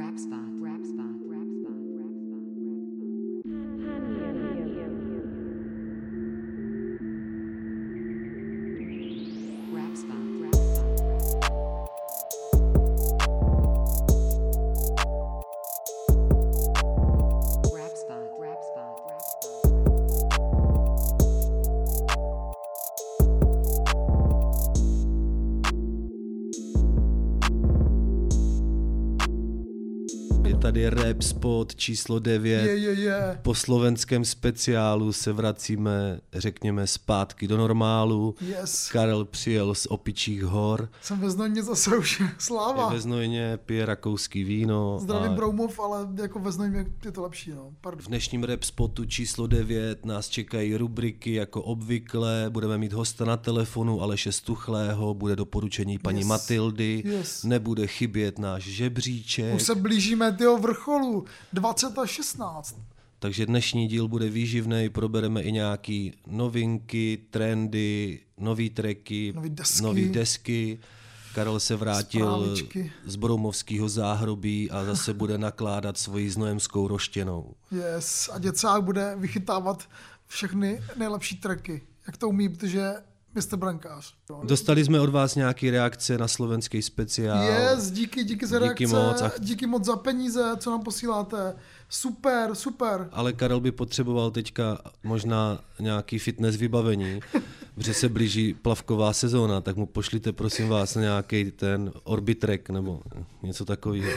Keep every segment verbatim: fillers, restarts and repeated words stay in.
Tady je Rap Spot číslo devět. Je, je, je. Po slovenském speciálu se vracíme, řekněme, zpátky do normálu. Yes. Karel přijel z Opičích hor. Jsem ve Znojmě zase už, sláva. Je ve Znojmě, pije rakouský víno. Zdravím a... Broumov, ale jako ve Znojmě je to lepší. No. V dnešním Rap Spotu číslo devět nás čekají rubriky jako obvykle. Budeme mít hosta na telefonu Aleše Stuchlého, bude doporučení paní yes. Matildy. Yes. Nebude chybět náš žebříček. Už se blížíme tyho vrcholu dvacet a šestnáct. Takže dnešní díl bude výživný, probereme i nějaký novinky, trendy, nový tracky, nový desky. nový desky. Karel se vrátil Správičky. z Broumovského záhrobí a zase bude nakládat svojí znojemskou roštěnou. Yes, a děcák bude vychytávat všechny nejlepší tracky, jak to umí, protože vy jste brankář. Dostali jsme od vás nějaké reakce na slovenský speciál. Yes, díky, díky za reakce, díky moc, a... díky moc za peníze, co nám posíláte. Super, super. Ale Karel by potřeboval teďka možná nějaký fitness vybavení, protože se blíží plavková sezóna, tak mu pošlite prosím vás nějaký ten Orbitrek nebo něco takového.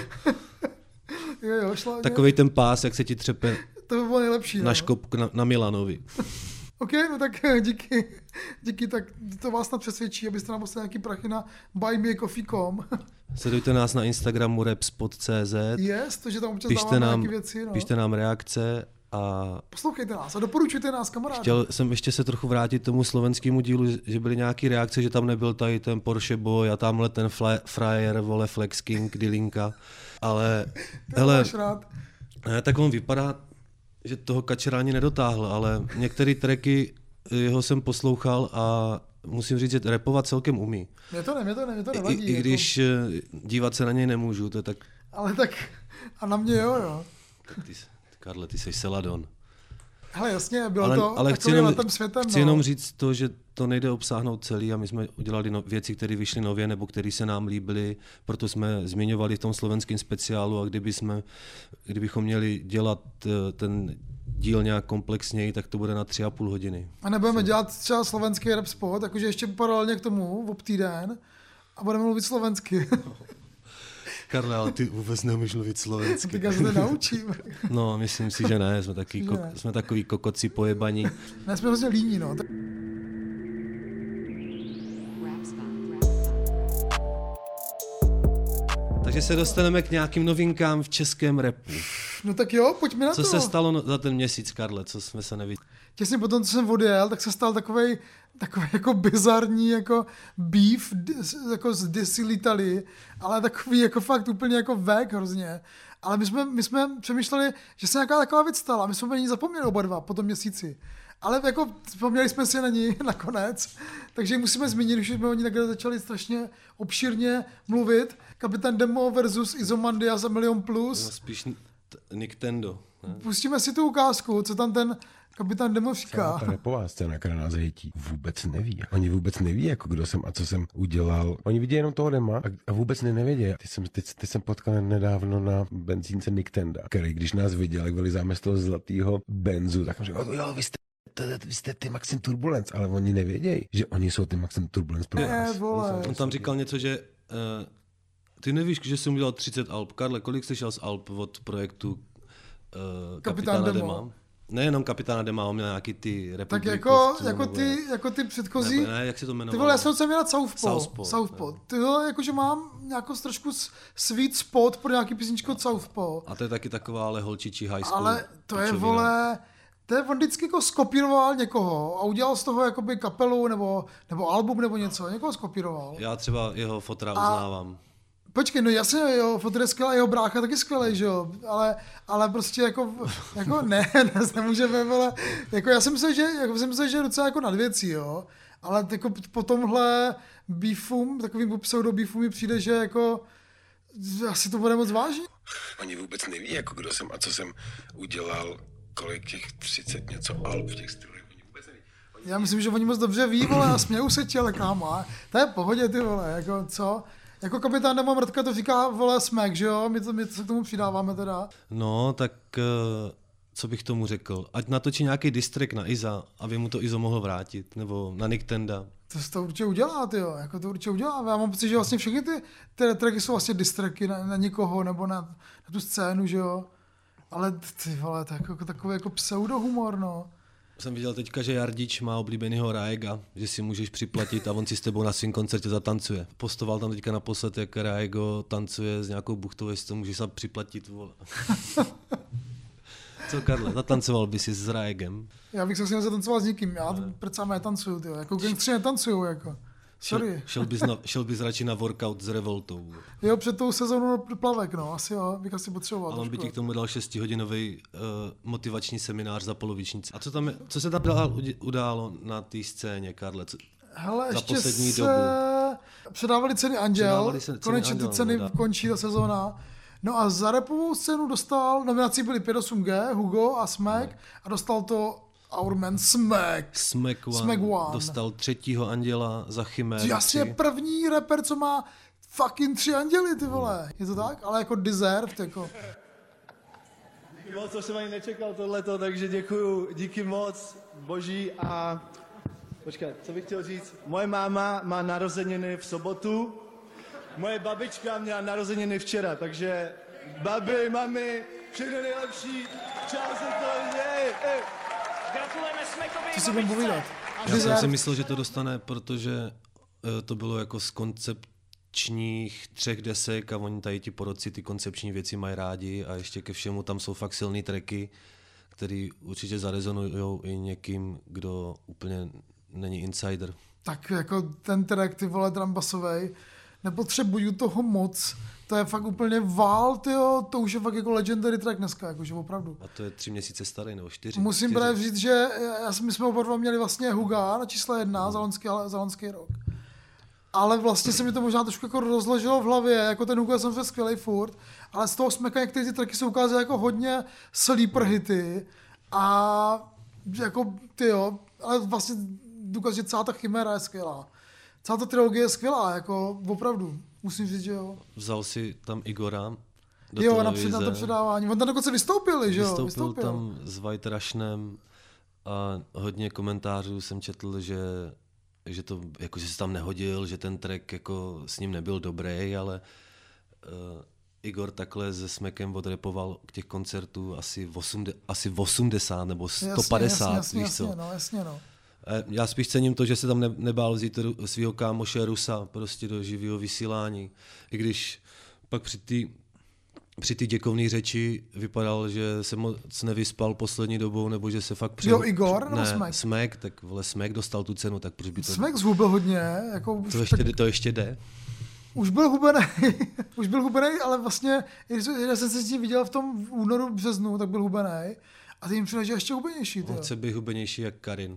jo, jo, šla, Takovej ten pás, jak se ti třepe to by bylo nejlepší, na no. škop na, na Milanovi. OK, no tak díky, díky, tak to vás snad přesvědčí, abyste nám poslali nějaký prachy na buy me coffee tečka com. Sledujte nás na Instagramu rapspot tečka cé zet. Yes, to, že tam občas pište dáváme nám, nějaké věci. No. Pište nám reakce a... Poslouchejte nás a doporučujte nás kamarádům. Chtěl jsem ještě se trochu vrátit tomu slovenskému dílu, že byly nějaké reakce, že tam nebyl tady ten Porsche Boy a tamhle ten fly, Fryer, vole, Flex King, Dilinka, ale... hele, ne, tak on vypadá, že toho Kačera ani nedotáhl, ale některé tracky jeho jsem poslouchal a musím říct, že rapovat celkem umí. Mě to ne, mě to ne, mě to nevadí. I, i když jako... dívat se na něj nemůžu, to je tak... Ale tak a na mě jo, jo. Tak ty, Karle, ty jsi Celadon. Hele, jasně, bylo ale, to ale takovým letem světem. Chci no. jenom říct to, že to nejde obsáhnout celý a my jsme udělali no, věci, které vyšly nově nebo které se nám líbily, proto jsme zmiňovali v tom slovenském speciálu a kdyby jsme, kdybychom měli dělat ten díl nějak komplexněji, tak to bude na tři a půl hodiny. A nebudeme dělat třeba slovenský rap spot, jakože ještě paralelně k tomu v týden a budeme mluvit slovensky. Karle, ale ty vůbec neumíš mluvit slovensky. Tak já se to naučím. No, myslím si, že ne, jsme, taky ko- ne. jsme takový kokoci pojebaní. Ne, jsme hrozně líní, no. Takže se dostaneme k nějakým novinkám v českém rapu. No tak jo, pojďme na co to. Co se stalo za ten měsíc, Karle, co jsme se neviděli? Těsně potom, co jsem odjel, tak se stal takovej, takový jako bizarní jako beef jako z Disilitali, ale takový jako fakt úplně jako vek hrozně. Ale my jsme, my jsme přemýšleli, že se nějaká taková věc stala. My jsme na ní zapomněli oba dva po tom měsíci. Ale jako vzpomněli jsme si na ní nakonec, takže musíme zmínit, že jsme o ní takhle začali strašně obšírně mluvit. Kapitán Demo versus Izomandias a Milion Plus. No, spíš Nintendo. Ne? Pustíme si tu ukázku, co tam ten Kapitán Demo říká. Ta rapová scéna, která nás hejtí, vůbec neví. Oni vůbec neví, jako kdo jsem a co jsem udělal. Oni vidí jenom toho Dema a, a vůbec nevědí. Ty jsem, ty, ty jsem potkal nedávno na benzínce Nintendo, který když nás viděl, jak vylizáme z toho zlatého benzu, tak on říkal, jo, vy jste To, vy jste ty Maxim Turbulence, ale oni nevědějí, že oni jsou ty Maxim Turbulence pro nás. On tam říkal něco, že uh, ty nevíš, že jsem udělal třicet alb. Karle, kolik slyšel z alb od projektu uh, Kapitán Kapitána Demo? Dema? Nejenom Kapitána Dema, on měl nějaký ty tak jako, jako, ty, jako ty předchozí... Nebo ne, jak se to jmenovalo? Ty vole, já jsem se měl na Southpaw. Southpaw. Southpaw. Ty vole, jakože mám nějakou trošku sweet spot pro nějaký písničku od Southpaw. A to je taky taková ale holčičí high school. Ale to je, pičovina. vole... To je, on vždycky jako skopíroval někoho a udělal z toho jakoby kapelu nebo, nebo album nebo něco. Někoho skopíroval. Já třeba jeho fotra A- uznávám. Počkej, no jasně, jeho fotr je skvělý, jeho brácha taky skvělý, že jo, ale, ale prostě jako, jako ne, ne, nemůžeme, vole, jako já jsem myslel, že, jako jsem myslel, že je docela jako nad věcí, jo, ale jako po tomhle beefu, takovým pseudo beefu mi přijde, že jako Asi to bude moc vážně. Oni vůbec neví, jako kdo jsem a co jsem udělal, kolik těch třicet něco alb v těch stylech. Oni vůbec neví. Oni... Já myslím, že oni moc dobře ví, vole, a smějou se ti, ale kámo, to je v pohodě, ty vole, jako co? Jako kapitán Demo Mrtka to říká, vole, Smek, že jo? My, to, my to se k tomu přidáváme teda. No, tak co bych tomu řekl? Ať natočí nějaký distrek na Iza, aby mu to Izo mohl vrátit, nebo na Niktenda. To se to určitě udělá, ty jo, jako to určitě udělá. Já mám pocit, že vlastně všechny ty, ty tracky jsou vlastně distreky na, na někoho, nebo na, na tu scénu, že jo. Ale ty vole, to je jako, takový jako pseudohumor, no. Jsem viděl teďka, že Jardič má oblíbenýho Raega, že si můžeš připlatit a on si s tebou na svém koncertě zatancuje. Postoval tam teďka naposled, jak Raego tancuje s nějakou buchtou, jestli to můžeš se připlatit, vole. Co, Karle, zatancoval by si s Raegem? Já bych se asi nezatancoval s nikým, já prcám netancuju, tyjo, jako gangstři netancuju, jako. Sorry. Šel, šel, bys na, šel bys radši na workout s Revoltou. Jo, před tou sezónou plavek, no, asi jo, bych asi potřeboval. A on by ti k tomu dal šestihodinový uh, motivační seminář za polovičnici. A co, tam je, co se tam dál událo na té scéně, Karle? Co, Hele, za ještě poslední se dobu? Předávali ceny Anděl, Předávali se ceny konečně Anděl, ty ceny no, končí ta sezóna. No a za rapovou scénu dostal, nominací byly pět osm G, Hugo a Smek, no. A dostal to Our Man Smek. Smek One, Smek One dostal třetího Anděla za Chiméru. Jasně první rapper, co má fucking tři anděly, ty vole. Je to tak? Ale jako deserved, jako. Díky moc, co jsem ani nečekal tohleto, takže děkuju, díky moc, boží a... Počkej, co bych chtěl říct? Moje máma má narozeniny v sobotu, moje babička měla narozeniny včera, takže babi, mami, všechno nejlepší, čau se to děje. Gratulujeme Smekovi. Co si budem povídat? Já jsem si myslel, že to dostane, protože to bylo jako z koncepčních třech desek a oni tady ti poroci ty koncepční věci mají rádi a ještě ke všemu tam jsou fakt silný tracky, který určitě zarezonujou i někým, kdo úplně není insider. Tak jako ten track, ty vole, drumbasovej, nepotřebuju toho moc, to je fakt úplně vál, tyjo, to už je fakt jako legendary track dneska, jakože opravdu. A to je tři měsíce starý, nebo čtyři? Musím čtyři. právě říct, že já, my jsme oba dva měli vlastně Huga na čísle jedna mm. za, loňský, za loňský rok. Ale vlastně se mi to možná trošku jako rozložilo v hlavě, jako ten Huga jsem skvělej furt, ale z toho Smeka některé ty tracky se ukázaly jako hodně sleeper hity a jako tyjo, ale vlastně důkaz, že celá ta Chiméra je skvělá. Celá ta trilogie je skvělá, jako opravdu, musím říct, že jo. Vzal si tam Igora do jo, televize. na, na to předávání. On tam dokonce vystoupili, že jo? Vystoupil, Vystoupil tam s White Rushnem a hodně komentářů jsem četl, že, že to, jako, že se tam nehodil, že ten track jako s ním nebyl dobrý, ale uh, Igor takhle se Smekem odrepoval k těch koncertů asi, osmdesát, asi osmdesát nebo sto padesát, jasně, jasně, víš co? Jasně, no, jasně, no. Já spíš cením to, že se tam ne, nebál vzít svého kámoše Rusa prostě do živého vysílání. I když pak při té při té děkovné řeči vypadal, že se moc nevyspal poslední dobou, nebo že se fakt... Jo, Igor nebo ne, Smek? Smek, tak vole, Smek dostal tu cenu, tak proč by to... Smek zhubil hodně, jako... To ještě, tak... to ještě jde? Už byl hubenej, už byl hubenej, ale vlastně, když jsem se s tím viděl v tom v únoru, březnu, tak byl hubenej. A ty jim přijde, že ještě hubenější, tyjo. On chce být hubenější jak Karin.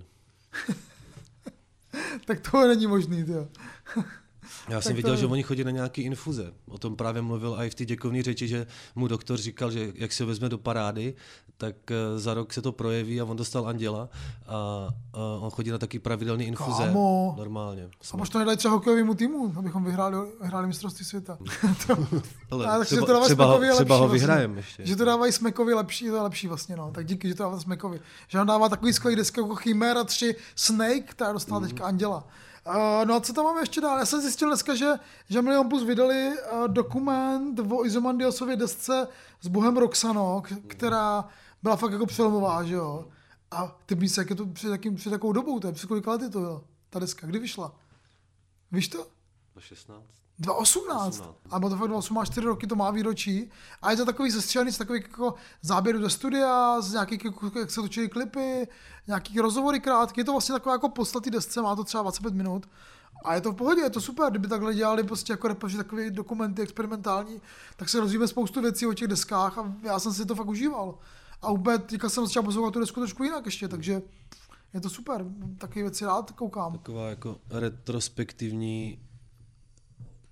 Tak to není možný, tyjo. Já jsem viděl, je... že oni chodí na nějaký infuze. O tom právě mluvil i v té děkovné řeči, že mu doktor říkal, že jak se ho vezme do parády, tak za rok se to projeví a on dostal anděla a, a on chodí na taky pravidelný infuze. Kámo. Normálně. A možná to nedají třeba hokejovému týmu, abychom vyhráli, vyhráli mistrovství světa. Ale a, třeba, to třeba, ho, třeba třeba ho vlastně, vyhrajeme ještě. Že to dávají Smekovi lepší, to je lepší vlastně, no. Tak díky, že to dáváte Smekovi. Že on dává takový skvělý desky jako Chimera tři, Snake, která dostala mm. teďka anděla. Uh, no a co tam máme ještě dál? Já jsem zjistil dneska, že, že Milion Plus vydali uh, dokument o Izomandiasově desce s Bohem Roxano, k- která byla fakt jako přelomová, že jo? A ty víš, jak je to před, takým, před takovou dobou, to je před kolika lety to bylo, ta deska, kdy vyšla? Víš to? šestnáct dva osmnáct A bylo to fakt dva osmnáct, čtyři roky to má výročí. A je to takový zestřelený z takových jako záběrů do studia, z nějakých, jak se točily klipy, nějaký rozhovory krátké. Je to vlastně taková jako podstatný desce, má to třeba dvacet pět minut. A je to v pohodě, je to super, kdyby takhle dělali prostě jako repeři takové dokumenty experimentální, tak se rozvíme spoustu věcí o těch deskách a já jsem si to fakt užíval. A úplně teďka jsem začal poslouchat tu desku trošku jinak ještě, takže je to super, takové věci rád koukám. Taková jako retrospektivní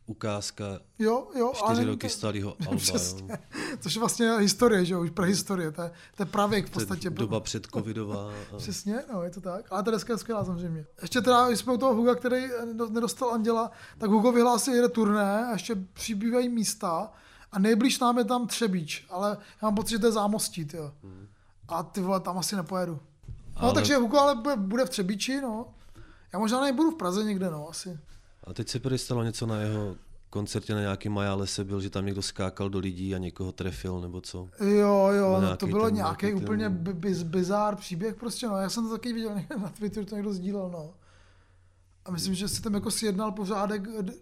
ukázka jo, jo, čtyři roky starého alba. Přesně. Což je vlastně historie, že jo, už prehistorie, to je, to je pravěk v podstatě. Doba před covidová. A... Přesně, no, je to tak. Ale ta deska je skvělá samozřejmě. Ještě teda, když jsme u toho Huga, který nedostal Anděla, tak Hugo vyhlásil jede turné a ještě přibývají místa a nejblíž nám je tam Třebíč, ale já mám pocit, že to je Zámostí, tyjo. Hmm. A ty vole, tam asi nepojedu. No, ale... takže Hugo ale bude v Třebíči, no. Já možná nebudu v Praze někde, no, asi. A teď se prý stalo něco na jeho koncertě na nějaký Majálese byl, že tam někdo skákal do lidí a někoho trefil, nebo co? Jo, jo, no, to bylo nějaký ten... úplně biz, bizár příběh prostě, no. Já jsem to taky viděl na Twitteru, to někdo sdílel, no. A myslím, že si tam jako sjednal pořádek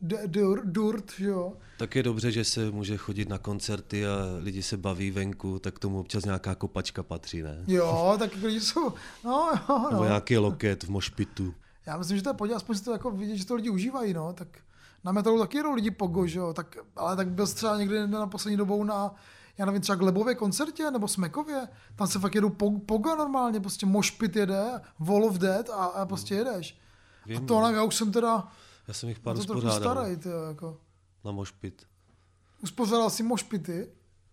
durt, jo. Tak je dobře, že se může chodit na koncerty a lidi se baví venku, tak tomu občas nějaká kopačka patří, ne? Jo, tak lidi jsou, no, jo, no. Nebo nějaký loket v mošpitu. Já myslím, že to je podíl, aspoň si to jako vidět, že to lidi užívají, no, tak na metalu taky jedou lidi pogo, že jo, tak, ale tak byl třeba někdy na poslední dobou na, já nevím, třeba Glebově koncertě, nebo Smekově, tam se fakt jedou pogo normálně, prostě mošpit jede, Wall of Death a, a prostě jedeš. Vím, a to nevím, já už jsem teda, já jsem jich pár to trochu starý, ty, jako. Na mošpit. Uspořádal jsi mošpity?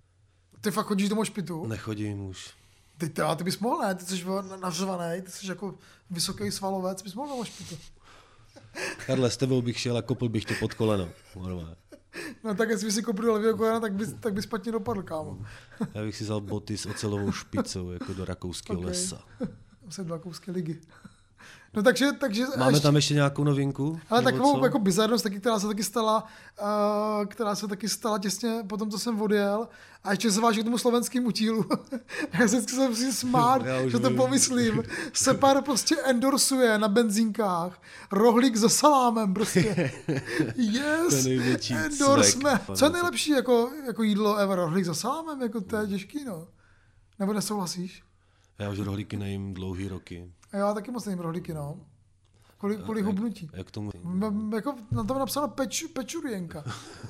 Ty fakt chodíš do mošpitu? Nechodím už. Ty, ty, ty bys mohl, ne? Ty jsi nařvanej, ty jsi jako vysoký svalovec, bys mohl do mošpitu. Karle, s tebou bych šel a kopl bych tě pod koleno. Normálně. No tak jestli bys si kopl do levého kolena, tak bys, tak bys špatně dopadl, kámo. Já bych si vzal boty s ocelovou špicou, jako do rakouského okay. lesa. Jsem do rakouské ligy. No takže, takže máme ještě, tam ještě nějakou novinku? Ale takovou jako bizarnost, taky, která se taky stala, uh, která se taky stala těsně po tom, co jsem odjel. A ještě se váží k tomu slovenskému tílu. Já se jsem si smát, že to pomyslím. Separ prostě endorsuje na benzínkách rohlík se salámem prostě. Yes, endorsme. Co je nejlepší jako, jako jídlo ever? Rohlík se salámem? Jako to je těžký, no. Nebo nesouhlasíš? Já už rohlíky nejím dlouhý roky. A já taky moc nejím rohlíky, no. Kvůli, kvůli hubnutí. Jak tomu? M- jako na tom napsáno peč, pečurienka.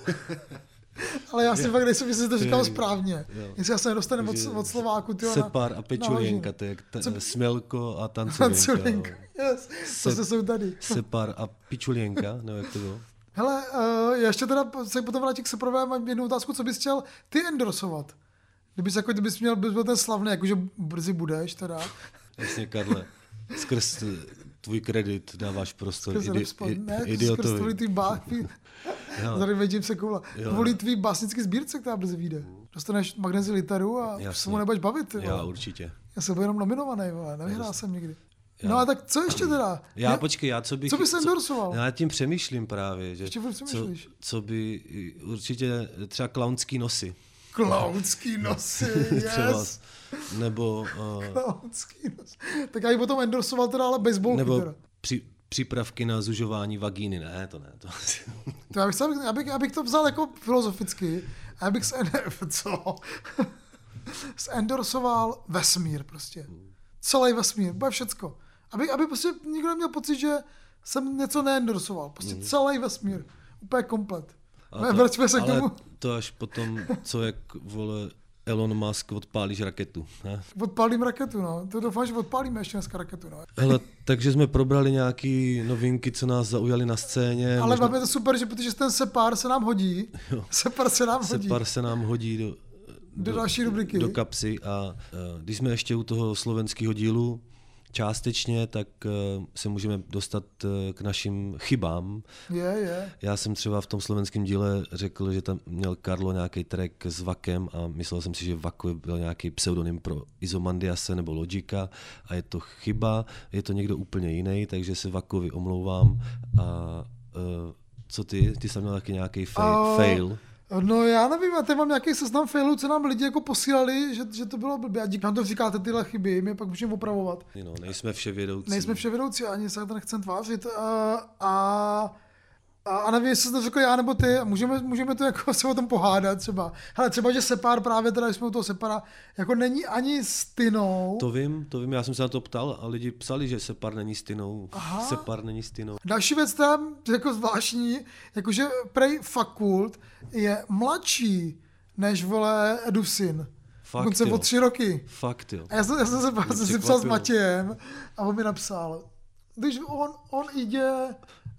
Ale já si fakt nejsem, jestli to říkal správně. Jo. Jestli já se nedostanu od, od Slováku. Tyjo, Separ a pečurienka, to je ta, smělko a tanculienka. Yes, to se jsou tady. Separ a pičulienka, nebo jak to bylo? Hele, uh, já ještě teda se potom vrátím k Separovi, mám jednu otázku, co bys chtěl ty endorsovat? Kdybys, jako, kdybys měl bys byl ten slavný, jakože brzy budeš teda. Jasně, Karle. Skrz tvůj kredit dáváš prostor idi, i, ne, idiotovi. Skrz tvůj tvý bách. Tady vidím se koula. Kvůli tvý básnický sbírce, která brzy vyjde. Dostaneš Magnezi literu a Jasně. se mu nebudeš bavit. Ty, Já určitě. Já jsem byl jenom nominovaný, vole. Nevyhrál jsem nikdy. Já. No a tak co ještě teda? Já, já počkej, já co bych... Co bys endorsoval? Já nad tím přemýšlím právě. Že ještě co, co by určitě třeba klaunský nosy. Klaunský nosy, yes. Nebo... Uh, Klaunský nosy. Tak já bych potom endorsoval teda ale baseballky. Nebo teda. Při, přípravky na zužování vagíny, ne, to ne. To, to já, bych, já, bych, já bych to vzal jako filozoficky a já bych se, co? endorsoval vesmír prostě. Celý vesmír, bude všecko. Aby, aby prostě nikdo neměl pocit, že jsem něco neendorsoval. Prostě mm. celý vesmír. Úplně komplet. Ale, Vraťme se k tomu. To až potom, co jak vole Elon Musk odpálíš raketu. Ne? Odpálím raketu, no. To doufám, že odpálíme ještě dneska raketu, no. Hele, takže jsme probrali nějaký novinky, co nás zaujaly na scéně. Ale možná... je to super, že protože ten Separ se nám hodí. Jo. Separ se nám hodí. Separ se nám hodí do, do, do další rubriky. Do kapsy a uh, když jsme ještě u toho slovenského dílu, částečně, tak uh, se můžeme dostat uh, k našim chybám. Je, je. Já jsem třeba v tom slovenském díle řekl, že tam měl Karlo nějaký track s Vakem a myslel jsem si, že Vak byl nějaký pseudonym pro Izomandiase nebo Logika a je to chyba, je to někdo úplně jiný, takže se Vakovi omlouvám. A uh, co ty? Ty jsi měl taky nějaký fa- uh... fail? No já nevím, já tady mám nějaký seznam failů, co nám lidi jako posílali, že, že to bylo blbě. A díky nám to říkáte tyhle chyby, my je pak můžeme opravovat. No, nejsme vševědoucí. Nejsme vševědoucí, ani se to nechcem tvářit. A, a, a nevím, jestli jsi to řekl já nebo ty, můžeme, můžeme to jako se o tom pohádat třeba. Hele, třeba, že Separ právě teda, když jsme u toho Separa, jako není ani stynou. To vím, to vím, já jsem se na to ptal a lidi psali, že Separ není stynou. Aha. Separ není stynou. Další věc tam, jako zvláštní, jakože prej Fakult je mladší než, vole, Edův syn. Fakt, Dokonce o tři roky. Fakt, jo. A já jsem, já jsem se já jsem si psal s Matějem a on mi napsal, když on, on jde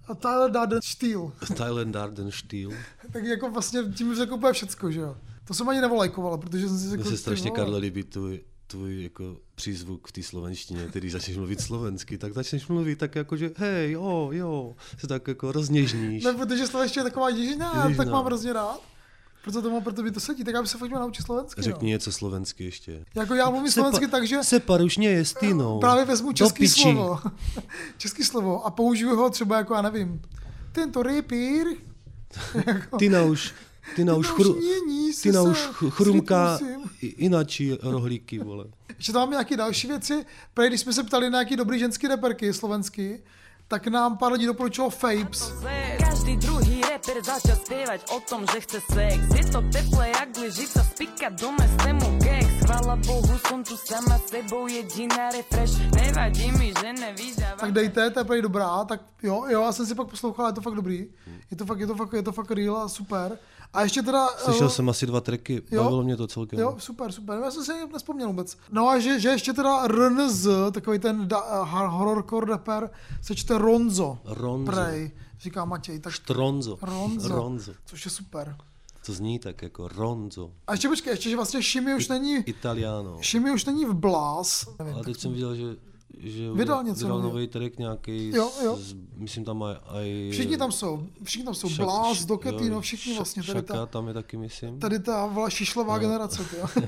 A Tyler Darden Steel. Tyler Darden Steel. Tak jako vlastně tím řekl úplně všecko, že jo. To jsem ani nevolajkoval, protože jsem si Mně jako... se strašně, Karle, líbí tvůj, tvůj jako přízvuk v té slovenštině, který začneš mluvit slovensky, tak začneš mluvit tak jako, že hej, jo, jo, se tak jako rozněžníš. Ne, protože slovenština je taková ježišná, tak mám hrozně rád. Proto to má, proto by to sedí, tak já bych se pojďme naučit slovensky. Řekni no. něco slovensky ještě. Jako já mluvím slovensky tak, že... Separ už nie je stínou. Právě vezmu český slovo. Český slovo a použiju ho třeba jako, já nevím, tento repír. Jako, ty na už, ty na už, chru, ty na už chrumká inačí rohlíky, vole. Ještě tam máme nějaké další věci. Prej, když jsme se ptali na nějaký dobrý ženský reperky slovenský, tak nám pár lidí doporučilo Fapes. Každý druhý reper začal zpěvať o tom, že chce sex. Je to teplé jak lyžica, spíka doma s tému gex. Chvála Bohu, som tu sama sebou jediná refresh. Nevadí mi, že nevídám. Tak dejte, to je prej dobrá, tak jo, jo, já jsem si pak poslouchal, je to fakt dobrý. Je to fakt, je to fakt, je to fakt real a super. A ještě teda... Slyšel uh, jsem asi dva tracky, bavilo mě to celkem. Jo, super, super, já jsem si nespomněl vůbec. No a že, že ještě teda R N Z, takový ten da, horrorcore rapper, se čte Ronzo. Ronzo. Prej, říká Matěj. Tak Ronzo. Ronzo. Ronzo. Což je super. To zní tak jako Ronzo. A ještě počkej, ještě, že vlastně Šimi už není... Italiano. Šimi už není v Blás. Nevím, a teď jsem viděl, že že vydal něco vydal nový track nějaký, jo, jo. Z, myslím tam aj, aj... Všichni tam jsou, všichni tam jsou, Šak, Blás, Doketino, všichni vlastně. Tady Šaka ta, tam je taky, myslím. Tady ta vla šišlová no. generace, jo.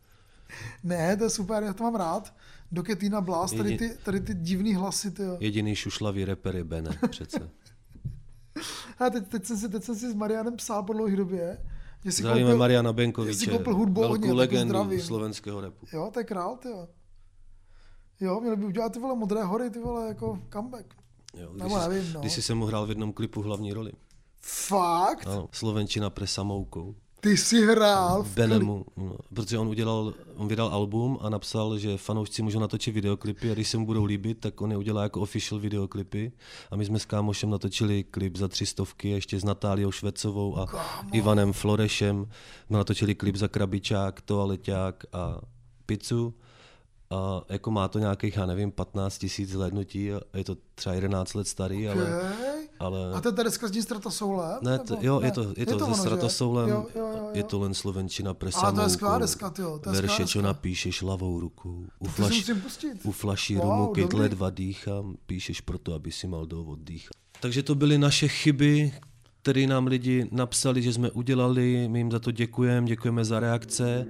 Ne, to je super, já to mám rád. Doketina, Blás, tady ty, tady ty divný hlasy, tyjo. Jediný šušlavý rapper je Bene, přece. A teď, teď, jsem si, teď jsem si s Marianem psal po dlouhé době, že si zdravíme koupil, Mariana Benkoviče, velkou legendu slovenského rapu. Jo, to je král, tyjo. Jo, měli by udělat ty vole Modré hory, ty vole jako comeback. Jo, když, Nebo nevím, jsi, no. když jsi se mu hrál v jednom klipu hlavní roli. Fakt? Ano, Slovenčina pre samoukou. Ty jsi hrál v Benemu, no, protože on udělal, on vydal album a napsal, že fanoušci můžou natočit videoklipy a když se mu budou líbit, tak on je udělá jako official videoklipy. A my jsme s kámošem natočili klip za tři stovky, ještě s Natáliou Švecovou a Kámo. Ivanem Florešem. My natočili klip za krabičák, toaleťák a pizzu. A jako má to nějakých, já nevím, patnáct tisíc zhlédnutí a je to třeba jedenáct let starý, okay. ale, ale... A to tady zkazní Stratosoulem? Ne, to, jo, ne, je to, je to, je to ze Stratosoulem, jo, jo, jo, jo. je to len Slovenčina pre samouku. Ale to je skvělá deska, tyjo, to je verše, čo napíšeš ľavou rukou. U, to flaš, pustit. u flaší wow, rumu, keď ledva dýchám, píšeš proto, aby si mal dôvod dýchat. Takže to byly naše chyby, které nám lidi napsali, že jsme udělali, my jim za to děkujeme, děkujeme za reakce.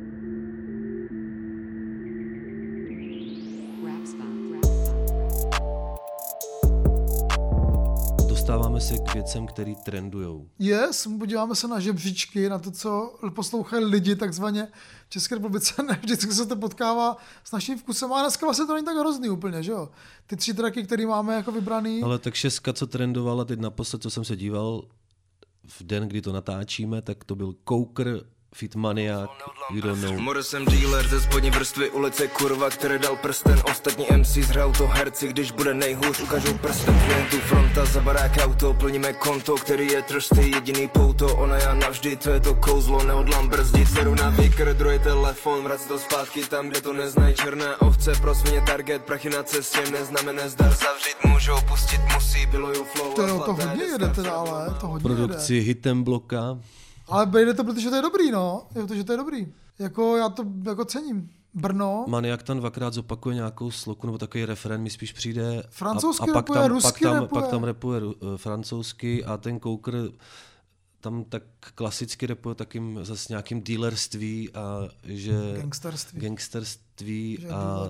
Dostáváme se k věcem, které trendujou. Yes, podíváme se na žebříčky, na to, co poslouchají lidi takzvaně v České republice. Ne, vždycky se to potkává s naším vkusem, a dneska vlastně to není tak hrozný úplně, že jo? Ty tři tracky, které máme jako vybraný. Ale tak šestka, co trendovala teď naposled, co jsem se díval v den, kdy to natáčíme, tak to byl Coker Fit Maniak, You Don't Know. More jsem dealer ze spodní vrstvy ulice, kurva, který dal prsten. Ostatní M C zhrajou to herci, když bude nejhůř, ukážou prsten. Klientů fronta za barák auto, plníme konto, který je trsty, jediný pouto. Ona já navždy, to je to kouzlo, neodlám brzdit. Seru na výkr, druhý telefon, vrát to zpátky tam, kde to neznají černé ovce. Pro svině target, prachy na cestě, neznamené zdar. Zavřít můžou, pustit musí, piluju flow. To, jo, to hodně jede teda, ale to hodně produkci jede. Hitem Bloka. Ale bejde to, protože to je dobrý, no. Protože to je dobrý. Jako já to jako cením. Brno. Maniak tam dvakrát zopakuje nějakou sloku, nebo takový referent mi spíš přijde. Francouzsky a, a pak rapuje, tam, rusky pak tam, rapuje. Pak tam rapuje uh, francouzsky a ten Coker tam tak klasicky rapuje takým zase nějakým dealerství a že... Gangsterství. Gangsterství že a...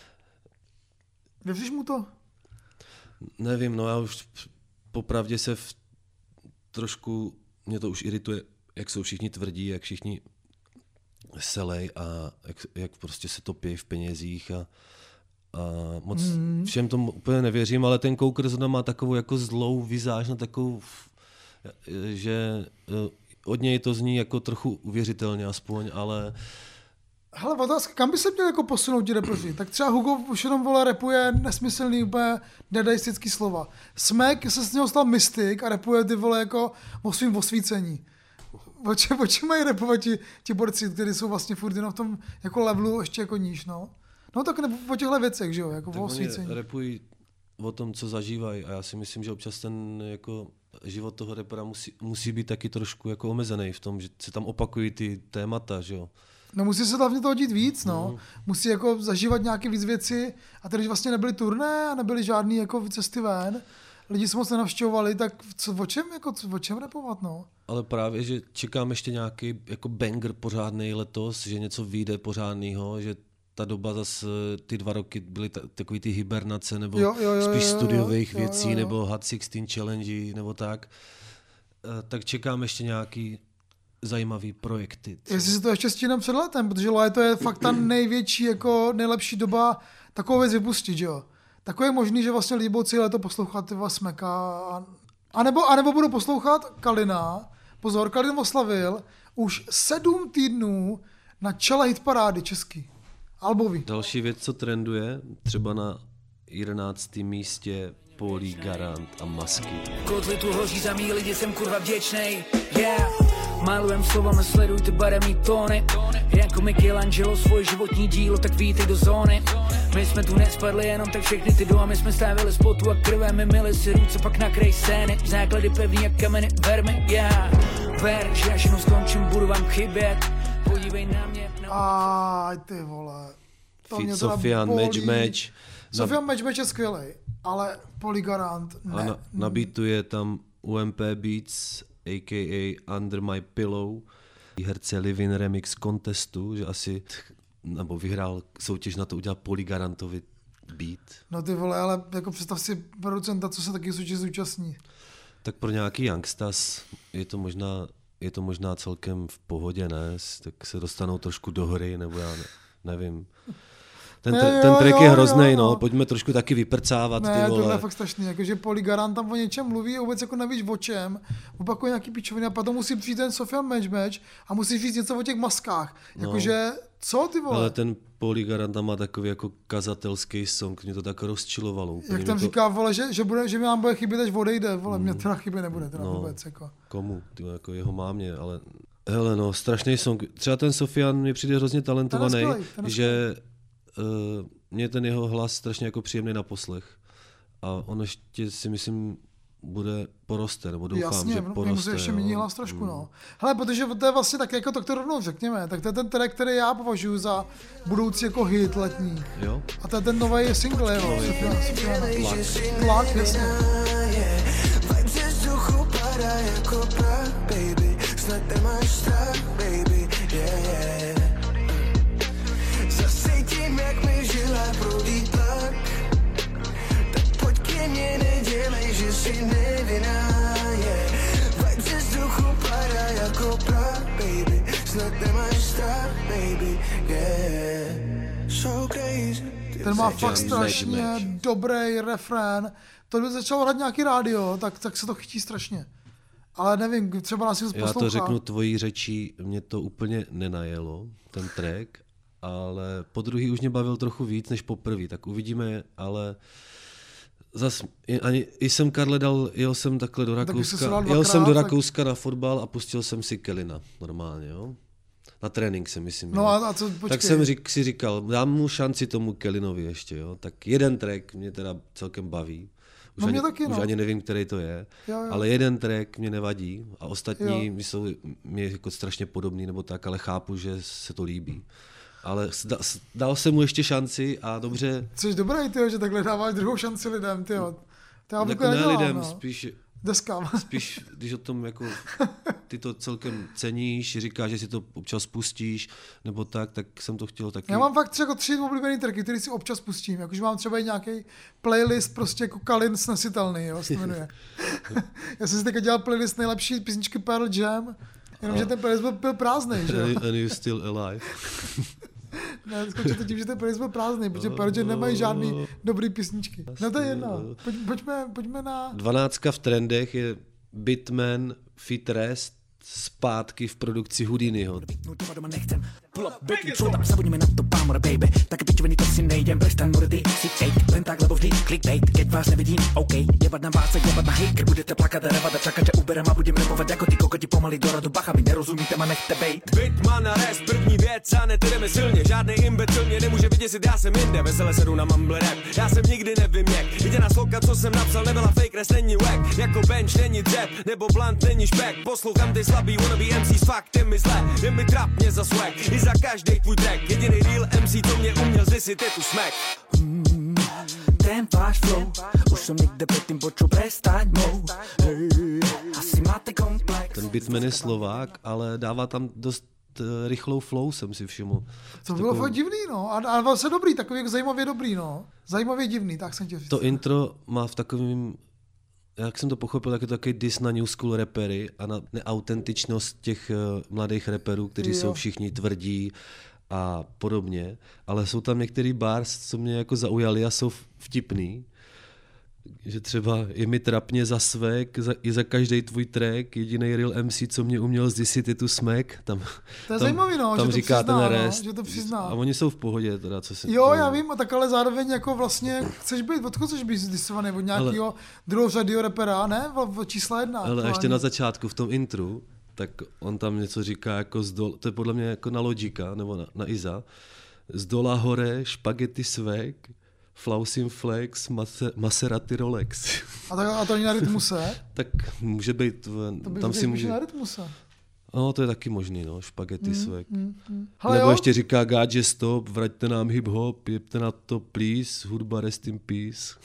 Věříš mu to? Nevím, no já už popravdě se v, trošku, mě to už irituje, jak jsou všichni tvrdí, jak všichni selej a jak, jak prostě se topí v penězích a, a moc mm. všem tomu úplně nevěřím, ale ten Coker zrovna má takovou jako zlou vizáž, na takovou, že od něj to zní jako trochu uvěřitelně aspoň, ale hele, otázka, kam by se měl jako posunout ti repoři? Tak třeba Hugo už jenom vole repuje nesmyslný úplně nedaistický slova. Smek se z něho stal mystik a repuje ty vole jako o svým osvícení. O čem, o čem mají repovat ti, ti borci, kteří jsou vlastně furt jenom v tom jako levelu ještě jako níž, no? No tak nebo o těchto věcech, že jo, jako tak o osvícení. repují o tom, co zažívají a já si myslím, že občas ten jako život toho rapera musí, musí být taky trošku jako omezený v tom, že se tam opakují ty témata, že jo. No musí se hlavně toho dít víc, no. Mm. Musí jako zažívat nějaké víc věci a tady vlastně nebyly turné a nebyly žádný jako cesty ven. Lidi se moc nenavštěvovali, tak co, o čem, jako, co, o čem rapovat, no? Ale právě, že čekám ještě nějaký jako banger pořádnej letos, že něco vyjde pořádného, že ta doba zase, ty dva roky byly ta, takový ty hibernace, nebo jo, jo, jo, spíš jo, jo, studiových jo, věcí, jo, jo. nebo Hot šestnáct Challenge, nebo tak. Tak čekám ještě nějaký zajímavý projekty. Jestli se to ještě stihnem před letem, protože léto je fakt ta největší, jako nejlepší doba takovou věc vypustit, že jo? Takové je možný, že vlastně lidi budou celé léto poslouchat tyva Smeka, a, a, nebo, a nebo budou poslouchat Kalina. Pozor, Kalin oslavil už sedm týdnů na čele hitparády český. Albový. Další věc, co trenduje, třeba na jedenáctém místě Polý Garant a Masky. Kotli tu hoří za mý lidi, jsem kurva vděčnej, yeah. Malujem slovama, sledujte barevný tóny. Jako Michelangelo svůj životní dílo, tak vítej do zóny. My jsme tu nespadli jenom tak všechny ty domy, my jsme stavili spotu a krvem, my mili si ruce, pak nakrej scény. Základy pevný jak kameny, ver mi, yeah. Ver, že až jenom skončím, budu vám chybět. Podívej na mě. Aj ty vole. To Fit Sofian, Match Match. Sofian Match Match je skvělej, ale Polý Garant ne. A na, na beatu je tam U M P Beats, a k a. Under My Pillow, herce Livin Remix Contestu, že asi, nebo vyhrál soutěž na to udělat Polý Garantovi beat. No ty vole, ale jako představ si producenta, co se taky soutěž zúčastní. Tak pro nějaký youngstas je to možná, je to možná celkem v pohodě, ne? Tak se dostanou trošku do hry, nebo já ne, nevím. Ten, ne, ten jo, track jo, je hroznej, jo, no. no, pojďme trošku taky vyprcávat, ne, ty vole. Ne, to je fakt strašný, jakože Polý Garant tam o něčem mluví, vůbec jako nevíš o čem, opakuje nějaký pičoviny a potom musí přijít ten Sofian Match Match a musí říct něco o těch maskách, jakože, no. Co ty vole? Ale ten Polý Garant má takový jako kazatelský song, mě to tak rozčilovalo. Úplně Jak tam jako... říká, vole, že, že, bude, že mi nám bude chybět, až odejde, vole, mm. mě teda chybět nebude, teda no, vůbec, jako. Komu? Ty, jako jeho mámě, ale hele no, strašný song. Třeba ten Sofian mi přijde hrozně talentovaný, že uh, mě ten jeho hlas strašně jako příjemný na poslech. A on ještě si myslím bude poroste, nebo doufám, jasně, že poroste. Jasně, ještě mění hlas trošku, mm. no. Hele, protože to je vlastně tak, jako to, to rovnou řekněme, tak to je ten track, který já považuji za budoucí jako hit letní. Jo? A to je ten nový single, jo. Tlak. Tlak, jasně. Zasejtím, jak mi žila proudí tlak, tak pojď ke mně, nedělej, že jsi nevinná, yeah. Vibe ze vzduchu padá jako prach, baby, snad nemáš strach, baby, yeah. So crazy. Ten má fakt strašně dobrý refrén. To by začalo hrát nějaký rádio, tak, tak se to chytí strašně. Ale nevím, třeba nás si poslouchá. Já to řeknu tvojí řečí, mě to úplně nenajelo, ten track, ale po druhý už mě bavil trochu víc než po prvý, tak uvidíme, ale zas, ani, jsem Karle dal, jel jsem takhle do Rakouska, dvakrát, jel jsem do Rakouska tak... na fotbal a pustil jsem si Kelina normálně, jo. Na trénink si myslím. No a, a co, počkej. Tak jsem řík, si říkal, dám mu šanci tomu Kelinovi ještě, jo. Tak jeden track mě teda celkem baví. Už, no ani, taky, no. už ani nevím, který to je, jo, jo. Ale jeden track mě nevadí a ostatní mi jsou mě jako strašně podobný nebo tak, ale chápu, že se to líbí. Ale dal jsem mu ještě šanci a dobře. Což dobrý, tyjo, že takhle dáváš druhou šanci lidem, tyjo. To já jako ne nedělám, lidem, no. spíš, Deskám. spíš, když o tom jako ty to celkem ceníš, říkáš, že si to občas pustíš, nebo tak, tak jsem to chtěl taky. Já mám fakt třeba tři oblíbený tracky, který si občas pustím, jakože mám třeba i nějaký playlist prostě jako Kalin snesitelný, jo, se to jmenuje. Já jsem si teďka dělal playlist nejlepší písničky Pearl Jam, jenomže a... ten playlist byl, byl prázdnej, že jo. And you still alive. Ne, skončil to tím, že ten playlist byl prázdný, protože Pearl Jam nemají žádný dobrý písničky. No to je jedno, Pojď, pojďme, pojďme na... Dvanáctka v trendech je Bitman, Fit Rest, zpátky v produkci Houdiniho. Pull up, baby, co tam, zabudnime na to, pámora, baby. Tak pičoviny to si nejdem, prestan mordy, si fake. Len tak, lebo vždy clickbait, keď vás nevidím, OK. Jebat na vás, jebat na hater, budete plakat a revat a čakat, že uberem a budem repovat jako ty kokoti pomaly do radu. Bacha, vy nerozumíte, ma nechte bejt. Bitman a rest, první věc a netydeme silně. Žádný imbecil mě nemůže vyděsit, já jsem jinde. Vesele sedu na mumble rap, já jsem nikdy nevím jak. Jediná sloka, co jsem napsal, nebyla fake, rest není wack. Jako bench není drap, nebo blunt není špek. Poslouchám ty slabý wannabe M Cs, fakt je mi zle. Je mi trap, mě za swag, i za každý tvůj track. Jediný real M C, co mě uměl zvisit, je tu smack. Mm, ten váš flow, už jsem někde předtím počul, prestaň mou. Hey, asi máte komplex. Ten Bitman je Slovák, ale dává tam dost rychlou flow, jsem si všiml. To bylo takovou... fakt divný, no. A, a vlastně dobrý, takový jako zajímavě dobrý, no. Zajímavě divný, tak jsem tě říct. To intro má v takovým, jak jsem to pochopil, tak je to takový diss na new school rapery a na neautentičnost těch uh, mladých raperů, kteří jo. jsou všichni tvrdí a podobně, ale jsou tam některý bars, co mě jako zaujali a jsou vtipný. Že třeba je mi trapně za svek, za, i za každý tvůj track, jediný real M C, co mě uměl zdisit, je tu smek. Tam, to je zajímavý, no, tam že to říká přizná, ten rest. No, že to přizná. A oni jsou v pohodě, teda, co se... Jo, já vím, a tak ale zároveň jako vlastně chceš být, odkud chceš být zdisovaný, od nějakého druhořadýho rapera, ne? V, v čísla jedna. Ale aktuálně. Ještě na začátku, v tom intru, tak on tam něco říká jako z dol, to je podle mě jako na Logika, nebo na, na Iza, z dola hore, špagety svek, Flausim Flex, Maserati Rolex. A, tak, a to není na Rytmuse? Tak může být, to by tam si může... na Rytmuse. No, to je taky možný, no, špagety mm, svek. Mm, mm. Hele, nebo jo? Ještě říká Gádže stop, vraťte nám hip-hop, jebte na to please, hudba rest in peace.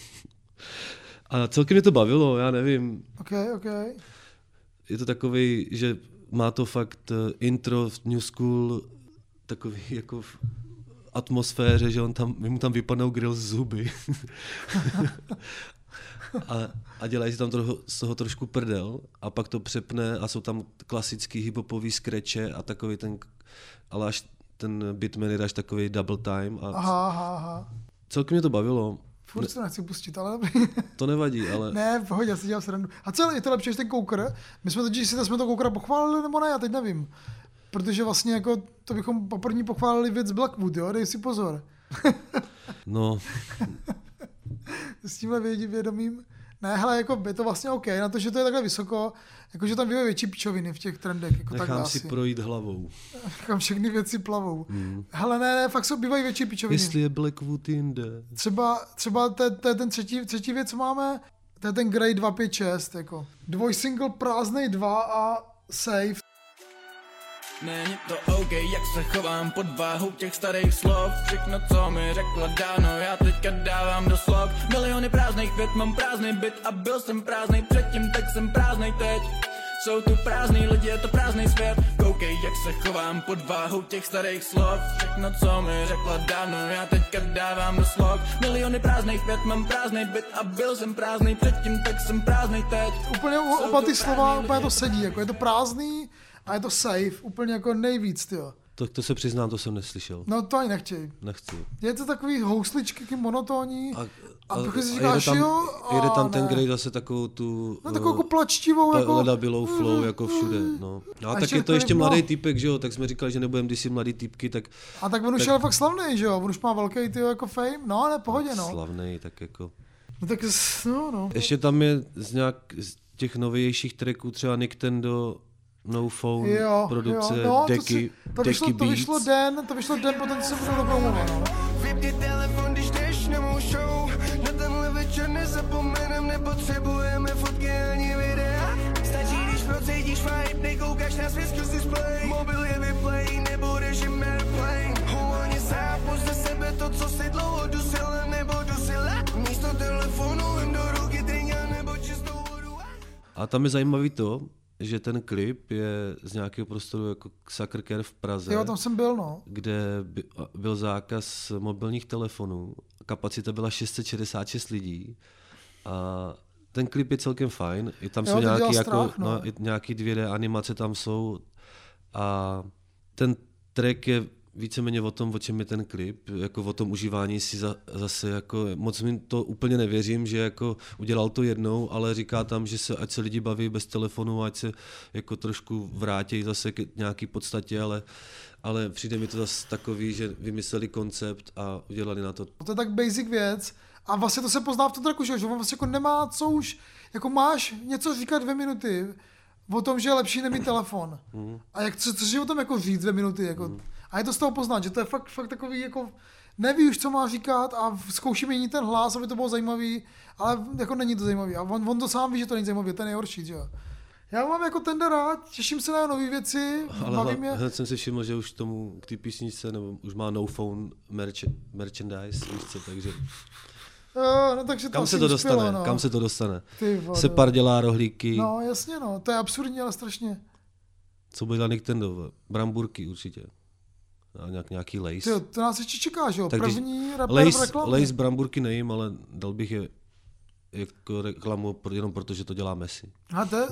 A celkem mě to bavilo, já nevím. Ok, ok. Je to takový, že má to fakt intro v New School, takový jako... atmosféře, že on tam, mu tam vypadnou grill z zuby. a, a dělají si tam trochu, z toho trošku prdel a pak to přepne a jsou tam klasický hiphopový skreče a takový ten, ale až ten Bitman je až takový double time. A aha, aha, aha. Celkem mě to bavilo. Furt se nechci pustit, ale... To nevadí, ale... Ne, v pohodě, já si dělám srandu. A co, je to lepší než ten Coker? My jsme totiž si jsme to Cokera pochválili, nebo ne, já teď nevím. Protože vlastně jako to bychom poprvé pochválili věc Blackwood, jo, dej si pozor. No. S tímhle vědomím. Ne, hele, jako je to vlastně OK, na to, že to je takhle vysoko, jakože tam bývají větší pičoviny v těch trendech. Jako nechám si asi projít hlavou. Nechám všechny věci plavou. Hmm. Hele, ne, ne, fakt jsou bývají větší pičoviny. Jestli je Blackwood jinde. Třeba, třeba to je ten třetí, třetí věc, co máme, to je ten Grey dva pět šest, jako. Dvojsingle prázdnej dva a Safe. Není to OK, jak se chovám pod váhou těch starých slov. Všechno, co mi řekla dávno, já teďka dávám do slov. Miliony prázdných vět, mám prázdný byt a byl jsem prázdnej předtím, tak jsem prázdnej teď. Jsou tu prázdný lidi, je to prázdný svět. Koukej, jak se chovám pod váhou těch starých slov. Všechno, co mi řekla dávno, já teďka dávám do slov. Miliony prázdných vět, mám prázdný byt a byl jsem prázdnej předtím, tak jsem prázdnej teď. Úplně oba ty slova, úplně to sedí, jako je to prázdný a je to safe, úplně jako nejvíc, tyjo. To, to se přiznám, to jsem neslyšel. No to ani nechtěj. Nechci. Je to takový housličky, monotónní. A, a, a, a si říkáš, jede tam, jo, jede tam ne. ten Grey zase takovou tu... No takovou jako plačtivou, jako... Ledabilou flow, jako všude, no. No a, a tak je to ještě mladý týpek, že jo, tak jsme říkali, že nebudeme kdysi mladý týpky, tak... A tak on už tak... je fakt slavný, že jo, on už má velký, tyjo, jako fame, no ale pohodě, no. Slavný, tak jako... No tak, no, no. Ještě tam je z nějak z těch novějších tracků třeba Nintendo... No Phone, jo, produkce, jo, no, Deky, to, si, to, vyšlo, Deky to vyšlo den, to vyšlo den, potom se budou dopromovat, no. Vypni telefon, když jdeš na mou show, na tenhle večer nezapomenem, nepotřebujeme fotky ani videa. Stačí, když procítíš vibe, nekoukáš na svět skrz display. Mobil je vyplay, nebo režim airplane. Hovaně sápu ze sebe to, co si dlouho dusila, nebo dusila. Místo telefonu jen do ruky dringa, nebo čistou vodu. A tam je zajímavý to, že ten klip je z nějakého prostoru jako Sucker Care v Praze. Jo, tam jsem byl, no. Kde by, byl zákaz mobilních telefonů. Kapacita byla šest set šedesát šest lidí. A ten klip je celkem fajn. I tam jo, jsou nějaký, jako, strach, no. No, nějaký dvě dé animace tam jsou. A ten track je víceméně o tom, o čem je ten klip, jako o tom užívání si za, zase, jako moc mi to úplně nevěřím, že jako udělal to jednou, ale říká tam, že se, ať se lidi baví bez telefonu, ať se jako trošku vrátí zase k nějaký podstatě, ale, ale přijde mi to zase takový, že vymysleli koncept a udělali na to. To je tak basic věc a vlastně to se pozná v tom traku, že on vlastně jako nemá co už, jako máš něco říkat dvě minuty o tom, že je lepší nemít telefon. Mm. A jak, co, co si o tom jako říct dvě minuty, jako, mm. a je to z toho poznat, že to je fakt, fakt takový, jako neví už, co má říkat a zkouší měnit ten hlas, aby to bylo zajímavý, ale jako není to zajímavý. A on, on to sám ví, že to není zajímavý, to je nejhorší, že jo. Já mám jako ten rád, těším se na nové věci, ale baví mě. Hned jsem si všiml, že už tomu k té písničce, nebo už má No Phone merch, merchandise, víš co, takže... Jo, no, takže to kam se to uspělo, dostane, no. kam se to dostane? Ty, Separ dělá rohlíky. No jasně, no, to je absurdní, ale strašně. Co byla Nintendo? Bramburky určitě. A nějak, nějaký Lays. Ty, to nás ještě čeká, že jo? Tak První rapper Lays, v reklamě. Lays Bramburky nejím, ale dal bych je jako reklamu jenom proto, že to dělá Messi. A to je...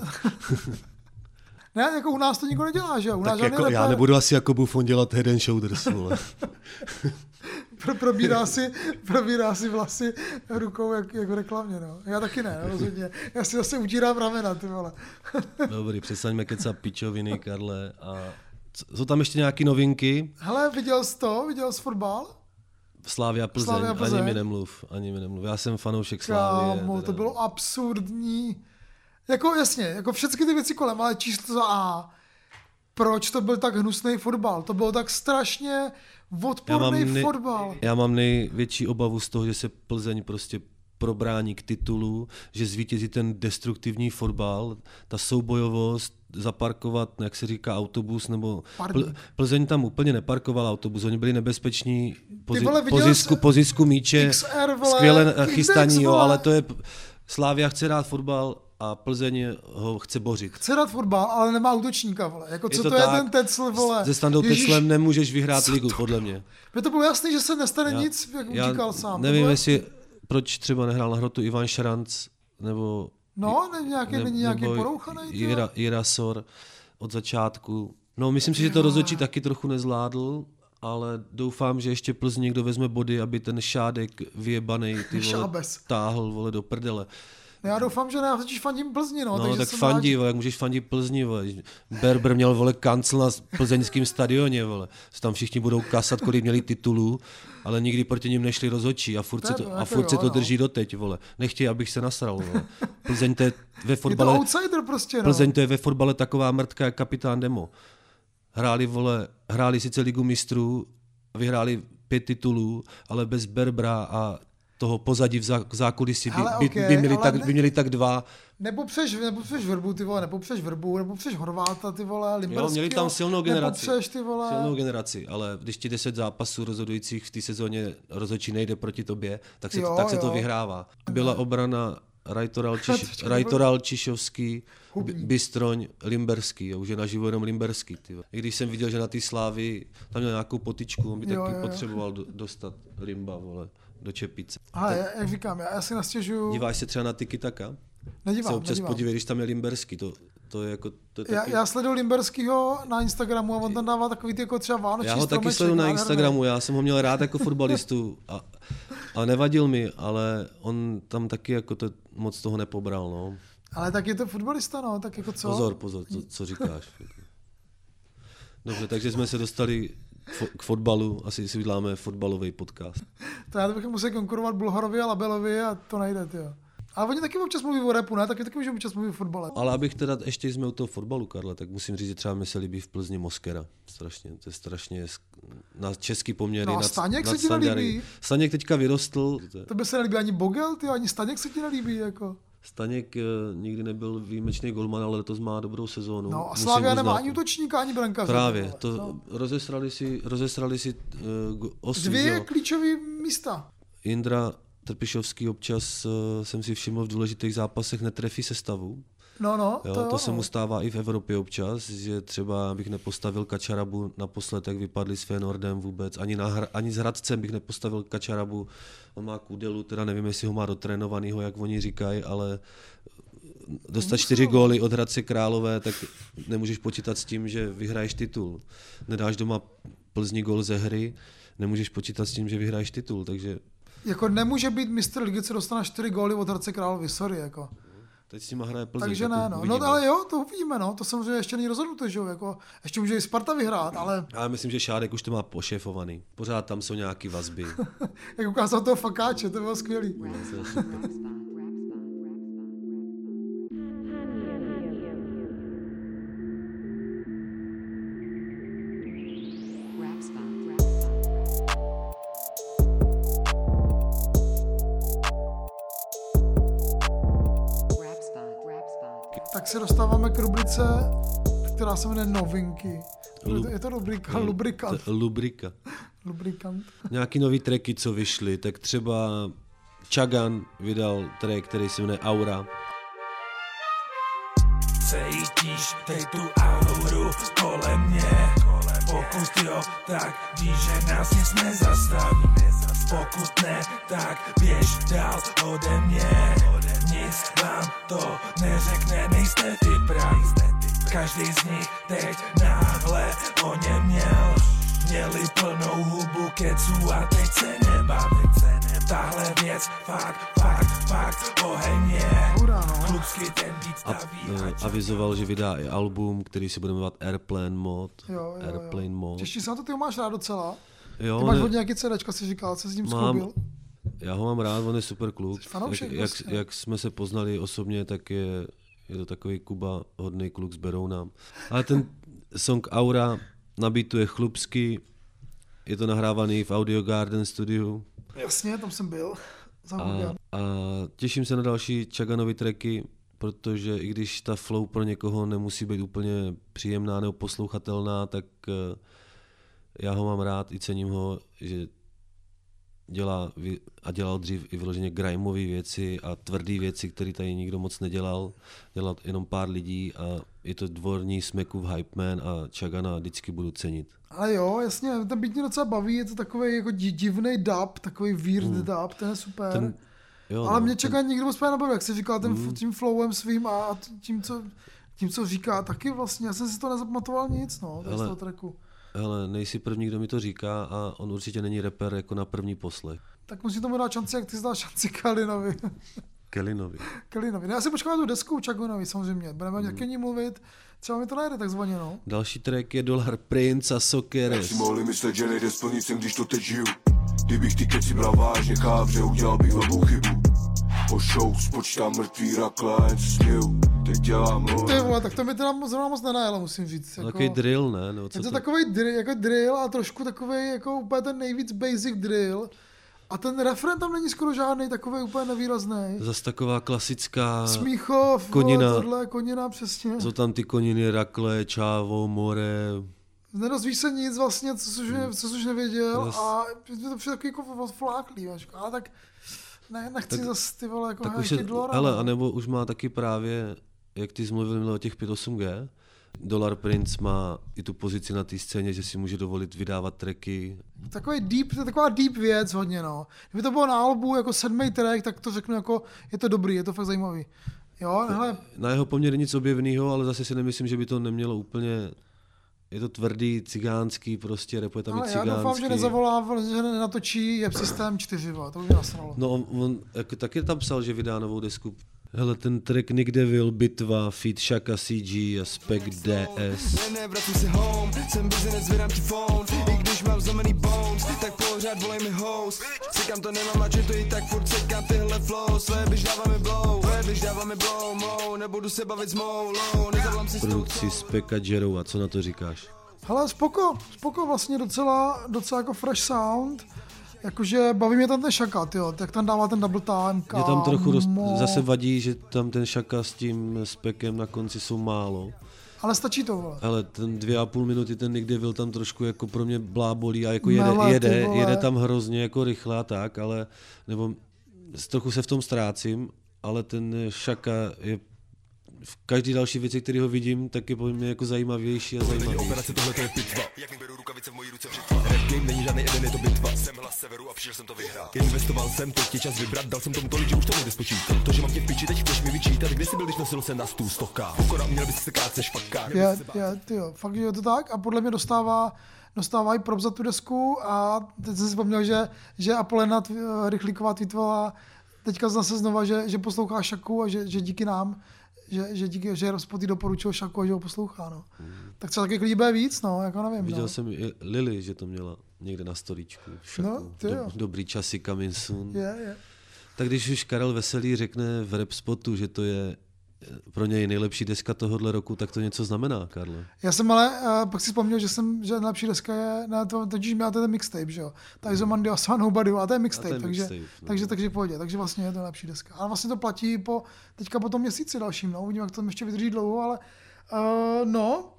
Ne, jako u nás to nikdo nedělá, že jo? U nás tak jako rapper... já nebudu asi jako Buffon dělat Head and Shoulders, vole. Pro, probírá, si, probírá si vlasy rukou, jak, jak v reklamě, no. Já taky ne, rozhodně. Já si zase utírám ramena, ty vole. Dobrý, přestaňme kecat pičoviny, Karle. A jsou tam ještě nějaký novinky? Hele, viděl jsi to? Viděl jsi fotbal? Slávia Plzeň, Slávia Plzeň. ani mi nemluv, ani mi nemluv. Já jsem fanoušek Slávie. Kámo, to bylo absurdní. Jako jasně, jako všechny ty věci kolem, ale číslo za A. Proč to byl tak hnusný fotbal? To bylo tak strašně odporný nej, fotbal. Já mám největší obavu z toho, že se Plzeň prostě probrání k titulu, že zvítězí ten destruktivní fotbal, ta soubojovost, zaparkovat, jak se říká, autobus, nebo Pl- Plzeň tam úplně neparkoval autobus, oni byli nebezpeční po, vole, po, zisku, po zisku míče, X R, vole, skvěle chystaní, X, jo, ale to je, Slávia chce dát fotbal a Plzeň ho chce bořit. Chce dát fotbal, ale nemá útočníka, vole. Jako, co je to, to tak, je ten Tecl, vole. Se Standou Teclem nemůžeš vyhrát ligu, podle mě. Mně to bylo jasný, že se nestane já, nic, jak já říkal sám. Nevím, jestli, proč třeba nehrál na hrotu Ivan Šaranc, nebo... No, ne, nějaký, ne, není nějaký nebo porouchaný. Jira, Jira Sor od začátku. No, myslím si, že to rozhodčí taky trochu nezvládl, ale doufám, že ještě Plzni někdo vezme body, aby ten Šádek vyjebanej ty vole, táhl vole, do prdele. Já doufám, že ne, já totiž fandím Plzni, no. No, takže tak fandí, vole, jak můžeš fandit Plzni, vole. Berber měl, vole, kancel na plzeňském stadioně, vole. Tam všichni budou kasat, kolik měli titulů, ale nikdy proti nim nešli rozhodčí a furt se to, a furt se to drží doteď, vole. Nechtějí, abych se nasral, vole. Plzeň to je ve fotbale... Je to outsider prostě, no. Plzeň to je ve fotbale taková mrtka jak kapitán Demo. Hráli, vole, hráli sice ligu mistrů, vyhráli pět titulů, ale bez Berbra a toho pozadí v zákulisí by, by, okay, by, měli tak, ne, by měli tak dva. Nepopřeš, nepopřeš Vrbu, ty vole, nepopřeš Vrbu, nepopřeš Horváta, ty vole, Limberskýho. Jo, měli tam silnou generaci. Nepopřeš, ty vole. Silnou generaci, ale když ti deset zápasů rozhodujících v té sezóně rozhodčí nejde proti tobě, tak se, jo, to, tak se to vyhrává. Byla obrana Rajtoral, Čiš, Rajtoral Čišovský, Bystroň, Limberský, už je naživo jenom Limberský. Ty. I když jsem viděl, že na té Slávii tam měl nějakou potičku, on by jo, taky jo, potřeboval jo. dostat Limba, vole, do čepice. Aha, tak, jak říkám, já si nastěžuju... Díváš se třeba na Tiki Taka? Nedívám, se občas nedívám. podívej, když tam je Limberský, to, to je jako... To je já, taky... já sleduju Limberskýho na Instagramu a on tam dává takový ty jako třeba vánoční Já ho taky sleduju na Instagramu, já jsem ho měl rád jako fotbalistu a, a nevadil mi, ale on tam taky jako to moc toho nepobral, no. Ale tak je to fotbalista, no, tak jako co? Pozor, pozor, co, co říkáš. Dobře, takže jsme se dostali k fotbalu, asi si uděláme fotbalový podcast. To já to bych musel konkurovat Bulharovi a Labelovi a to nejde, jo. Ale oni taky občas mluví o rapu, ne? Taky taky můžeme občas mluvit o fotbale. Ale abych teda ještě jsme u toho fotbalu, Karle, tak musím říct, že třeba mi se líbí v Plzni Moskera. Strašně, to je strašně na český poměry. No a Staněk se ti nelíbí? Staněk teďka vyrostl. To by se nelíbí ani Bogel, ty, ani Staněk se ti nelíbí, jako. Staněk nikdy nebyl výjimečný golman, ale letos má dobrou sezónu. No a Slavia nemá ani útočníka, ani brankáře. Právě, to no. rozesrali si, rozesrali si uh, osu. Dvě klíčové místa. Indra Trpišovský občas uh, jsem si všiml v důležitých zápasech netrefí sestavu. No, no, jo, to, to jo. se mu stává i v Evropě občas, že třeba bych nepostavil Kačarabu naposled, jak vypadli s Feyenoordem vůbec, ani, na hra, ani s Hradcem bych nepostavil Kačarabu, on má Kudelu, teda nevím, jestli ho má dotrénovanýho, jak oni říkají, ale dostat čtyři góly od Hradce Králové, tak nemůžeš počítat s tím, že vyhraješ titul. Nedáš doma Plzni gól ze hry, nemůžeš počítat s tím, že vyhraješ titul, takže... Jako nemůže být mistr ligy, co dostane čtyři góly od Hradce Králové, sorry, jako. Teď s nima hraje Plzeň. Takže ne, no. no. ale jo, to uvidíme, no. To samozřejmě ještě není rozhodnuto, že jo, jako, ještě může i Sparta vyhrát, ale... Ale myslím, že Šádek už to má pošéfovaný. Pořád tam jsou nějaký vazby. Jak ukázal toho Fakáče, to bylo skvělý. Tak se dostáváme k rubrice, která se jmenuje Novinky. Lu- je to rubrika, Lu- lubrikant. Lubrika. Lubrikant. Nějaký nový tracky, co vyšly, tak třeba Chagan vydal track, který se jmenuje Aura. Cítíš teď tu auru kolem mě, pokud jo, tak víš, že nás nic nezastaví. Pokud ne, tak běž dál ode mě. Nic vám to neřekne, nejste ty praví. Každý z nich teď náhle o ně měl. Měli plnou hubu keců a teď se nebaví. Tahle věc fakt, fakt, fakt oheň je. Klubský ten beat staví. A, avizoval, že vydá i album, který se bude jmenovat Airplane Mod. Jo, jo, Airplane jo. Mod. Těší se na to, ty ho máš rád docela. Jo, ty máš ne... od nějaký CDčka, si říkal, co s ním mám, skloubil. Já ho mám rád, on je super kluk. Fanoušek, jak, jak, jak jsme se poznali osobně, tak je, je to takový Kuba, hodný kluk z Berouna. Ale ten song Aura na beatu je chlupský, je to nahrávaný v Audio Garden studiu. Jasně, tam jsem byl. A, a těším se na další Chaganovy tracky, protože i když ta flow pro někoho nemusí být úplně příjemná nebo poslouchatelná, tak já ho mám rád i cením ho, že dělá a dělal dřív i vyloženě grimeové věci a tvrdé věci, které tady nikdo moc nedělal. Dělal jenom pár lidí a je to dvorní Smekův hype man a Chagana vždycky budu cenit. Ale jo, jasně, ten beat mě docela baví, je to takový jako divný dub, takový weird mm. dub, ten je super. Ten, jo, ale no, mě Chagan ten... nikdo moc nebaví, jak jsi říkal, ten, mm. tím flowem svým a tím co, tím, co říká, taky vlastně, já jsem si to nezapamatoval nic, no, z toho tracku. Hele, nejsi první, kdo mi to říká a on určitě není rapper jako na první poslech. Tak musí tomu dát šanci, jak ty jsi dal šanci Kalinovi. Kalinovi. Kalinovi. No, já si počkám na tu desku Chaganovi samozřejmě, budeme hmm. o ní mluvit, třeba mi to najde takzvaně, no. Další track je Dollar Prince a Sokeres. Jak si mohli myslet, že nejde splnit jsem, když to teď žiju. Kdybych ty keci bral vážně, kávře, udělal bych velkou chybu. Po show spočítám mrtvý rakle a jen si směju. Teď dělám mluv. Ty vole, tak to mi teda zrovna moc nenajelo, musím říct. Jako, takový drill, ne? Nebo co je to, to takový drill, jako drill a trošku takový jako úplně ten nejvíc basic drill. A ten refren tam není skoro žádný, takový úplně nevýrazný. Zas taková klasická Smíchov, konina. Vole, tohle, konina, přesně. Jsou tam ty koniny, rakle, čávo, more. Nedozvíš se nic vlastně, co jsi, hmm. co jsi nevěděl Zas... a je to všechno takový jako odfláklý, ale tak ne, nechci tak, zase ty vole jako hajky Dollara. Ale anebo už má taky právě, jak ty jsi mluvil o těch pět osm G, Dollar Prince má i tu pozici na té scéně, že si může dovolit vydávat tracky. Takový deep, to je taková deep věc hodně, no. Kdyby to bylo na albu jako sedmý track, tak to řeknu jako, je to dobrý, je to fakt zajímavý. Jo, hele. Na jeho poměr nic objevného, ale zase si nemyslím, že by to nemělo úplně, je to tvrdý, cigánský, prostě rapuje tam i cigánský. Já doufám, že nezavolá, že nenatočí Jeb Systém čtyři, to by mě nasralo. No on, on jako, taky tam psal, že vydá novou desku. Hele, ten track Nick Devil, Bitva, feat Shaka C G a Spec D S. Ne, ne, vracím se home, jsem business, vydám ti phone. I když mám zlomený bones, tak pořád volej mi host. Cikám to nemám a to i tak furt cikám tyhle flow. Své byš dává mi blow, své byš dává mi blow, mou. Nebudu se bavit s mou, low, nezavolám si s produkci Speka Jerou, a co na to říkáš? Hele, spoko, spoko vlastně docela, docela jako fresh sound. Jakože baví mě tam ten Shaka, tyjo, tak tam dává ten double time, kámo. Mě tam trochu roz... zase vadí, že tam ten Shaka s tím Spekem na konci jsou málo. Ale stačí to, vole. Ale ten dvě a půl minuty ten Nick Devil tam trošku jako pro mě blábolí a jako jede, Mele, jede, jede tam hrozně jako rychle a tak, ale nebo trochu se v tom ztrácím, ale ten Shaka je v každý další věci, který ho vidím, tak je po mě jako zajímavější a zajímavější. Operace, tohle to je pitva. Jak mi beru rukavice v mojí ruce břitva. Rap game není žádný jeden, je to bitva. Jsem hlas severu a přišel jsem to vyhrát. Investoval jsem, teď je čas vybrat, dal jsem tomu tolik, že už to nejde spočítat. To, že mám tě v piči, teď chceš mi vyčítat, kde jsi byl, když nosil jsem na stůl stoka. Pokora, měl bys se kát se špakák. Je, je, tyjo, fakt je to tak a podle mě dostává dostávají prop za tu desku a teď jsem si vzpomněl, že, že Apolena Rychlíková tweetovala teďka zase znova, že, že poslouchá Šaku a že, že díky nám, že, že díky, že Spoty doporučil Šaku a že ho poslouchá, no. Mm. Tak třeba taky líbí víc, no, jako nevím. Viděl no. jsem i Lily, že to měla někde na storíčku. Šaku. No, ty jo. Do, dobrý časy coming soon. Je, je. Tak když už Karel Veselý řekne v Rap Spotu, že to je pro něj nejlepší deska tohohle roku, tak to něco znamená, Karle. Já jsem ale uh, pak si vzpomněl, že jsem, že nejlepší deska je, na to, totiž měla ten mixtape, že jo. Ta Izomandy a Nobody, a to je mixtape, takže, mixtape no. takže, takže pohodě, takže vlastně je to nejlepší deska. Ale vlastně to platí po, teďka po tom měsíci dalším, no, uvidím, jak to ještě vydrží dlouho, ale uh, no.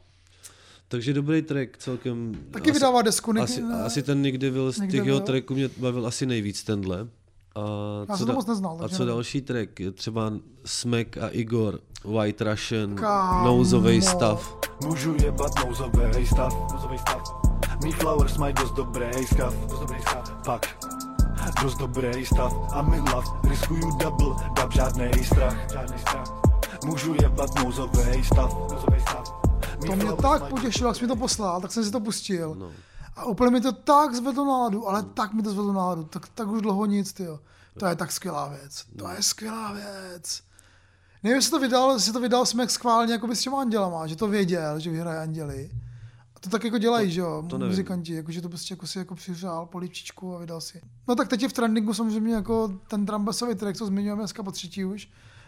Takže dobrý track celkem. Taky asi, vydává desku. Nick, asi, ne, asi ten Nick Devil, z těch jeho tracků mě bavil asi nejvíc tenhle. A Já co, da- moc neznal, a co další track? Je třeba Smek a Igor, White Russian, Kámo. nouzovej stav. Můžu jebat nouzovej stav, nouzovej stav. Mý flowers mají dost dobrý stav, dost dobrý stav. Fakt, dost dobrý stav. I'm in love, riskuju double, dab žádnej strach, žádnej strach. Můžu jebat nouzovej stav, nouzovej stav. To mě tak potěšilo, jak jsi mi to poslal, tak jsem si to pustil. No. A úplně mi to tak zvedlo náladu, ale tak mi to zvedlo náladu, tak, tak už dlouho nic, tyjo. To je tak skvělá věc, to je skvělá věc. Nevím, jestli to vydal, jestli to vydal Smek schválně jako by s těma andělama, že to věděl, že vyhraje anděli. A to tak jako dělají, to, že jo, muzikanti, jako, že to prostě jako si jako přihřál polívčičku a vydal si. No tak teď je v trendingu samozřejmě jako ten drumbasový track, co zmiňujeme dneska po třetí už.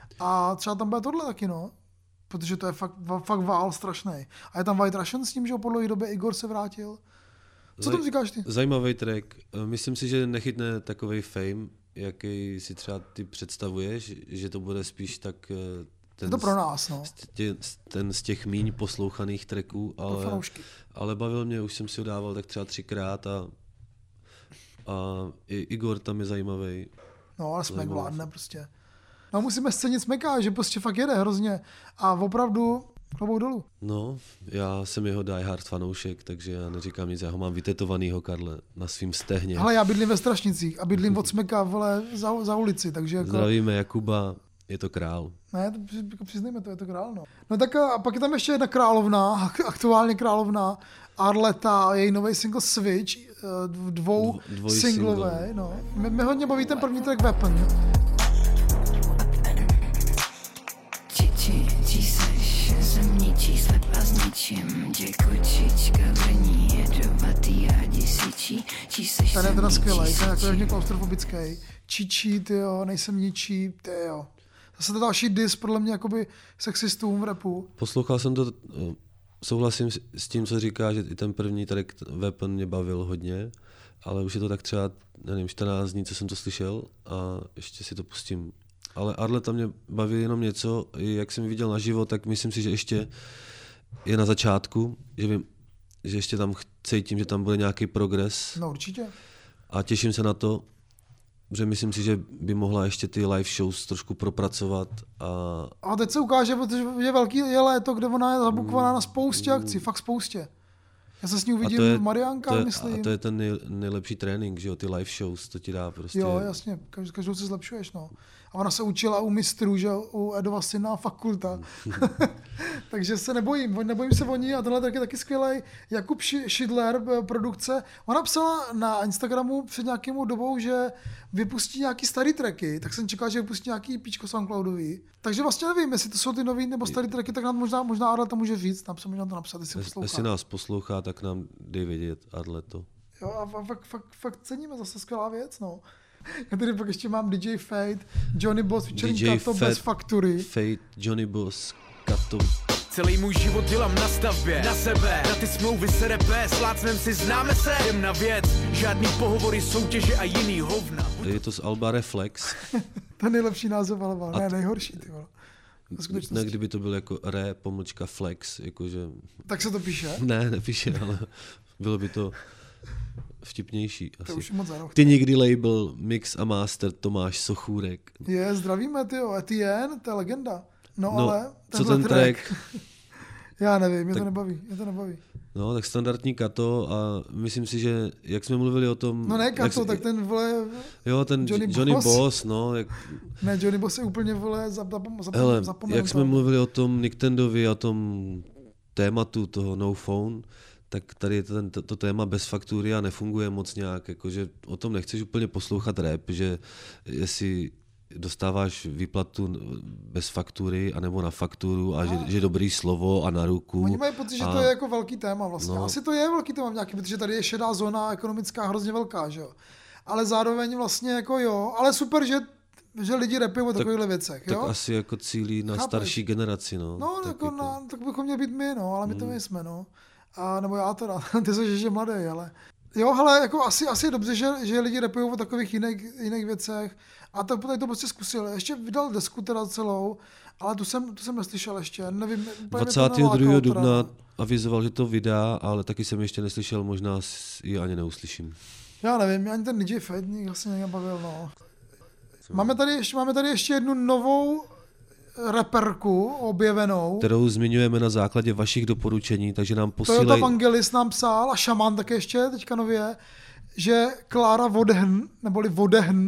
A třeba tam bude tohle taky, no. Protože to je fakt, fakt vál strašný. A je tam White Russian s tím, že po dlouhé době Igor se vrátil. Co Zaj- tam říkáš ty? Zajímavý track. Myslím si, že nechytne takovej fame, jaký si třeba ty představuješ, že to bude spíš tak ten, je to pro nás, no. z tě, ten z těch míň poslouchaných tracků, ale, ale bavil mě, už jsem si ho dával tak třeba třikrát a, a i Igor tam je zajímavý. No ale Smek vládne prostě. No musíme scenit Smeka, že prostě fakt jede hrozně a opravdu klobouk dolů. No, já jsem jeho die hard fanoušek, takže já neříkám nic, já ho mám vytetovanýho, Karle, na svým stehně. Hele, já bydlím ve Strašnicích a bydlím od Smeka, vole, za, za ulici, takže jako... Zdravíme Jakuba, je to král. Ne, to, jako přiznejme to, je to král, no. No tak a pak je tam ještě jedna královna, aktuálně královna, Arleta, její nový single Switch, dvou Dvo, singlové, no. Mě, mě hodně baví ten první track Weapon. Či seš zemničí, slep a s ničím, tě kočička vrní, jedovatý a děsičí, či seš ten je teda skvělej, ten je jako hodně klaustrofobický. Čičí, tyjo, nejsem ničí, tyjo. Zase to další diss podle mě jakoby sexistům v rapu. Poslouchal jsem to, souhlasím s tím, co říká, že i ten první track Weapon mě bavil hodně, ale už je to tak třeba, nevím, čtrnáct dní, co jsem to slyšel a ještě si to pustím. Ale Arleta mě baví jenom něco, jak jsem viděl naživo, tak myslím si, že ještě je na začátku, že vím, že ještě tam cítím, že tam bude nějaký progres. No určitě. A těším se na to, že myslím si, že by mohla ještě ty live shows trošku propracovat. A, a teď se ukáže, protože je velký je léto, kde ona je zabukovaná na spoustě akcí, fakt spoustě. Já se s ní uvidím v Mariánka, myslím. A to je ten nej, nejlepší trénink, že jo, ty live shows, to ti dá prostě. Jo, jasně, každou se zlepšuješ, no. A ona se učila u mistrů, že u Edova syna fakulta. Takže se nebojím, nebojím se o ní a tenhle track je taky skvělej. Jakub Šidler, produkce, ona psala na Instagramu před nějakou dobou, že vypustí nějaký starý tracky, tak jsem čekal, že vypustí nějaký píčko SoundCloudový. Takže vlastně nevím, jestli to jsou ty nový nebo starý tracky, tak nám možná, možná Arleta může říct, nám se možná to napsat, jestli poslouchá. Jestli nás poslouchá, tak nám dej vědět, Arleto. Jo a fakt, fakt, fakt ceníme, zase skvělá věc, no. Já tady pak ještě mám D J Fate, Johnny Boss, featuring Kato bez faktury. Fate, Johnny Boss, Kato. Celý můj život dělám na stavbě, na sebe, na ty smlouvy se repé, slácnem si známe se, jdem na věc, žádný pohovory, soutěže a jiný hovna. Je to z alba Reflex. To je nejlepší název alba, ne, nejhorší, ty vole. Ne, kdyby to byl jako re, pomlčka flex, jakože... Tak se to píše? Ne, nepíše, ale bylo by to vtipnější. To asi. už moc zaroch. Ty nikdy label, mix a master Tomáš Sochůrek. Je, zdravíme, tyjo, Etienne, to je legenda. No, no ale co ten track? track? Já nevím, mě tak, to nebaví, mě to nebaví. No, tak standardní Kato a myslím si, že jak jsme mluvili o tom... No ne Kato, jak, tak ten vole... Jo, ten Johnny, Johnny Boss. Boss, no. Jak, ne, Johnny Boss je úplně vole zapom, zapom, hele, zapomenu. jak jsme mluvili o tom Nictendovi a tom tématu toho No Phone, tak tady ten, to, to téma bez faktury a nefunguje moc nějak, jakože o tom nechceš úplně poslouchat rap, že jestli dostáváš výplatu bez faktury anebo na fakturu a, a že, že dobrý slovo a na ruku. Oni mají pocit, že a... to je jako velký téma vlastně. No. Asi to je velký téma nějaký, protože tady je šedá zóna ekonomická hrozně velká, že jo. Ale zároveň vlastně jako jo, ale super, že, že lidi rapují o takovýchhle věcech, jo. Tak asi jako cílí na Chápeš? starší generaci, no. No, tak, jako na, tak bychom měli být my, no, ale my to hmm. nejsme, no. A nebo já teda, ty jsi ještě mladý, ale... Jo, hele, jako asi, asi je dobře, že, že lidi rapují o takových jiných, jiných věcech. A to, tady to prostě zkusil. Ještě vydal desku teda celou, ale tu jsem, tu jsem neslyšel ještě. Nevím, dvacátého druhého dubna avizoval, že to vydá, ale taky jsem ještě neslyšel, možná ji ani neuslyším. Já nevím, ani ten D J Fed mě vlastně nebavil, no. Máme tady, ještě, máme tady ještě jednu novou reperku objevenou. Kterou zmiňujeme na základě vašich doporučení, takže nám posílej... Toyota Vangelis nám psal a Šaman také ještě teďka nově, že Klára Vodehn, neboli Vodehn,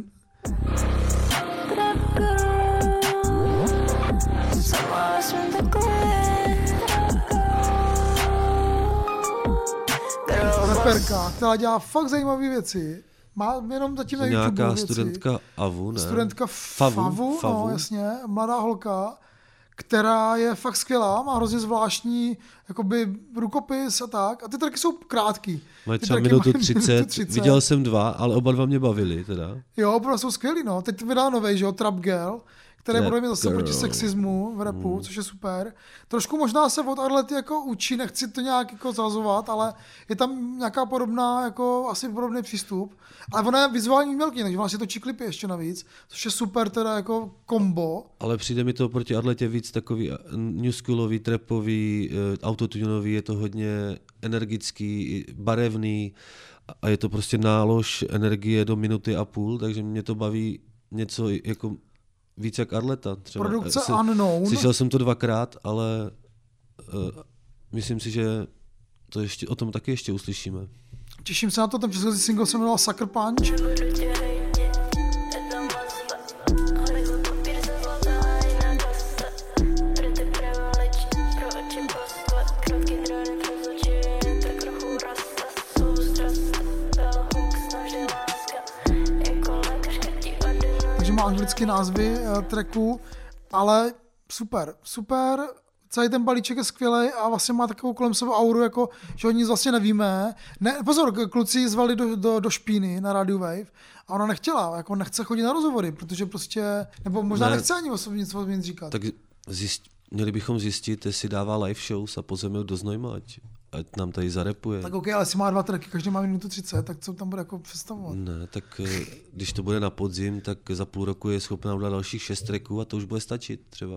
reperka, která dělá fakt zajímavé věci. Má jenom zatím na YouTube nějaká věci. studentka Avu, ne? Studentka Favu, Favu, Favu, no jasně, mladá holka, která je fakt skvělá, má hrozně zvláštní jakoby rukopis a tak. A ty tracky jsou krátký. Mají třeba minutu třicet, viděl jsem dva, ale oba dva mě bavili teda. Jo, oba jsou skvělý, no. Teď vydá novej, že jo, Trap Girl, který bude mít zase proti sexismu v rapu, mm. což je super. Trošku možná se od Arlety jako učí, nechci to nějak jako zazovat, ale je tam nějaká podobná, jako asi podobný přístup. Ale ona je vizuální umělkyně, takže ona si točí klipy ještě navíc, což je super teda jako kombo. Ale přijde mi to proti Arletě víc takový newschoolový, trapový, autotunový, je to hodně energický, barevný a je to prostě nálož energie do minuty a půl, takže mě to baví něco jako víc jak Arleta. Třeba. Produkce Se, Unknown. Slyšel jsem to dvakrát, ale uh, myslím si, že to ještě, o tom taky ještě uslyšíme. Těším se na to, ten předchozí single se jmenoval Sucker Punch. Takže má anglické názvy uh, tracků, ale super, super. Celý ten balíček je skvělý a vlastně má takovou kolem sebe auru, jako, že o nic vlastně nevíme. Ne, pozor, kluci ji zvali do, do, do špíny na Radio Wave a ona nechtěla, jako nechce chodit na rozhovory, protože prostě, nebo možná ne, nechce ani osobně nic, nic říkat. Tak zjist, měli bychom zjistit, jestli dává live shows a pozveme ho do Znojma, ať, ať nám tady zarepuje. Tak ok, ale jestli má dva tracky, každý má minutu třicet, tak co tam bude jako představovat? Ne, tak když to bude na podzim, tak za půl roku je schopná udělat dalších šest tracků a to už bude stačit třeba.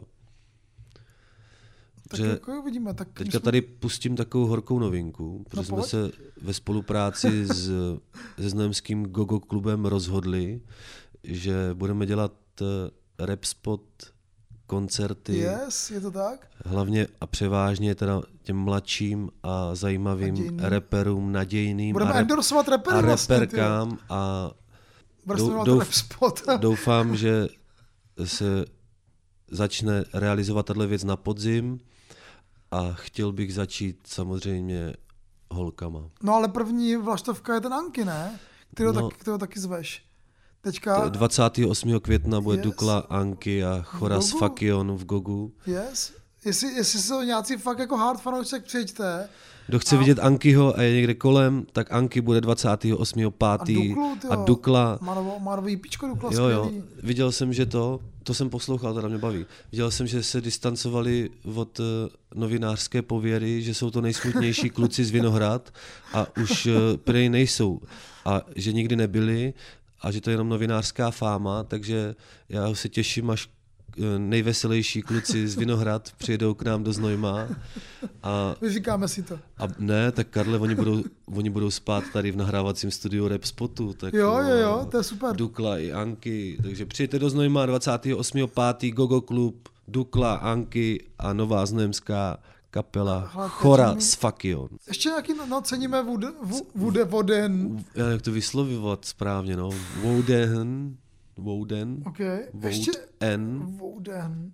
Tak jako vidíme, tak teďka jsme... tady pustím takovou horkou novinku, protože no, jsme se ve spolupráci s, se znojemským Gogo klubem rozhodli, že budeme dělat rap spot koncerty. Yes, je to tak? Hlavně a převážně teda těm mladším a zajímavým nadějný. Reperům, nadějným budeme a, rep, repery a vlastně, reperkám tyjo. a dou, douf, doufám, že se začne realizovat tato věc na podzim a chtěl bych začít samozřejmě holkama. No ale první vlaštovka je ten Anky, ne? Kterou, no, tak, kterou taky zveš. Teďka... dvacátého osmého května bude yes. Dukla, Anky a Choras Fakion v Gogu. Yes. Jestli, jestli jsou nějací fakt jako hard fanoušci, přijďte. Kdo chce a... vidět Ankyho a je někde kolem, tak Anky bude dvacátého osmého pátého A, Duklu, a Dukla. Má, novo, má nový píčko Dukla, jo, jo. Viděl jsem, že to, to jsem poslouchal, teda mě baví. Viděl jsem, že se distancovali od uh, novinářské pověry, že jsou to nejsmutnější kluci z Vinohrad a už uh, prej nejsou. A že nikdy nebyli a že to je jenom novinářská fáma, takže já se těším, až nejveselější kluci z Vinohrad přijedou k nám do Znojma. A, Vyříkáme si to. A ne, tak Karle, oni budou, oni budou spát tady v nahrávacím studiu Rap Spotu. Tak, jo, jo, jo, to je super. Dukla i Anky, takže přijďte do Znojma dvacátého osmého pátého Gogo klub, Dukla, Anky a nová znojemská kapela Chora s Fakion. Ještě nějaký, no, ceníme Vude, Vude Voden. Jak to vyslovovat správně, no. Voden. Voden. Ok. Ještě N. Voden.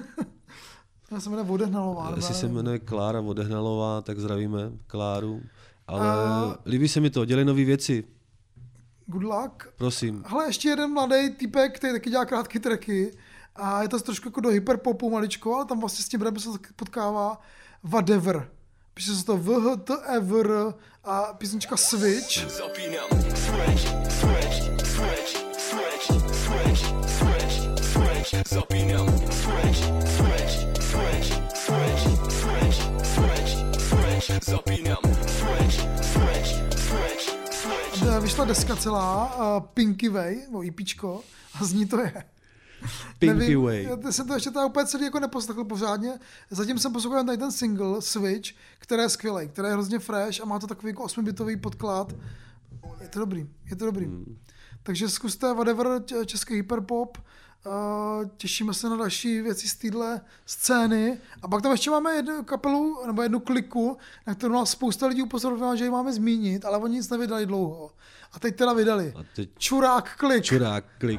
Já se jmenuje Vodehnalová. Jestli se jmenuje Klára Vodehnalová, tak zdravíme Kláru. Ale a... líbí se mi to, dělej nový věci. Good luck. Prosím. Hele, ještě jeden mladý typek, který taky dělá krátké tracky. A je to trošku jako do hyperpopu maličko, ale tam vlastně s tím rapem se potkává Whatever. Píše se to V H T E V R a písnička Switch. Zapínám. Switch, switch, switch, switch, switch, switch, switch. Zapínám. Switch, switch, switch, switch, switch, switch, switch. Zapínám. Switch, switch, switch, switch. Vyšla deska celá, uh, Pinky Way, nebo EPčko, a zní to je. Pinky Nevím, Way. Já jsem to ještě teda úplně celý jako neposlechl pořádně. Zatím jsem poslouchal tady ten single Switch, který je skvělý, který je hrozně fresh a má to takový jako osmibitový podklad. Je to dobrý, je to dobrý. Hmm. Takže zkuste Whatever, český hyperpop. Uh, těšíme se na další věci z téhle scény. A pak tam ještě máme jednu kapelu, nebo jednu kliku, na kterou nás spousta lidí upozorňuje, že ji máme zmínit, ale oni nic nevydali dlouho. A teď teda vydali. teď... Čurák klik. Čurák klik.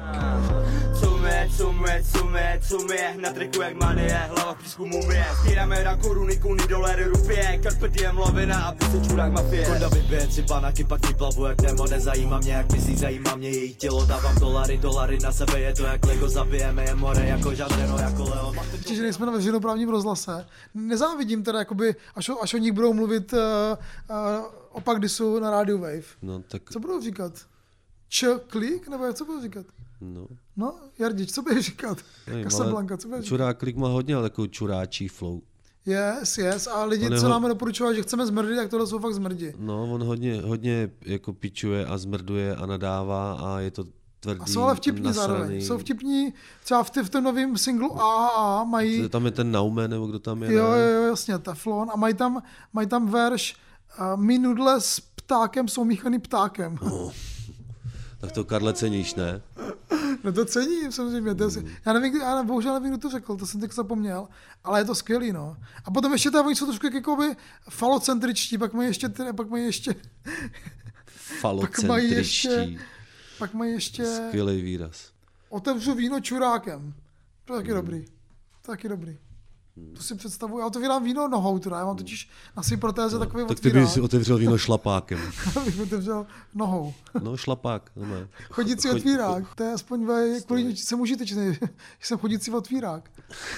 Cume, cume, cume, cume, na triku jak manie, hlava v písku mumie. Stíráme na koruny, kuny, doléry, rupie, carpe diem, lovina a píse čurák mafie. Konda vybije tři banaky, pak vyplavu jak Nemo, nezajímá mě jak myslí, zajímá mě jejich tělo, dávám dolary, dolary na sebe, je to jak Lego, zabijeme je more, jako žádreno, jako Leo. Ještě, že nejsme na veřejnoprávním rozhlase. Nezávidím teda, jakoby, až, o, až o nich budou mluvit uh, uh, opak disu na Radio Wave. No, tak... Co budou říkat? Č, klik? Nebo co budou říkat? No. No, Jardič, co budeš říkat? Casablanca, co budeš říkat? Čurák klik má hodně, ale takovou čuráčí flow. Yes, yes. A lidi, co ho... nám doporučovali, že chceme zmrdit, tak tohle jsou fakt zmrdi. No, on hodně, hodně jako pičuje a zmrduje a nadává a je to tvrdý. A jsou ale vtipní nasraný. zároveň. Jsou vtipní, třeba v, v tom novém singlu A A A mají... Tam je ten Naume, nebo kdo tam je? Jo, jo, jo, jasně, Teflon. A mají tam, mají tam verš uh, my nudle s ptákem jsou míchaný ptákem. Oh. Tak to, Karle, ceníš, ne? No to cením, samozřejmě. To je, já nevím, já bohužel nevím, kdo to řekl, to jsem tak zapomněl, ale je to skvělý, no. A potom ještě tam oni jsou trošku jakoby falocentričtí, pak mají ještě, pak mají ještě... Falocentričtí. Pak mají ještě... Pak mají ještě... Skvělý výraz. Otevřu víno čurákem. To je taky hmm. dobrý. To je taky dobrý. Hmm. To si představuji. Já otevírám víno nohou, teda. Já mám totiž na svý protéze no, takový tak otvírák. Tak ty bys si otevřel víno šlapákem. bych otevřel nohou. No šlapák. No ne. Chodící Chod... otvírák. To je aspoň ve, kvůli jsem užitečný, že jsem chodící otvírák.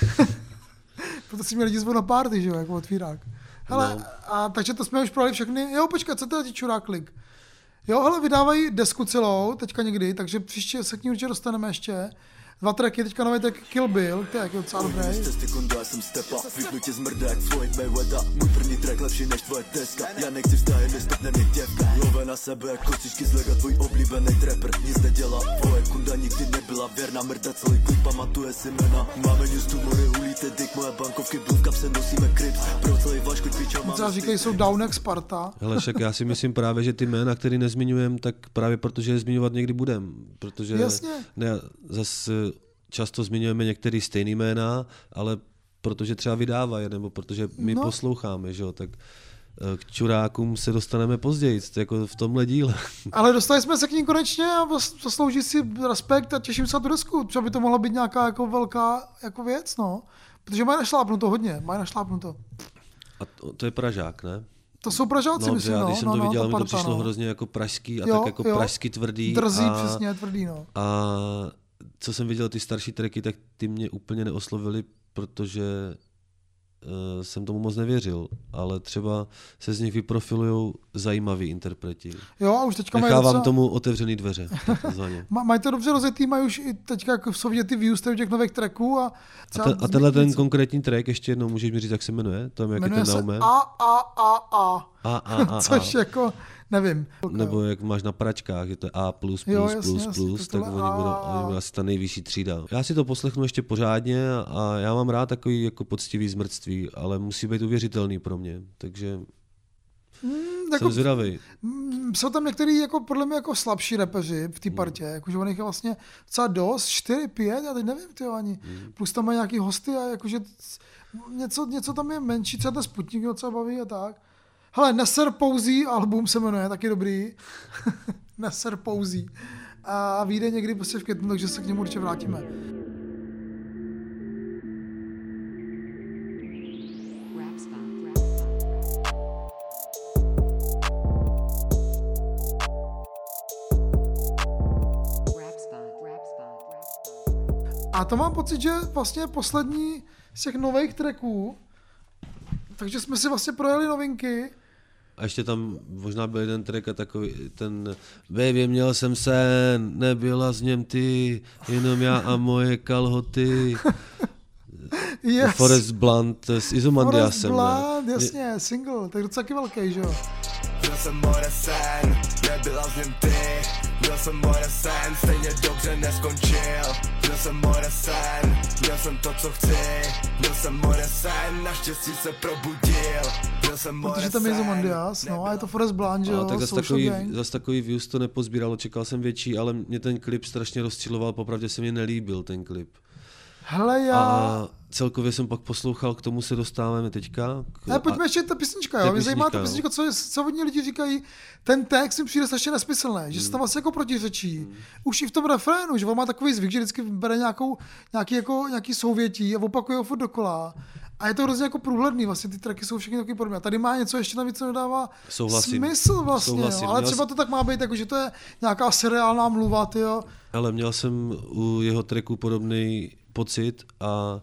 Proto si mě lidi zvou na party, že jo, jako otvírák. Hele, no. A takže to jsme už prohli všechny. Jo, počkat, co teda ti čurák klik? Jo, hele, vydávají desku celou, teďka někdy, takže příště se k ní určitě dostaneme ještě. Dva tracky, teďka nový track Kill Bill, to je jako docela dobrý. Já jsem stepa, vyknutě zmrdá jak Floyd Mayweather. Můj první track lepší než tvoje deska. Já nechci vztahy, nestopnený děvka. Love na sebe jak kocičky z lega, tvůj oblíbený trapper. Nic nedělá, tvoje kunda nikdy nebyla věrná. Mrda celý klip, pamatuje si jména. Máme news tu mory, hulíte dick, moje bankovky, blův kapse nosíme crips. Pro celý váš kuť pičo máme. Třeba říkají, jsou down jak Sparta. Hele, však já si myslím právě, že ty jména, který nezmiňujem, tak právě protože je zmiňovat někdy budem. Protože jasně. Ne, zase často zmiňujeme některé stejné jména, ale protože třeba vydávají, nebo protože my no. posloucháme, že jo, tak k čurákům se dostaneme později, jako v tomhle díle. Ale dostali jsme se k ním konečně a zaslouží si respekt a těším se na tu desku. Třeba by to mohla být nějaká jako velká jako věc, no. Protože mají našlápnuto hodně, mají našlápnuto. A to, to je Pražák, ne? To jsou Pražáci, no, myslím, já, no. Když jsem no, to viděl, no, mi to parta, přišlo no. hrozně jako pražský a jo, tak jako jo. pražsky tvrdý. Drzí, a, přesně, tvrdý, no. A co jsem viděl ty starší tracky, tak ty mě úplně neoslovili, protože uh, jsem tomu moc nevěřil, ale třeba se z nich vyprofilujou zajímaví interpreti. Jo, a už teďka Nechávám mají docela... tomu otevřený dveře. Mají to dobře rozjetý, mají už i teďka jako jsou vidět ty views těch nových tracků. A, a, te, a tenhle ten konkrétní track, ještě jednou můžeš mi říct, jak se jmenuje? Tam, jak jmenuje je ten se Naume? A, A, A, A. A, A, A, Což jako, nevím. Nebo jak máš na pračkách, je to A plus, plus, jo, jasně, plus, jasně, plus, tak oni budou, oni budou asi ta nejvyšší třída. Já si to poslechnu ještě pořádně a já mám rád takový jako poctivý zmrctví, ale musí být uvěřitelný pro mě, takže Mm, Jsem jako, zvědavej. Mm, jsou tam některý jako podle mě jako slabší rapeři v té partě, mm. jakože on jich je vlastně docela dost, čtyři, pět, já teď nevím, tyjo, ani. Mm. Plus tam mají nějaký hosty a jakože něco, něco tam je menší, třeba ten Sputnik docela baví a tak. Hele, Neser Pouzí album se jmenuje, taky dobrý. Neser Pouzí. A vyjde někdy prostě v květnu, takže se k němu určitě vrátíme. A to mám pocit, že vlastně poslední z těch nových tracků, takže jsme si vlastně projeli novinky. A ještě tam možná byl jeden track a takový ten baby, měl jsem sen, nebyla z něm ty, jenom já a moje kalhoty. Yes. Forest Blunt s Izomandiasem. Forest Blunt, jasně, single, tak docela taky velký, že jo? Byl jsem moje sen, nebyla z něm ty. Byl jsem moje sen, stejně dobře neskončil. Byl jsem moje sen, měl jsem to, co chci. Byl jsem moje sen, naštěstí se probudil. Byl jsem moje Protože tam je Izomandias, no a je to Forest Blunt, že jo? Tak zase takový, zas takový views to nepozbíralo, čekal jsem větší, ale mě ten klip strašně rozčiloval, popravdě se mi nelíbil ten klip. Hele, já... A celkově jsem pak poslouchal, k tomu se dostáváme teďka. K... Ne, pojďme ještě ta písnička, jo. Mě zajímá ta písnička, co, co hodně lidi říkají, ten text mi přijde strašně nesmyslný, hmm. že se tam vlastně jako protiřečí. Hmm. Už i v tom refrénu, že on má takový zvyk, že vždycky bere nějakou, nějaký, jako, nějaký souvětí a opakuje ho furt dokola. A je to hrozně jako průhledný, vlastně ty tracky jsou všechny takový podobné. A tady má něco ještě navíc, co nedává Souhlasím. smysl vlastně, Souhlasím. Jo. Ale třeba to tak má být, jako, že to je nějaká seriálná mluva, tyjo. Ale měl jsem u jeho tracku podobný pocit a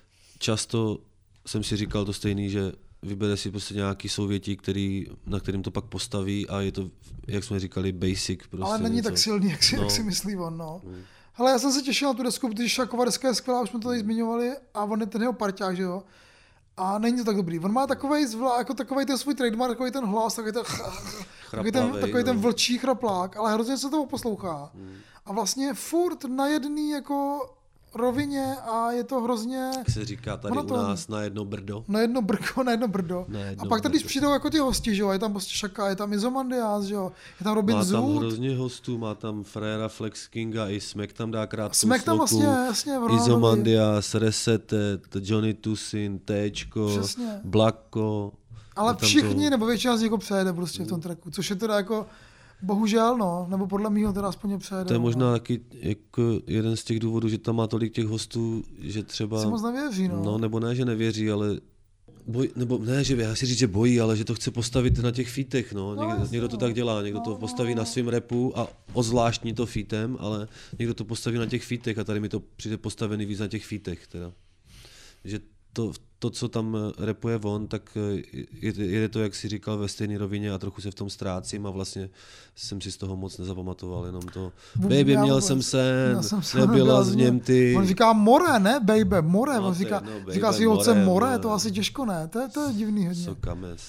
často jsem si říkal to stejný, že vybere si prostě nějaký souvětí, který, na kterým to pak postaví a je to, jak jsme říkali, basic. Prostě ale není něco. tak silný, jak si, no. jak si myslí on. No. Hmm. Hele, já jsem se těšil na tu desku, protože Šakova deska je skvělá, už jsme to tady zmiňovali a on je ten jeho parťák, že jo. A není to tak dobrý. On má takovej, zvlá, jako takovej ten svůj trademark, takový ten hlas, takový ten, takový ten, takový ten vlčí chraplák, ale hrozně se toho poslouchá. Hmm. A vlastně furt na jedný jako rovině a je to hrozně... Jak se říká tady u nás, na jedno brdo. Na jedno brko, na jedno brdo. Na jedno a pak tady, brdo. když přijdou jako ty hosti, že jo, je tam prostě Šaka, je tam Izomandias, že jo, je tam Robin Zoot. Má tam hrozně hostů, má tam Frera, Flex Kinga, i Smek tam dá krátkou Smek tam sloku, vlastně, jasně, Izomandias, Resetet, Johnny Tusin, Téčko, Přesně. Blacko. Ale všichni, to... nebo většina z někoho přejede prostě v tom tracku, což je teda jako... Bohužel, no, nebo podle mýho teda aspoň přejede. To je možná no. taky jako jeden z těch důvodů, že tam má tolik těch hostů, že třeba... Si moc nevěří, no. No, nebo ne, že nevěří, ale... Boj, nebo ne, že já si říct, že bojí, ale že to chce postavit na těch featech, no. no někdo, jasný, někdo to tak dělá, někdo no, to postaví no. na svém rapu a ozvláštní to featem, ale někdo to postaví na těch featech a tady mi to přijde postavený víc na těch featech, teda. Že to, to, co tam rapuje on, tak je, je to, jak si říkal, ve stejné rovině a trochu se v tom ztrácím a vlastně jsem si z toho moc nezapamatoval, jenom to baby, měl vůbec, jsem sen, jsem nebyla z něm ty. On říká more, ne, baby, more, no, on říká, no, baby, říká si holce more, more, more, to asi těžko ne, to, to je divný hodně. Sokames.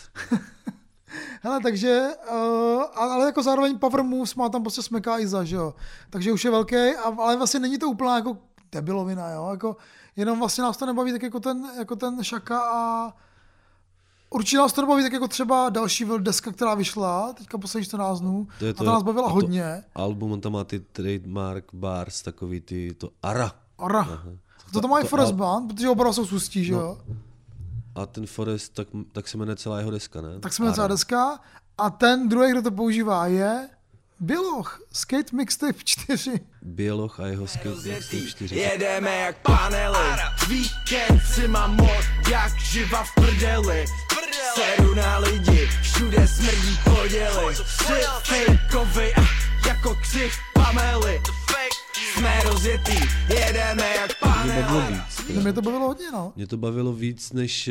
Hele, takže, uh, ale jako zároveň Power Moves má tam prostě Smeka Iza, že jo, takže už je velký, ale vlastně není to úplná jako debilovina, jo, jako jenom vlastně nás to nebaví tak jako ten, jako ten Šaka a určitě nás to nebaví tak jako třeba další deska, která vyšla, teďka poslední čtrnáct dnů to a to nás bavila hodně. Album, on tam má ty trademark bars, takový ty, to Ara. Ara. Aha. To tam má i Forest Blunt, protože oba jsou sustí, že jo. No. A ten Forest, tak, tak se jmenuje celá jeho deska, ne? Tak se jmenuje celá deska a ten druhý, kdo to používá, je Běloch, Skate Mixtape čtyři. Běloch a jeho Skate Mixtape čtyři. Jedeme jak panely, víkend si mám mod, jak živa v prdeli. Seru na lidi, všude smrdí poděly. Tři fejkovej, jako ksich Pamely. Jsme rozjetý, jedeme jak panely. Mě to bavilo hodně, no. Mě to bavilo víc než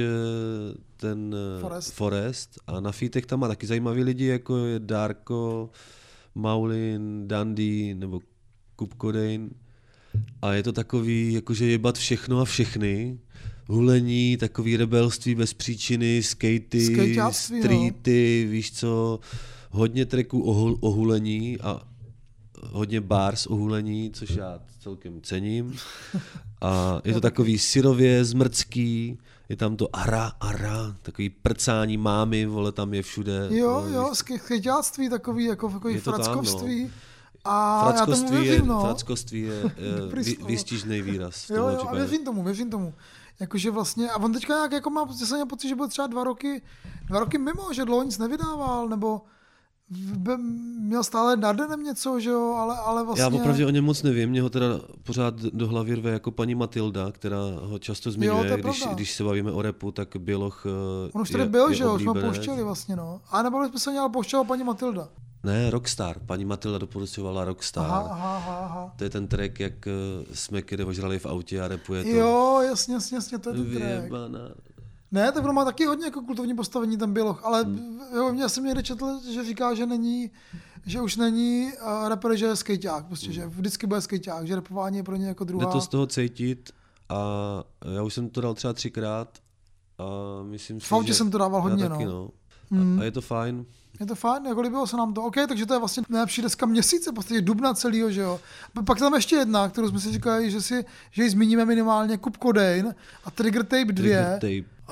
ten Forest, Forest. A na featech tam má taky zajímavý lidi, jako je Darko, Maulin, Dandy nebo Kup Codain. A je to takový, jakože jebat všechno a všechny. Hulení, takový rebelství bez příčiny, skatey, streety, no. Víš co, hodně tracků o, o hulení a hodně bars o hulení, což já celkem cením. A je to takový syrově, zmrcký, je tam to ara, ara, takový prcání mámy, vole, tam je všude. Jo, vole, jo, chyťáctví takový, jako takový frackovství. No. A já tomu věřím, je, no. Frackovství je, je vy, výstižný výraz. Jo, jo, a věřím tomu, věřím tomu. Jakože vlastně, a on teďka nějak jako má, jsem měl pocit, že byl třeba dva roky, dva roky mimo, že dlouho nic nevydával, nebo měl stále nad denem něco, že jo, ale, ale vlastně... Já opravdu o něm moc nevím, mě ho teda pořád do hlavy rve jako paní Matilda, která ho často zmiňuje, jo, když, když se bavíme o rapu, tak Běloch on už tady byl, že jo, už ho pouštěli vlastně, no. A nebo jsme se měli pouštěla paní Matilda. Ne, Rockstar. Paní Matilda doporučovala Rockstar. Aha, aha, aha. To je ten track, jak jsme kdy ožrali v autě a rapuje to. Jo, jasně, jasně, jasně, to je ten track. Vyjebaná. Ne, tak on má taky hodně jako kultovní postavení ten Běloch, ale hmm. jo, já jsem někde četl, že říká, že není, že už není uh, rapper, že je skejťák, prostě, hmm. že vždycky bude skejťák, že rapování je pro ně jako druhá. Jde to z toho cítit a já už jsem to dal třeba třikrát a myslím si, v autě že... jsem to dával hodně, taky, no. no. Hmm. A, a je to fajn. Je to fajn, jako líbilo se nám to. OK, takže to je vlastně nejlepší deska měsíce, prostě dubna celýho, že jo. Pak tam ještě jedna, kterou jsme si říkali, že si, že ji zmíníme minimálně, Kup Codain a Trigger Tape dva. Trigger Tape.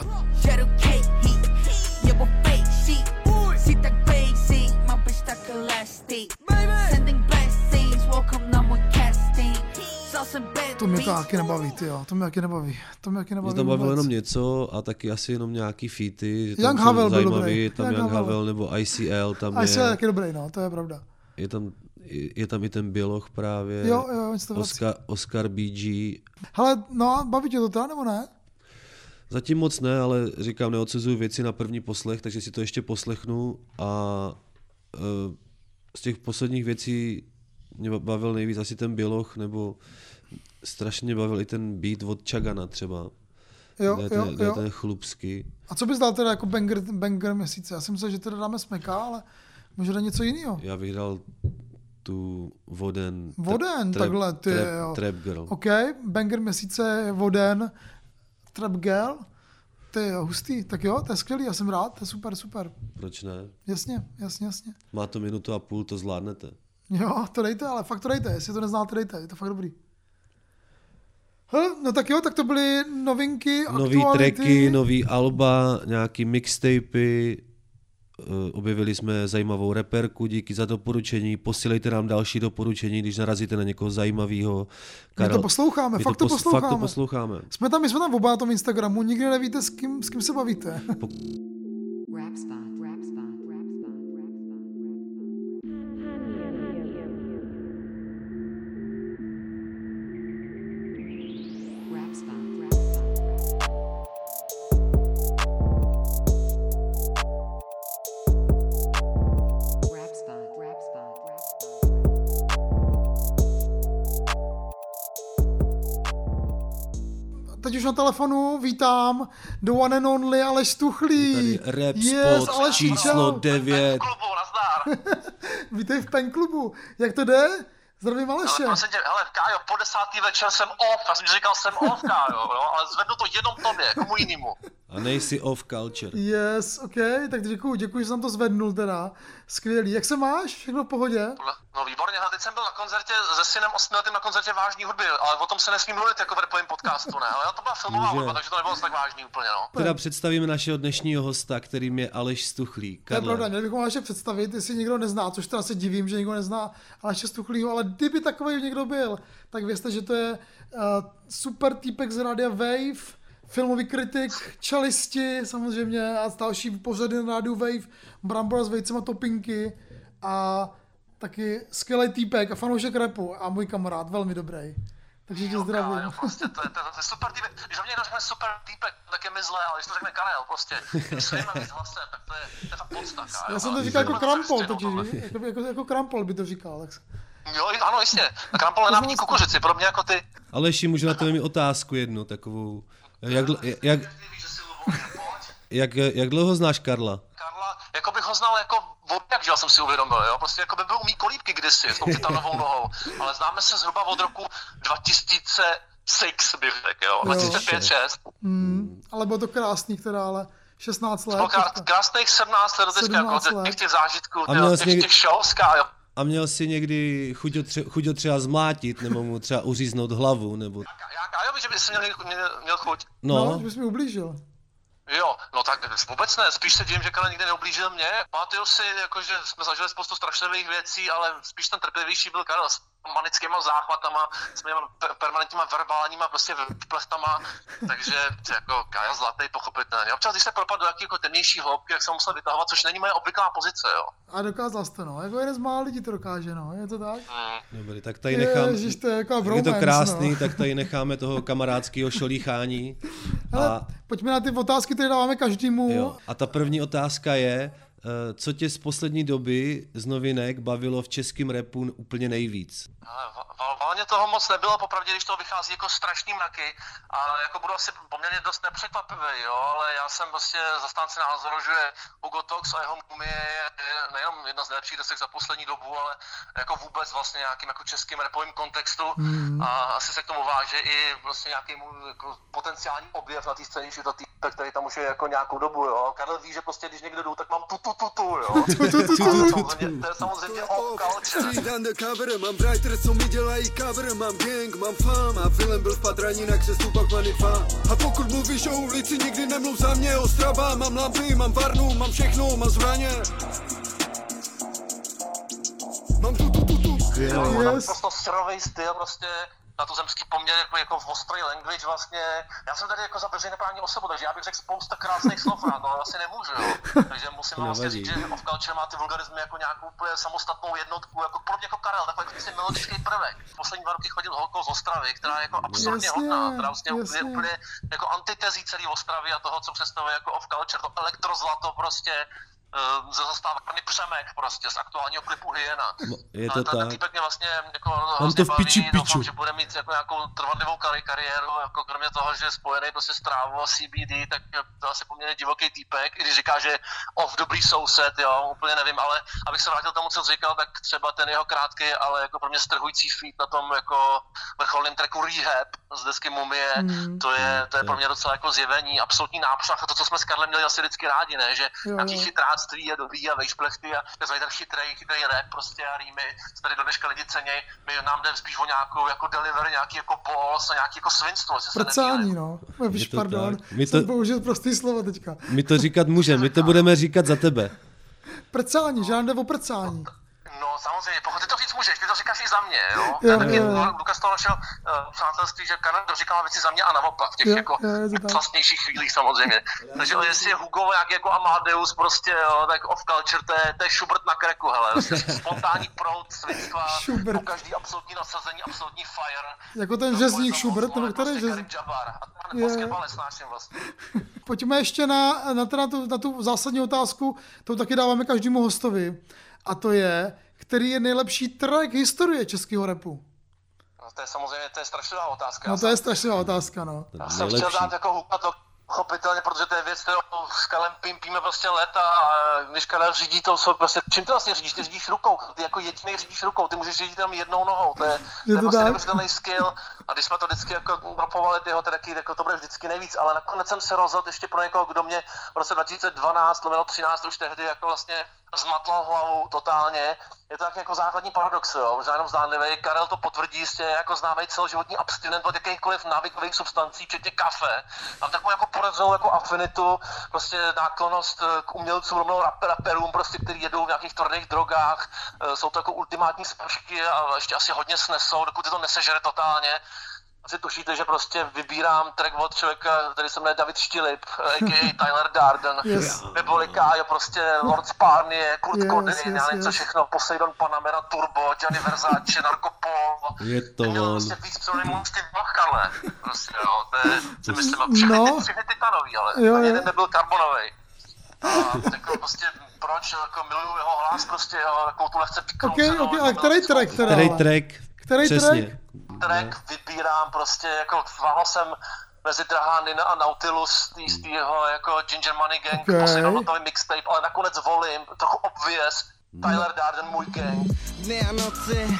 To mě to taky nebaví, ty jo, to mě taky nebaví. To mě taky nebaví. Mě tam bavilo jenom něco a taky asi jenom nějaký featy. Young Havel byl dobrý. Tam Young Havel nebo I C L tam je. I C L je taky dobrý, no, to je pravda. Je tam, je tam i ten Běloch právě. Jo, jo, to Oscar, Oscar B G. Hele, no, baví tě to teda, nebo ne? Zatím moc ne, ale říkám, neodsuzuju věci na první poslech, takže si to ještě poslechnu a uh, z těch posledních věcí mě bavil nejvíc asi ten Běloch, nebo strašně bavil i ten beat od Chagana třeba. Jo, kde jo, ten, kde jo. ten chlupský. A co bys dal teda jako banger, banger měsíce? Já jsem myslel, že teda dáme Smeka, ale možná něco jiného. Já bych dal tu Voden. Voden, trap, takhle, ty trap, jo. Trap Girl. OK, banger měsíce je Voden, Trap Girl. To je hustý, tak jo, to je skvělý, já jsem rád, to je super, super. Proč ne? Jasně, jasně, jasně. Má to minutu a půl, to zvládnete. Jo, to dejte, ale fakt to dejte, jestli to neznáte, dejte, je to fakt dobrý. Hm, no tak jo, tak to byly novinky, nový aktuality. tracky, nový alba, nějaký mixtapy, objevili jsme zajímavou reperku, díky za doporučení, posílejte nám další doporučení, když narazíte na někoho zajímavého. My to posloucháme, fakt to, pos- posloucháme. Fakt to posloucháme. Jsme tam, my jsme tam oba na tom Instagramu, nikdy nevíte, s kým, s kým se bavíte. Po- Teď už na telefonu vítám the one and only Aleš Stuchlý. Tady Rap yes, Spot Aleš, číslo devět. Vítej v Pen klubu. Jak to jde? Zdravím Aleše. Ale tě, hele, Kájo, po desátý večer jsem off. Já jsem říkal, jsem off, Kájo, jo, ale zvednu to jenom tobě, komu jinému. A nejsi off culture. Yes, OK, tak děkuju, děkuji, že jsem to zvednul teda. Skvělý. Jak se máš? Všechno v pohodě? No výborně, hele, teď jsem byl na koncertě se synem osmiletým na koncertě vážný hudby, ale o tom se nesmí mluvit jako v rapovém podcastu, ne? Ale to byla filmová Může. hudba, takže to nebylo tak vážný úplně, no. Teda představíme našeho dnešního hosta, kterým je Aleš Stuchlý. To je pravda, měli bychom Aleše představit, jestli někdo nezná, což teda se divím, že někdo nezná Aleše Stuchlýho, ale kdyby takový někdo byl, tak vězte, že to je uh, super týpek z rádia Wave, filmový kritik, čelisti samozřejmě a další pořady na rádiu Wave, Brambora s vejcema topinky a taky skvělý týpek a fanoušek rapu a můj kamarád, velmi dobrý. Takže tě zdravím. Jo, prostě to je, to, to je super týpek. Když o mě někdo řekne super týpek, tak je mi zlé, ale když to řekne Karel, prostě, když se jim víc hlasem, tak to je, to je fakt podsta, Kájo. Já jsem to říkal jako Krampol, totiž, jako, jako, jako Krampol by to říkal. Tak... Jo, ano, jistě. A Krampol nenávidí kukuřici, podobně jako ty. Aleši, můžu na tebe mít otázku jednu, takovou. Jak, jak, jak, jak dlouho znáš Karla? Karla, jako bych ho znal jako vodňak, že jsem si uvědomil, jo, prostě jako by byl umí kolíbky kdysi, s tou kytanovou nohou, ale známe se zhruba od roku dva tisíce šest, bych řekl, jo, dva tisíce pět šest. Mm, ale bylo to krásný, teda, ale šestnáct let. To bylo krásných sedmnáct let do teďka, jako těch těch zážitků, těch, těch shows, jo. A A měl jsi někdy chuť ho, tře- chuť ho třeba zmlátit, nebo mu třeba uříznout hlavu, nebo... Já, já vím, že bys měl, měl, měl chuť. No, no že bys mi ublížil. Jo, no tak vůbec ne, spíš se divím, že Karel nikdy neublížil mě. Pamatuju si, jako, že jsme zažili spoustu strašlivých věcí, ale spíš ten trpělivější byl Karel s manickýma záchvatama, s mými permanentníma verbálníma prostě vplechtama, takže jako Karel zlatý, pochopitelně. Občas, když se propadl do jaký jako temnější hloubky, jak jsem musel vytahovat, což není moje obvyklá pozice, jo. A dokázal jste, no, jako jeden z mála lidí to dokáže, no, je to tak? Hmm. Dobrý, tak tady nechám, Ježiš, to je, jako je to krásný, no. Tak tady necháme toho kamarádského šolíchání. Ale a... pojďme na ty otázky, které dáváme každému. Jo. A ta první otázka je, co tě z poslední doby z novinek bavilo v českém rapu úplně nejvíc? Valně toho moc nebylo, popravdě, když to vychází jako strašný mraky, ale jako budu asi poměrně dost nepřekvapivý, jo, ale já jsem prostě zastánce názoru, že Hugo Tox a jeho Mumie je nejenom jedna z nejlepších desek za poslední dobu, ale jako vůbec vlastně nějakým jako českým rapovým kontextu mm. a asi se k tomu váže i vlastně nějaký jako potenciální objev na té scéně, že to týpek, který tam už je jako nějakou dobu, jo. Karel ví, že prostě když někde jdu, tak mám tu tu tu tu, jo. To je samozřejmě off culture. Mám writer, co mi dělají cover, mám gang, mám fám a Willem byl v padraní na křeslu, pak Money Fan. A pokud mluvíš o ulici, nikdy nemluv za mě, Ostrava, mám lampy, mám varnu, mám všechno, mám zbraně. Mám tu tu tu tu. Jo, yes. Prostě syrovej styl, prostě na tu zemský poměr, jako, jako v ostrý language vlastně. Já jsem tady jako za veřejnoprávní osobu, takže já bych řekl spousta krásných slov, no, ale asi nemůžu, jo. Takže musím vlastně říct, že Off Culture má ty vulgarizmy jako nějakou úplně samostatnou jednotku, jako podobně jako Karel, takový prostě melodický prvek. Poslední dva roky chodil holkou z Ostravy, která je jako absurdně jasně, hodná, která vlastně úplně, úplně jako antitezí celý Ostravy a toho, co představuje jako Off Culture, to elektrozlato prostě. Ze zastávky Přemek prostě z aktuálního klipu Hyena. No, je to ale tak. Týpek mě vlastně jako mám to v piči baví, piču. Doufám, že bude mít jako nějakou trvanlivou kari- kariéru, jako kromě toho, že je spojený prostě s trávou a C B D, tak to asi poměrně divoký týpek, i když říká, že off dobrý soused, jo, úplně nevím, ale abych se vrátil tomu, co jsi říkal, tak třeba ten jeho krátký, ale jako pro mě strhující feat na tom jako vrcholném tracku Rehab z desky Mumie, mm. to je, to je pro mě docela jako zjevení, absolutní nápřah a to, co jsme s Karlem měli asi vždycky rádi, ne, že nějaký chytráctví je dobrý a vejšplechty a je tady chytrý, chytrý rap prostě a rýmy, tady do dneška lidi ceněj, my nám jde spíš o nějakou jako delivery, nějaký jako balls a nějaký jako svinstvo. Prcání, no. Víš, pardon, my to, jsem použil prostý slovo teďka. My to říkat můžeme, my to budeme říkat za tebe. Prcání, že nám jde o prcání. No samozřejmě, pokud ty to říct můžeš, ty to říkáš i za mě, jo? jo, taky jo, jo. důkaz toho našeho uh, přátelství, že Karel doříkal věci za mě a naopak, v těch jo, jako vlastnějších chvílích samozřejmě. Takže jestli je Hugo jak jako Amadeus prostě, jo, tak Off Culture, to je, to je Schubert na kreku, hele. Spontánní proud, světstva, po každý absolutní nasazení, absolutní fire. Jako ten řezník Schubert, nebo který řezník? A ten basketbal nesnáším vlastně. Pojďme ještě na, na, na, tu, na tu zásadní otázku, to taky dáváme každému hostovi. A to je, který je nejlepší track historie českého rapu? No to je samozřejmě, to je strašlivá otázka. No to je strašlivá otázka, no. Já jsem chtěl dát jako Huka to pochopitelně, protože to je věc, kterou s Karlem pimpíme prostě leta a když Karel řídí to, jsou prostě, čím ty vlastně řídíš? Ty řídíš rukou, ty jako jediný řídíš rukou, ty můžeš řídit tam jednou nohou, to je, to je vlastně neuvěřitelný skill a když jsme to vždycky jako dropovali tyho, taky, jako to bude vždycky nejvíc, ale nakonec jsem se rozhodl ještě pro někoho, kdo mě v roce dva tisíce dvanáct, lomeno třináct už tehdy jako vlastně zmatlal hlavu totálně. Je to tak jako základní paradox, jo, možná jenom zdánlivý. Karel to potvrdí, jistě jako známý celoživotní abstinent od jakýchkoliv návykových substancí, včetně kafe. Mám takovou jako porodzenou jako afinitu, prostě náklonost k umělcům, rovnou raperům, prostě, který jedou v nějakých tvrdých drogách. Jsou to jako ultimátní spašky a ještě asi hodně snesou, dokud je to nesežere totálně. Asi tušíte, že prostě vybírám track od člověka, který se jmenuje David Štilip, a k a. Tyler Darden, yes. Neboli Kájo, prostě Lord Sparnie, Kurt yes, Cobain, yes, já nevím yes. co všechno, Poseidon Panamera, Turbo, Gianni Versace, Narcopol. Je to on. Prostě víc převodným z ty Vlch, Karle. Prostě jo, to je, si myslím, všechny, no. ty, všechny titanový, ale jo, ani jeden nebyl karbonový. A jako prostě proč, jako miluju jeho hlas, prostě jo, takovou tu lehce piknou. Okay, okay, ale který track teda? Který track? Který Přesně. track? Track vybírám prostě, jako váhal jsem mezi Drahánina a Nautilus z jeho jako Ginger Money Gang, okay. Poslednotový mixtape, ale nakonec volím, trochu obvious, Tyler Darden, můj gang. Dny a noci, už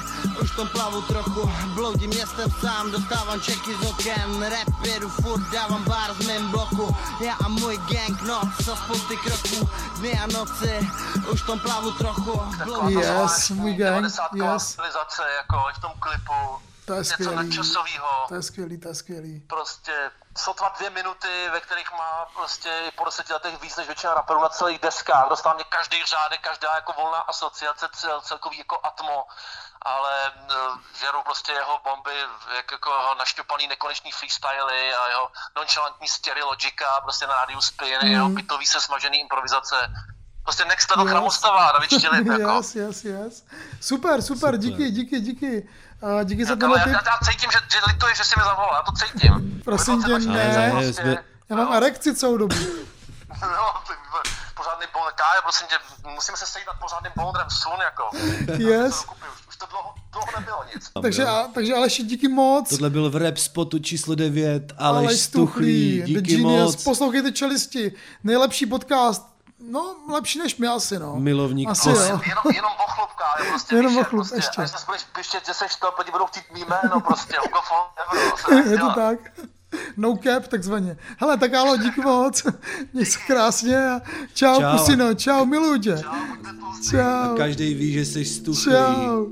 už tom plavu trochu, bloudím městem sám, dostávám čeky z oken, rap jedu furt, dávám bar z mým bloku, já a můj gang, noc za spousty kroků, dny a noci, už tom plavu trochu, bloudím. Yes, můj gang, yes. Stylizace, jako v tom klipu, to je něco nadčasovýho. To je skvělý, to je skvělý. Prostě sotva dvě minuty, ve kterých má prostě po deseti letech víc než většina raperů na celých deskách. Dostává mě každý řádek, každá jako volná asociace, cel, celkový jako atmo, ale žerou prostě jeho bomby, jak jako jeho našťupaný nekonečný freestyly a jeho nonchalantní stěry Logika, prostě na rádiu Spin, mm. jeho pitový se smažený improvizace. Prostě next level yes. Chramostava, David Štělip, jako. Yes, yes, yes. Super, super, super. díky, díky, díky. Uh, díky za tenhle tip. Já, já cítím, že, že lituješ, že jsi mi zavolal, já to cítím. Prosím tě, ne. Prostě, já mám no. erekci celou dobu. No, pořádný bondr, Kájo, prosím tě, musíme se sejít nad pořádným bondrem sun, jako. Yes. Už to dlouho, dlouho nebylo nic. Takže, a, takže Aleši, díky moc. Tohle byl v rap spotu číslo devět, Aleš, Aleš Stuchlý, díky moc. Poslouchejte Čelisti, nejlepší podcast. No, lepší než my asi, no. Milovník. Asi jo. Jenom, jenom ochlupka, jo, prostě. Jenom víš, ochlup, prostě, ještě. Až se budeš pištět, že seš to, lidi budou chtít mý jméno, prostě. Hugo Fon, je to tak. No cap, takzvaně. Hele, tak álo, díky moc. Měj se krásně a čau, čau. Pusino, čau, miluji tě. Čau. Čau. A každý ví, že jsi Stuchlý. Čau.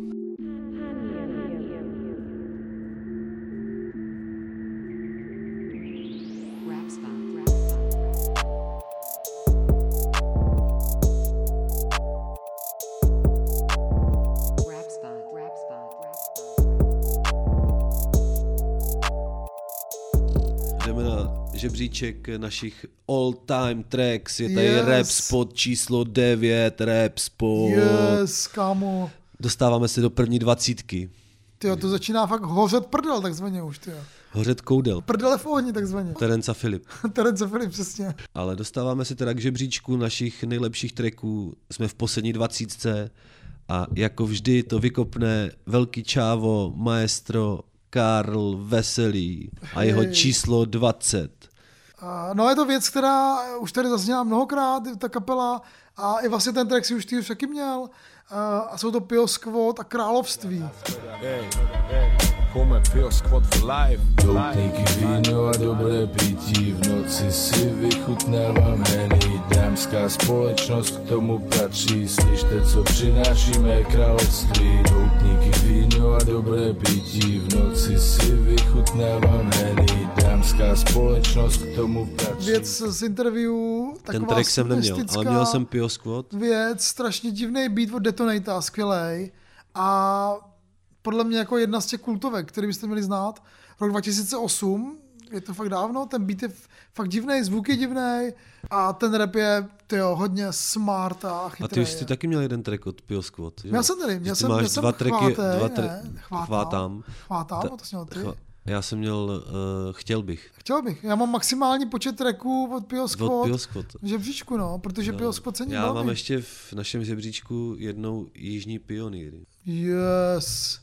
Žebříček našich all time tracks, je tady yes. Rap Spot číslo devět, Rap Spot. Yes, kámo. Dostáváme se do první dvacítky. Tyjo, to začíná fakt hořet prdel, takzvaně už, tyjo. Hořet koudel. Prdele v ohni, takzvaně. Terence a Filip. Terence a Filip, přesně. Ale dostáváme se teda k žebříčku našich nejlepších tracků. Jsme v poslední dvacítce a jako vždy to vykopne velký čávo, maestro Karl Veselý a jeho hey. číslo dvacet. No je to věc, která už tady zazněla mnohokrát, ta kapela, a i vlastně ten track si už ty už taky měl, a jsou to Pio Squad a Království. Hey, hey. Home Pio Squad for life. Doutníky, víno a dobré pití, v noci si vychutnávám heny, dámská společnost k tomu patří, slyšte, co přinášíme království. Doutníky, víno a dobré pití, v noci si vychutnávám heny, dámská společnost k tomu patří. Věc z interview, taková ten track jsem neměl, ale měl jsem Pio Squad. Věc, strašně divný beat od Detonata, skvělej, a podle mě jako jedna z těch kultovek, který byste měli znát. Rok dva tisíce osm, je to fakt dávno, ten beat je fakt divnej, zvuk je divnej a ten rap je tyjo, hodně smart a chytrý. A ty už jsi taky měl jeden track od Pio Squad. Jo? Měl jsem tady, měl jsem, máš měl jsem dva tracky, chvátej, dva tra- ne, chvátám. Chvátám, chvátám Ta, to jsi měl ty. Chva- já jsem měl uh, Chtěl bych. Chtěl bych. Já mám maximální počet tracků od Pio Squad. Od Pio Squad. V žebříčku, no, protože no, Pio Squad cení Já velmi. mám ještě v našem žebříčku jednou Jižní pionýry. Yes.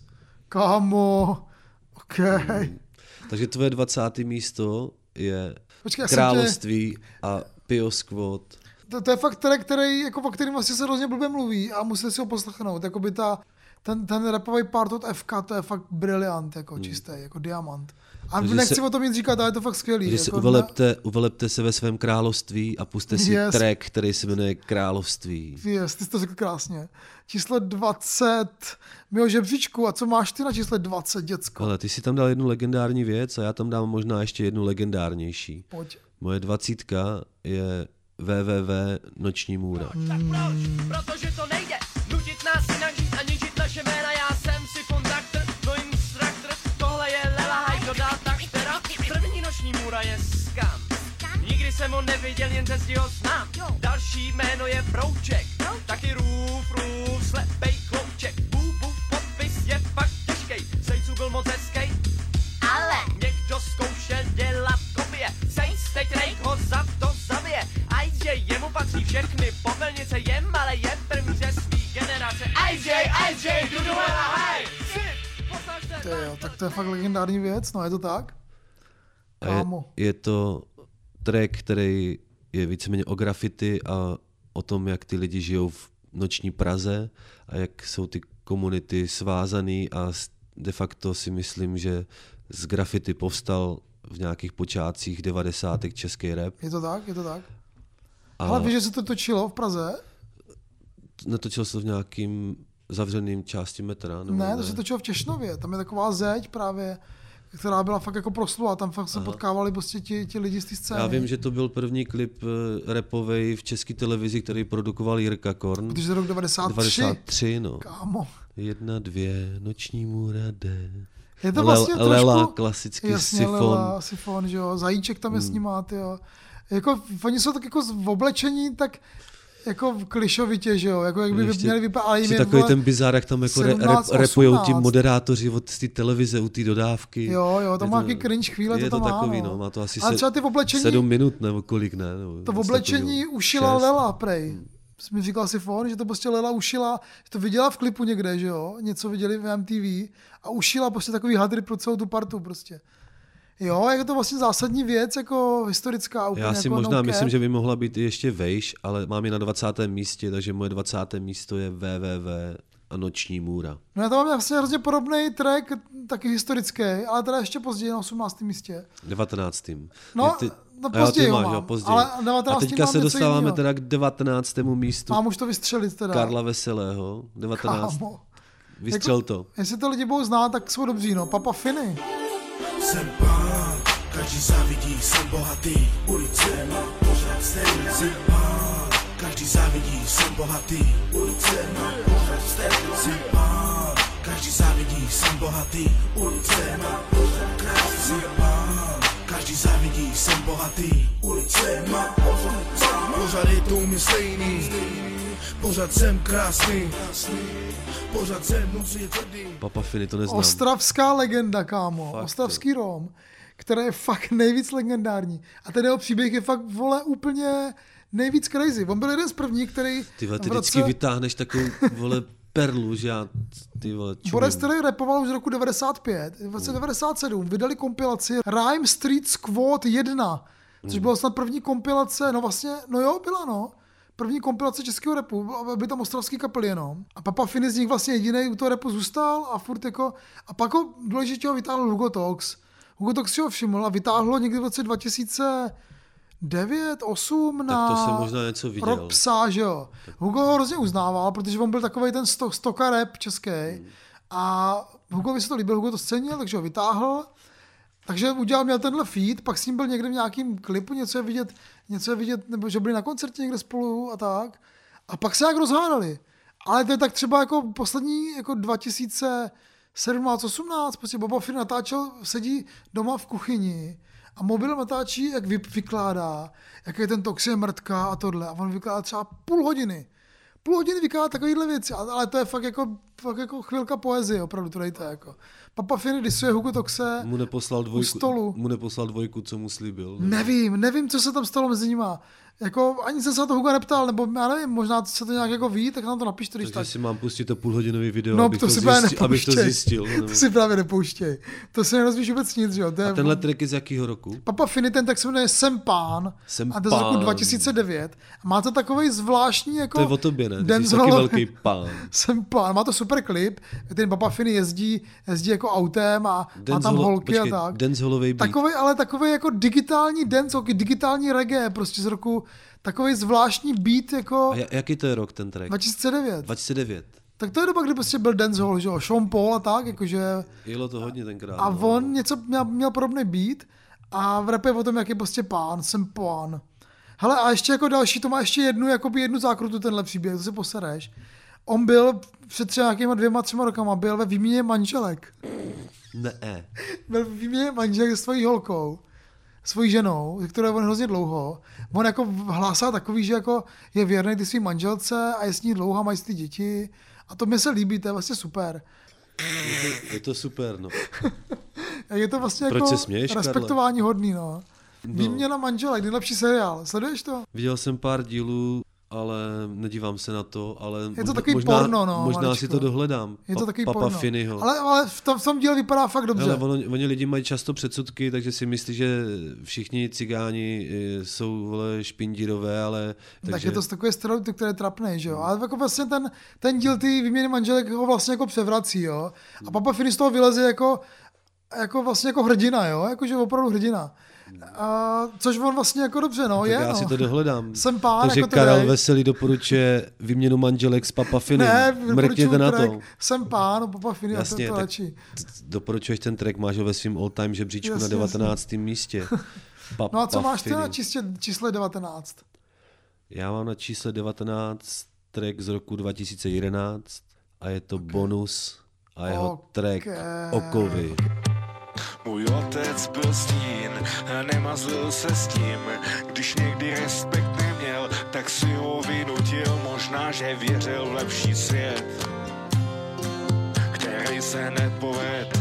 Kámo. OK. Hmm. Takže tvoje dvacáté místo je Počkej, Království tě... a Pio Squad. To, to je fakt track, který, jako, o kterým vlastně se hrozně blbě mluví a musíte si ho poslechnout. Jakoby ta, ten, ten rapový part od F K, to je fakt briliant, jako hmm. čistý, jako diamant. A takže nechci se, o tom nic říkat, ale je to fakt skvělý. Takže jako si uvelepte, na... uvelepte se ve svém království a puste si yes. track, který se jmenuje Království. Yes, ty jsi to řekl krásně. Číslo dvacet mého žebříčku. A co máš ty na čísle dvacet, děcko? Ale ty si tam dal jednu legendární věc a já tam dám možná ještě jednu legendárnější. Pojď. Moje dvacítka je W W W Noční můra. Hmm. Protože to nejde nutit nás jinak žít a ničit naše jména. Já jsem si konduktor, no instruktor. Tohle je Lela Haj, kdo dál tak teda. První Noční můra je skam. Nikdy jsem ho neviděl, jen ze zdi ho znám. Další jméno je Brouček. Taky růf, růf, slepej klouček. Bůbu, podpis je fakt těžkej. Sejců byl moc hezkej, ale někdo zkoušel dělat kopie. Sejc teď rejk ho za to zabije. A že jemu patří všechny popelnice, je malé, je první ze svý generace. I J, I J, Dudu Lela Haj. Jo, tak to je fakt legendární věc, no je to tak? Je, je to track, který je víceméně o graffiti a o tom, jak ty lidi žijou v noční Praze a jak jsou ty komunity svázaný a de facto si myslím, že z graffiti povstal v nějakých počátcích devadesátek český rap. Je to tak, je to tak. A ale víš, že se to točilo v Praze? Netočilo se to v nějakým zavřeným části metra? Nebo ne, ne, to se točilo v Češnově, tam je taková zeď právě, která byla fakt jako proslulá, tam fakt se Aha. potkávali prostě ti, ti lidi z té scény. Já vím, že to byl první klip rapovej v české televizi, který produkoval Jirka Korn. Když to rok devadesát tři. devadesát tři, no. Kámo. Jedna, dvě, noční můra jde. Je to vlastně Le- trošku... Lela, klasický jasně, sifon. Lela, sifon, že jo, Zajíček tam je hmm. s nima, tyjo. Jako, oni jsou tak jako v oblečení, tak jako klišovitě, že jo, jako jak by Ještě měli vypadat, ale jim je takový ten bizár, jak tam jako sedmnáct, rep, repujou ti moderátoři od té televize u té dodávky. Jo, jo, to má nějaký cringe chvíle, je to tam to má, takový, no. no, má to asi ale třeba ty oblečení, sedm minut nebo kolik, ne? Nebo to oblečení ušila šest. Lela, prej. Hmm. Mi říkal si fon, že to prostě Lela ušila, že to viděla v klipu někde, že jo, něco viděli v M T V a ušila prostě takový hadry pro celou tu partu prostě. Jo, je to vlastně zásadní věc, jako historická. Úplně Já si jako možná no myslím, že by mohla být i ještě vejš, ale mám ji na dvacátém místě, takže moje dvacáté místo je W W W a Noční můra. No já to mám vlastně hrozně podobný track, taky historický, ale teda ještě později na osmnáctém místě. devatenáctém. No, ty... no později máš, mám, jo, později. Ale a teďka se dostáváme teda k devatenáctému místu. Mám už to vystřelit teda. Karla Veselého, devatenáct. Kámo. Vystřel jako, to. Jestli to lidi budou znát, tak jsou dobří, no. Papa Finy. Jsem pán, každý závidí, jsem bohatý, ulice má pořád stejný. Jsem pán, každý závidí, jsem bohatý, ulice má pořád stejný. Jsem pán, každý závidí, jsem bohatý, ulice má pořád krásný. Jsem pán, každý závidí, jsem bohatý, ulice má pořád stejný. Pořád je to mi stejný, pořád jsem krásný, pořád jsem noci tvrdý. Papa Finy, to neznám. Ostravská legenda, kámo. Fakt Ostravský to. Rom, který je fakt nejvíc legendární. A ten jeho příběh je fakt, vole, úplně nejvíc crazy. On byl jeden z prvních, který... Ty vole, ty roce... vždycky vytáhneš takovou, vole, perlu, že já, ty vole, čumím. Boris, který rapoval už z roku devadesát pět. V roce devadesát sedm vydali kompilaci Rhyme Street Squad jedna, což hmm. bylo snad první kompilace, no vlastně, no jo, byla, no. První kompilace českého rapu, by tam ostravský kapely jenom. A Papa Finy z nich vlastně jedinej u toho rapu zůstal a furt jako... A pak ho důležitě ho vytáhl Hugo Tox. Hugo Tox si ho všiml a vytáhlo někdy v roce dva tisíce devět, osm na... Tak to jsem možná něco viděl. Rok psa, že jo. Hugo ho hrozně uznával, protože on byl takovej ten sto, stoka rap český. Hmm. A Hugovi se to líbil, Hugo to scenil, takže ho vytáhl. Takže udělal, měl tenhle feed, pak s ním byl někde v nějakým klipu, něco je vidět, něco je vidět, nebo že byli na koncertě někde spolu a tak. A pak se jak rozhádali. Ale to je tak třeba jako poslední jako dva tisíce sedmnáct osmnáct, prostě Papa Finy natáčel, sedí doma v kuchyni a mobil natáčí, jak vy, vykládá, jak je ten Tox je mrtka a tohle. A on vykládá třeba půl hodiny. Půl hodiny vykládá takovýhle věci, ale to je fakt jako, fakt jako chvilka poezie, opravdu to dejte jako. Papa Finy disuje Hugo Toxe mu neposlal dvojku, u stolu. Mu neposlal dvojku, co mu slíbil. Ne? Nevím, nevím, co se tam stalo mezi nima. Jako, ani jsem se na to Hugo neptal, nebo já nevím, možná se to nějak jako ví, tak nám to napište, když Takže tak. si mám pustit to půlhodinový video, no, abych, to to si zjistil, abych to zjistil. To si právě nepouštěj. To se nerozvíš vůbec nic, že jo. A tenhle track je z jakého roku? Papa Finy, ten tak se jmenuje Jsem pán. Jsem a to je z roku dva tisíce devět. A má to takovej zvláštní jako... To je o tobě, ne? Ty jsi taky velký pán. Jsem pán. Má to super klip. Ten Papa Finy jezdí, jezdí jako autem a dance má tam holo, holky počkej, a tak. Dancehallovej beat. Takovej, ale takovej jako digitální dance, digitální reggae, prostě z roku... Takový zvláštní beat jako... A jaký to je rok ten track? dva tisíce devět. dva tisíce devět. Tak to je doba, kdy prostě byl dancehall, že jo, Sean Paul a tak, jakože... Jelo to hodně tenkrát. A no. on něco měl, měl podobný beat a v rapu je o tom, jak je prostě pán, jsem pán. Hele, a ještě jako další, to má ještě jednu, jakoby jednu zákrutu tenhle příběh, to si posereš. On byl před třeba nějakýma dvěma, třema rokama, byl ve výměně manželek. Ne. Byl ve výměně manželek s tvojí holkou. Svojí ženou, kterou je on hrozně dlouho. On jako hlásá takový, že jako je věrný ty svý manželce a je s ní dlouho, mají ty děti. A to mi se líbí, to je vlastně super. Je to, je to super, no. Je to vlastně Proč jako se směješ, respektování Karle? hodný, no. Výměna manželek, nejlepší seriál. Sleduješ to? Viděl jsem pár dílů, ale nedívám se na to, ale je to možná, takový možná, porno, no, možná maličko. si to dohledám. Je to pa, takový Papa porno. Finneyho. Ale, ale v tom, v tom díle vypadá fakt dobře. Ale ono, oni lidi mají často předsudky, takže si myslí, že všichni cigáni jsou vole špindírové, ale... Takže... Tak je to takový stereotyp, který je trapnej, že jo. Ale jako vlastně ten, ten díl ty výměny manželek ho vlastně jako převrací, jo. A Papa Finney z toho vyleze jako, jako vlastně jako hrdina, jo. Jakože opravdu hrdina. A, což on vlastně jako dobře, no, tak je, já no. si to dohledám. Jsem pán, Takže jako to Karel dej. Veselý doporučuje výměnu manželek s Papa Finney. Ne, mrkněte na track, to. Jsem pán, Papa Finney, Jasně, a to, to tak radši. doporučuješ ten track, máš ho ve svým all-time žebříčku Jasně, na devatenáctém místě. Papa No a co máš ty Finney. na čistě, čísle devatenáct? Já mám na čísle devatenáct track z roku dva tisíce jedenáct a je to okay. Bonus a jeho okay. track Okovy. Můj otec byl stín a nemazlil se s tím. Když někdy respekt neměl, tak si ho vynutil. Možná, že věřil v lepší svět, který se nepoved.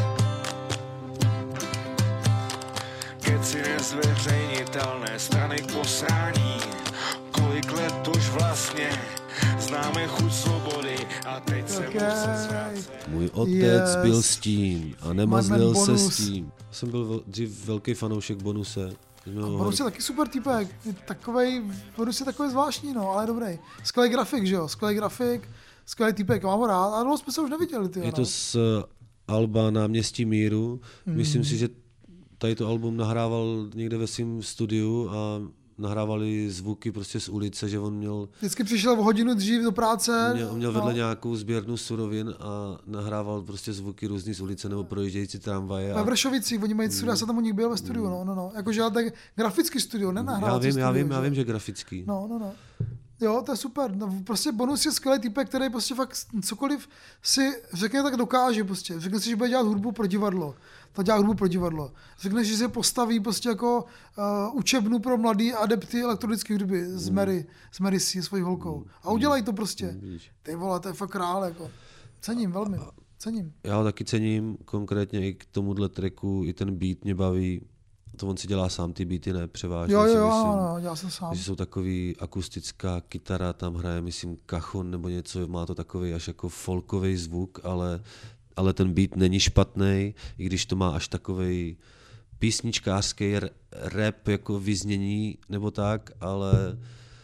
Keci nezveřejnitelné strany k posrání. Kolik let už vlastně známe chuť svobody a teď se okay. musím zvracet. Můj otec Yes. byl stín a nemazlil se Bonus. s tím. Jsem byl vel, dřív velký fanoušek Bonuse. Bonus je taky super týpek, je takovej, Bonus je takový zvláštní, no, ale dobrý. Skvělý grafik, že jo, skvělý grafik, skvělý týpek, mám ho rád, ale dlouho jsme se už neviděli, ty. Je no. to z alba Náměstí míru. Mm. Myslím si, že tady to album nahrával někde ve svém studiu a nahrávali zvuky prostě z ulice, že on měl... Vždycky přišel o hodinu dřív do práce. Měl, měl vedle no. nějakou sběrnu surovin a nahrával prostě zvuky různý z ulice nebo projíždějící tramvaje. Ve A... Vršovicích, oni mají studia, já jsem tam u nich byl ve studiu, no, no, no. Jakože ale tak grafický studio, ne nahrávací Já vím, studio, já vím, že? já vím, že grafický. No, no, no. Jo, to je super. No, prostě Bonus je skvělý typek, který prostě fakt cokoliv si řekne, tak dokáže prostě. Řekne si, že bude dělat hudbu pro divadlo. To dělá hudbu pro divadlo. Řekne, že se postaví prostě jako uh, učebnu pro mladý adepty elektronické hudby z Mary, z Mary C, svojí holkou. A udělají to prostě. Ty vole, to je fakt král, jako. Cením, velmi. Cením. Já ho taky cením, konkrétně i k tomuhle tracku, i ten beat mě baví. To on si dělá sám ty beaty, ne převážně. Jo, jo, si jo, myslím, no, dělal jsem sám. že jsou takový akustická kytara, tam hraje, myslím, kachon nebo něco, má to takový až jako folkový zvuk, ale, ale ten beat není špatný, i když to má až takovej písničkářský rap jako vyznění nebo tak, ale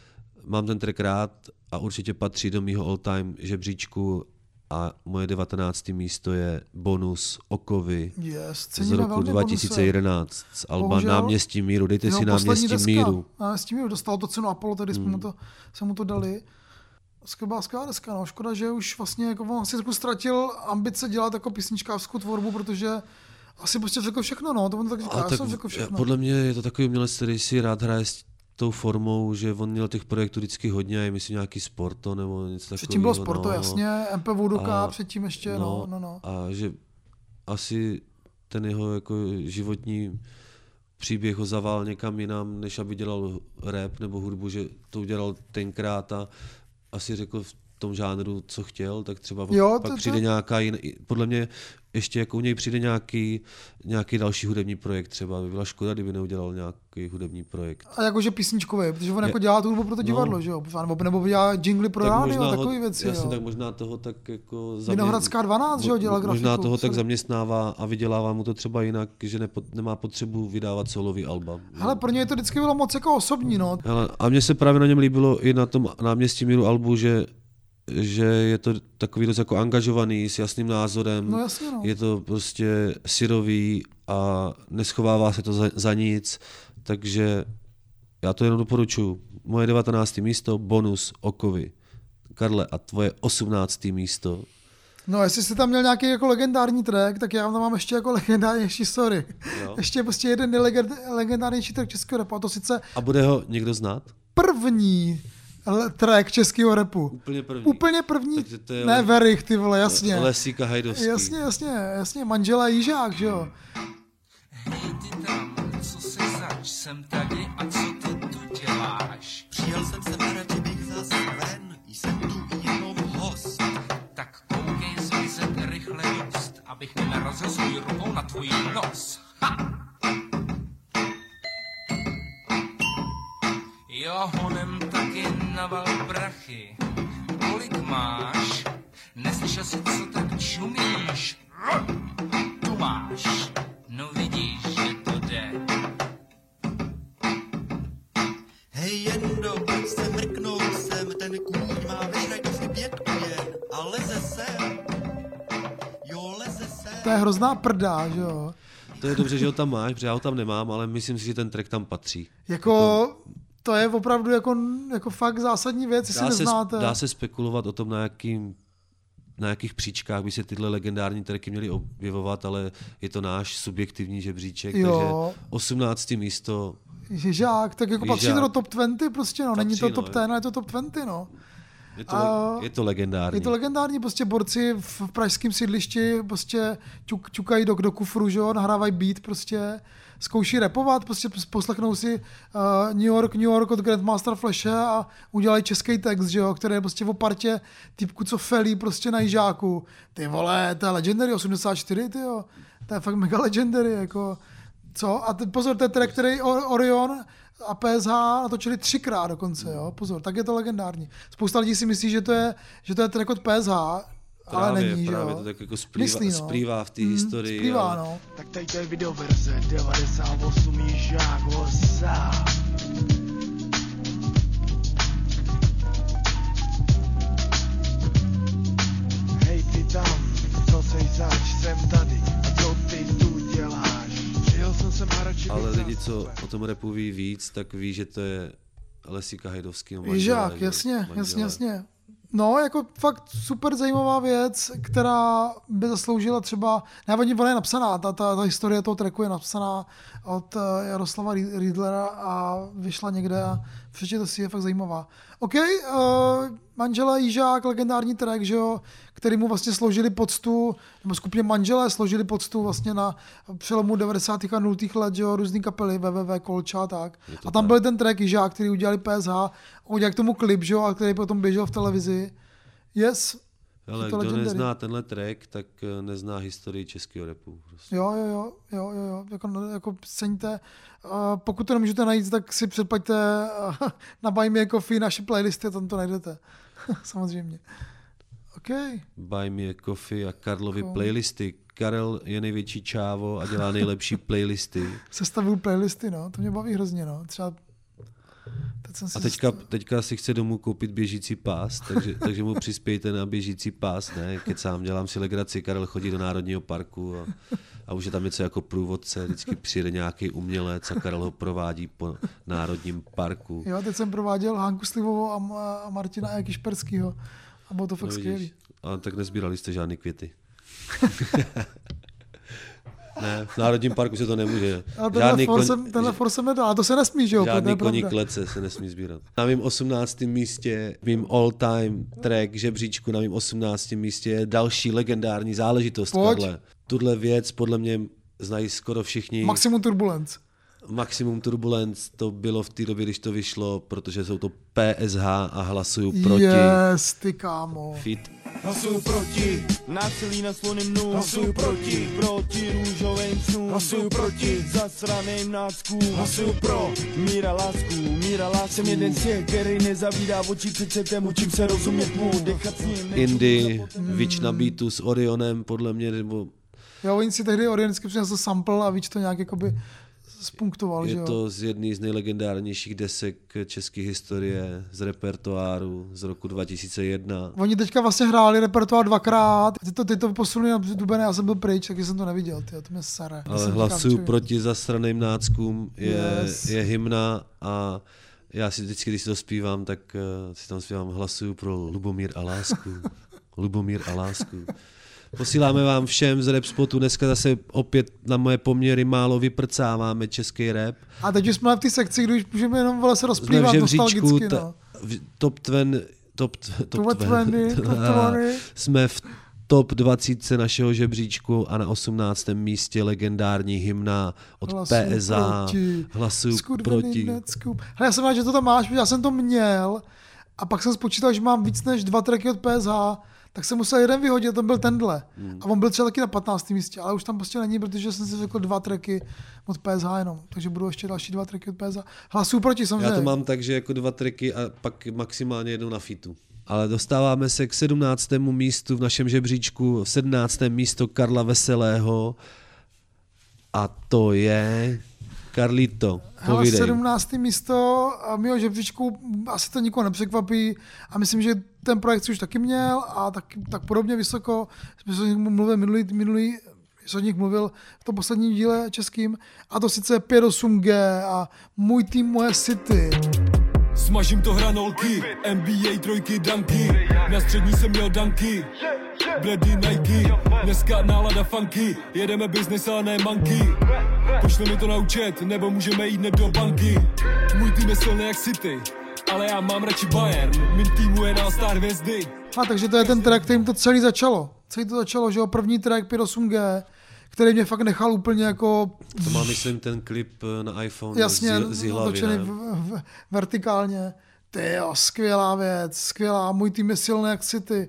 mám ten track rád a určitě patří do mýho all-time žebříčku a moje devatenácté místo je Bonus Okovy yes, z roku dva tisíce jedenáct z alba Bohužel, Náměstí míru. Dejte si Náměstí deska, míru. Náměstí míru dostal to cenu Apollo, tady jsme, Hmm. mu to, jsme mu to dali. Skvělá, skvělá deska, no. Škoda, že už vlastně jako on asi ztratil ambice dělat jako písničkářskou tvorbu, protože asi prostě řekl všechno, no. To on tak říká, A já tak jsem řekl všechno. podle mě je to takový umělec, který si rád hraje s tou formou, že on měl těch projektů vždycky hodně, a myslím nějaký Sporto nebo něco takového. Předtím bylo Sporto, no. jasně, M P Vodoka, A- předtím ještě, no, no, no. A že asi ten jeho jako životní příběh ho zavál někam jinam, než aby dělal rap nebo hudbu, že to udělal tenkrát a asi řekl v tom žánru, co chtěl, tak třeba Jo, pak to- přijde to- nějaká jiná, podle mě ještě jako u něj přijde nějaký, nějaký další hudební projekt třeba, by byla škoda, kdyby neudělal nějaký hudební projekt. A jakože písničkový, protože on Je- jako dělá tu hudbu pro to divadlo, no. že jo, nebo, nebo dělá jingly pro Tak rádio, možná takové ho, věci, jasně, jo. tak možná toho tak jako... Vinohradská dvanáct, že jo, dělá Možná grafiku, toho tak sorry. zaměstnává a vydělává mu to třeba jinak, že nepo, nemá potřebu vydávat solový alba. Hele, pro něj to vždycky bylo moc jako osobní, no. Hele, a mně se právě na něm líbilo i na tom Náměstí míru albu, že že je to takový dost jako angažovaný, s jasným názorem, No jasně, no. je to prostě syrový a neschovává se to za, za nic, takže já to jenom doporučuji. Moje devatenácté místo, Bonus Okovy. Karle, a tvoje osmnácté místo? No, jestli jsi tam měl nějaký jako legendární track, tak já tam mám ještě jako legendárnější, sorry. Jo. Ještě prostě jeden nelegend- legendárnější track českého rapu, a to sice A bude ho někdo znát? první le- track českého rapu. Úplně první. Úplně první, Takže to je ne Le- Verich, ty vole, jasně. Lesík a Hajdovský. Jasně, jasně, jasně, manžela Jížák, že jo. Hej ty tam, co si zač, jsem tady a co ty tu děláš? Přijel jsem se radši bych zas ven, jsem tu jenom host. Tak koukej zmizet rychle dost, abych nenarazil svou rukou na tvůj nos. Ha! Jo, honem taky naval brát. taky. Kolik máš? Neslyšel jsi, co tak čumíš? Tu máš. No vidíš, že to jde. Hej, Jendo, proč se mrknou sem? Ten kůň má vyhradit pětku jen a leze sem. Jo, leze sem. To je hrozná prda, že jo? To je dobře, že ho tam máš, protože já ho tam nemám, ale myslím si, že ten track tam patří. Jako, to je opravdu jako, jako fakt zásadní věc, jestli dá neznáte. Se, dá se spekulovat o tom, na, jakým, na jakých příčkách by se tyhle legendární tracky měly objevovat, ale je to náš subjektivní žebříček, jo. Takže osmnácté místo. Ježák, tak jako patří to do top dvacet prostě, no. Není Patří, to top no, deset, ale je to top dvacet, no. Je to, a je to legendární. Je to legendární, prostě borci v pražském sídlišti prostě ťuk, ťukají do, do kufru, že jo, nahrávají beat prostě, zkouší rapovat, prostě poslechnou si uh, New York, New York od Grandmaster Flashe a udělají český text, že jo, který je prostě o partě typku, co felí prostě na Jižáku. Ty vole, to je Legendary osmdesát čtyři, ty jo, to je fakt mega Legendary, jako, co? A ty, pozor, to je track, který Orion a P S H natočili třikrát dokonce, jo, pozor, tak je to legendární. Spousta lidí si myslí, že to je, že to je track od P S H, právě, ale není, právě že jo. to tak jako splývá, Myslí, no. splývá v té mm, historii. Splývá, ale... no. Tak tady to je videoverze devadesát osm Jižák Hosa. Hej ty tam, co sej zač, jsem tady, a co ty tu děláš? Přijel jsem sem a radši ale lidi, co o tom rapu ví víc, tak ví, že to je Lesíka Hajdovskýho manžele. Jižák, jasně, jasně, jasně. No, jako fakt super zajímavá věc, která by zasloužila třeba, nevadí, ona je napsaná, ta, ta, ta historie toho tracku je napsaná od Jaroslava Riedlera a vyšla někde a přečtěte si, je fakt zajímavá. OK, uh, manželé Jižák, legendární track, že jo, který mu vlastně složili poctu, nebo skupině manželé složili poctu vlastně na přelomu devadesátých a nultých let, že jo, různý kapely, W W W, Kolča a tak. A tam tak. Byl ten track Jižák, který udělali P S H, udělali k tomu klip, že jo, a který potom běžel v televizi. Yes. Ale kdo legendary. Nezná tenhle track, tak nezná historii českého rapu. Prostě. Jo, jo, jo, jo, jo, jo. Jako, jako ceňte. Uh, pokud to nemůžete najít, tak si předplaťte uh, na Buy Me a Coffee naše playlisty a tam to najdete. Samozřejmě. OK. Buy Me a Coffee a Karlovy jako... playlisty. Karel je největší čávo a dělá nejlepší playlisty. Sestavuju playlisty, no. To mě baví hrozně, no. Třeba a teďka, teďka si chce domů koupit běžící pás, takže, takže mu přispějte na běžící pás, ne, kecám, dělám si legraci, Karel chodí do Národního parku a, a už je tam něco jako průvodce, vždycky přijde nějaký umělec a Karel ho provádí po Národním parku. Jo, teď jsem prováděl Hanku Slivovou a, a Martina A. Kišperskýho a bylo to fakt no, skvělý. Ale tak nezbírali jste žádný květy. Ne, v Národním parku se to nemůže. Žádný for jsem, tenhle for jsem nedal, a to se nesmí, že jo? Žádný koní klece se nesmí sbírat. Na mým osmnáctém místě, mým all time track žebříčku na mým osmnáctém místě je další legendární záležitost. Tuhle věc podle mě znají skoro všichni. Maximum Turbulence. Maximum Turbulence to bylo v té době, když to vyšlo, protože jsou to P S H a Hlasuju proti. Yes, ty kámo. Fit. Hlasuju proti, násilí na sloným nům. Hlasuju proti, proti růžovým snům. Hlasuju proti, zasraným náckům. Hlasuju pro míra lásku, míra lásku. Jsem jeden z těch, který nezavídá oči přece tému, čím se rozumět mu. Dechat s ním. Indie, Víč na beatu s Orionem, podle mě, nebo... Jo, oni si tehdy Orion vždycky přinesl sample a Víč to nějak jakoby spunktoval, je že jo? to z jedné z nejlegendárnějších desek české historie z repertoáru z roku dva tisíce jedna. Oni teďka vlastně hráli repertoár dvakrát, ty to, ty to posunuli na duben, já jsem byl pryč, takže jsem to neviděl, tyjo, to mě sere. Ale Hlasuju proti zasraným náckům je, yes. je hymna a já si vždycky, když si to zpívám, tak uh, si tam zpívám Hlasuju pro Lubomír a lásku. Lubomír a lásku. Posíláme vám všem z Rap Spotu, dneska zase opět na moje poměry málo vyprcáváme český rap. A teď už jsme v té sekci, když můžeme jenom vole se rozplývat nostalgicky. Ta, no. v top dvacet, top, top dvacet, top dvacet. Jsme v top dvacet našeho žebříčku a na osmnáctém místě legendární hymna od Hlasuju P S A. Proti. Hlasuju proti. Hele, já jsem rád, že to tam máš, protože já jsem to měl a pak jsem spočítal, že mám víc než dva tracky od P S H, tak jsem musel jeden vyhodit, to byl tenhle. Hmm. A on byl třeba taky na patnáctém místě, ale už tam prostě není, protože jsem si řekl dva tracky od P S H jenom, takže budou ještě další dva tracky od P S H. Hlasuju proti samozřejmě. Já to mám tak, že jako dva tracky a pak maximálně jednou na featu. Ale dostáváme se k sedmnáctému místu v našem žebříčku, sedmnáctém místo Karla Veselého a to je Carlito. Hele, sedmnácté místo a mého žebříčku asi to nikoho nepřekvapí a myslím, že ten projekt si už taky měl a tak, tak podobně vysoko, jsme se o nich mluvil minulý, minulý jsem o nich mluvil v tom posledním díle českým a to sice pět osm G a Můj tým, moje city. Smažím to hranolky, N B A trojky, danky, na střední jsem měl danky, Brady, Nike, dneska nálada funky, jedeme business, ale ne manky, pošle mi to na účet, nebo můžeme jít hned do banky, můj tým je silný jak City, ale já mám radši Bayern, mým týmu je na star hvězdy. A takže to je ten track, kterým to celý začalo, celý to začalo, že jo, první track pět osm G, který mě fakt nechal úplně jako... To má, myslím, ten klip na iPhone. Jasně, z Jihlavy, v, v, vertikálně. Ty jo, skvělá věc, skvělá. Můj tým je silný jak City.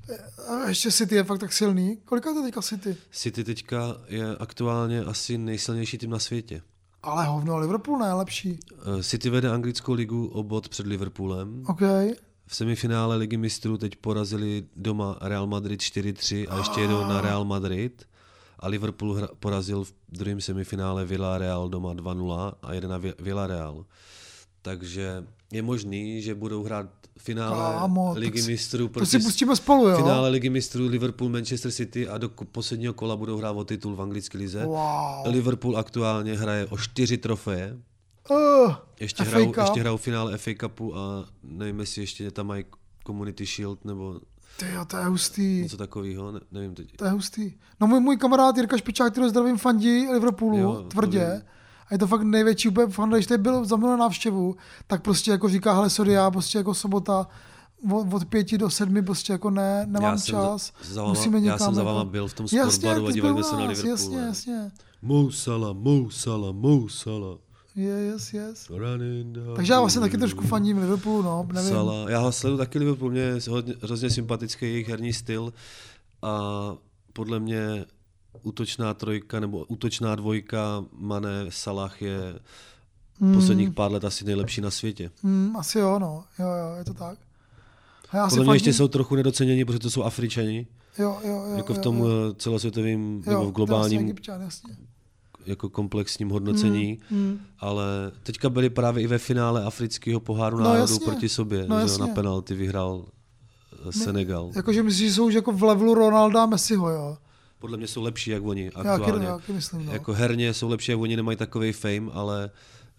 A ještě City je fakt tak silný. Kolika je to teďka City? City teďka je aktuálně asi nejsilnější tým na světě. Ale hovno, Liverpool ne, lepší. City vede anglickou ligu o bod před Liverpoolem. Okay. V semifinále Ligy mistrů teď porazili doma Real Madrid čtyři tři a ještě jedou na Real Madrid. A Liverpool hra, porazil v druhém semifinále Villarreal doma dva nula a jeden na Villarreal. Takže je možný, že budou hrát finále Kámo, Ligy mistrů. To si pustíme spolu, jo? Finále Ligy mistrů Liverpool, Manchester City a do posledního kola budou hrát o titul v anglické lize. Wow. Liverpool aktuálně hraje o čtyři trofeje. Uh, ještě, hrajou, ještě hrajou finále F A Cupu a nevím, jestli ještě tam mají Community Shield nebo... Tyjo, to je hustý. Něco takového, ne, nevím teď. To je hustý. No můj, můj kamarád Jirka Špičák, který zdravím, fandí Liverpoolu, jo, tvrdě. A je to fakt největší úplně fanda, když tady byl za mnou na návštěvu, tak prostě jako říká, hele sorry, já prostě jako sobota od, od pěti do sedmi prostě jako ne, nemám já čas. Za váma, musíme někam. Já jsem za váma byl v tom sportbaru a dívali jsme se na Liverpool. Jasně, jasně. Mo Salah, Mo Salah, Mo Salah. Yes, yes. Takže já vlastně taky trošku fandím Liverpoolu, no, nevím. Salah. Já ho sleduju taky Liverpool, mě je hodně, hrozně sympatický jejich herní styl a podle mě útočná trojka nebo útočná dvojka Mané Salah je mm. posledních pár let asi nejlepší na světě. Mm, asi jo, no, jo, jo, je to tak. A já podle mě fandím... ještě jsou trochu nedoceněni, protože to jsou Afričani. Jo, jo, jo. Jako v tom jo, jo. celosvětovém nebo v globálním Egypťan, jasně. jako komplexním hodnocení, mm, mm. ale teďka byli právě i ve finále afrického poháru no, národů jasně. proti sobě, no, že na penalty vyhrál Senegal. Jakože myslíš, že jsou jako v levelu Ronalda a Messiho, jo? Podle mě jsou lepší jak oni aktuálně. Já taky myslím, no. Jako herně jsou lepší jak oni, nemají takovej fame, ale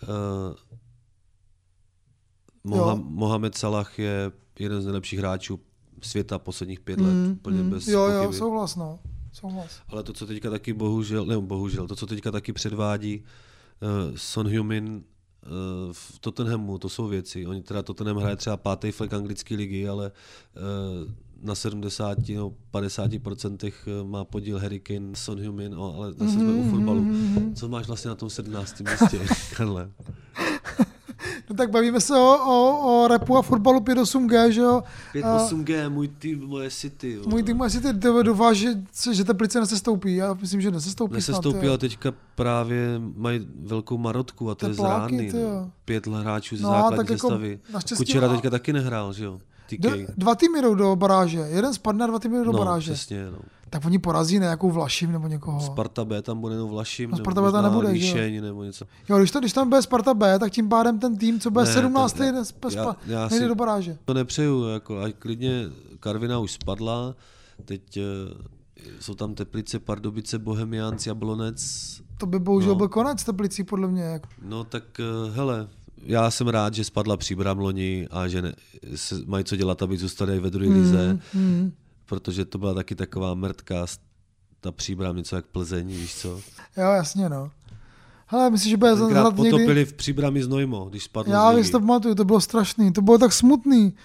uh, Moha- Mohamed Salah je jeden z nejlepších hráčů světa posledních pět let. Mm, úplně mm, bez jo, pochyby. jo, souhlas, no. Souhlas. Ale to, co teďka taky bohužel, ne bohužel, to, co teďka taky předvádí uh, Son Heung-min uh, v Tottenhamu, to jsou věci. Oni teda Tottenham hraje třeba pátý flek anglické ligy, ale uh, na sedmdesát nebo padesát procent má podíl Harry Kane, Son Heung-min, no, ale zase jsme u fotbalu. Co máš vlastně na tom sedmnáctém místě, Karle? No tak bavíme se o, o, o rapu a fotbalu pět osm G, že jo? pět osm G, můj tým, moje City. Jo. Můj tým, moje City, doufám, že, že Teplice nesestoupí, já myslím, že nesestoupí. Nesestoupí, ale teďka právě mají velkou marotku a to je zrádný. No. Pět hráčů ze no, základní sestavy. Jako Kučera teďka taky nehrál, že jo? Do, dva týmy jdou do baráže, jeden spadne a dva týmy jdou do no, baráže. Přesně, no. Tak oni porazí nějakou Vlašim nebo někoho. Sparta B tam bude, no Vlašim, no, Sparta B tam nebude, Líšeň, nebo něco. Jo, když, to, když tam bude Sparta B, tak tím pádem ten tým, co bude sedmnáctý nejde do baráže. To nepřeju, jako, ať klidně Karviná už spadla, teď uh, jsou tam Teplice, Pardubice, Bohemians, Jablonec. To by bohužel no. byl konec Teplicí, podle mě. No tak uh, hele, já jsem rád, že spadla Příbram loni a že ne, se mají co dělat, aby zůstali ve druhé lize, mm, mm. protože to byla taky taková mrtka, ta Příbram něco jak Plzeň, víš co? Jo, jasně, no. Hele, myslíš, že bude hrát někdy... potopili v Příbrami z Nojmo, když spadlo Já si to pamatuju, to bylo strašný, to bylo tak smutný.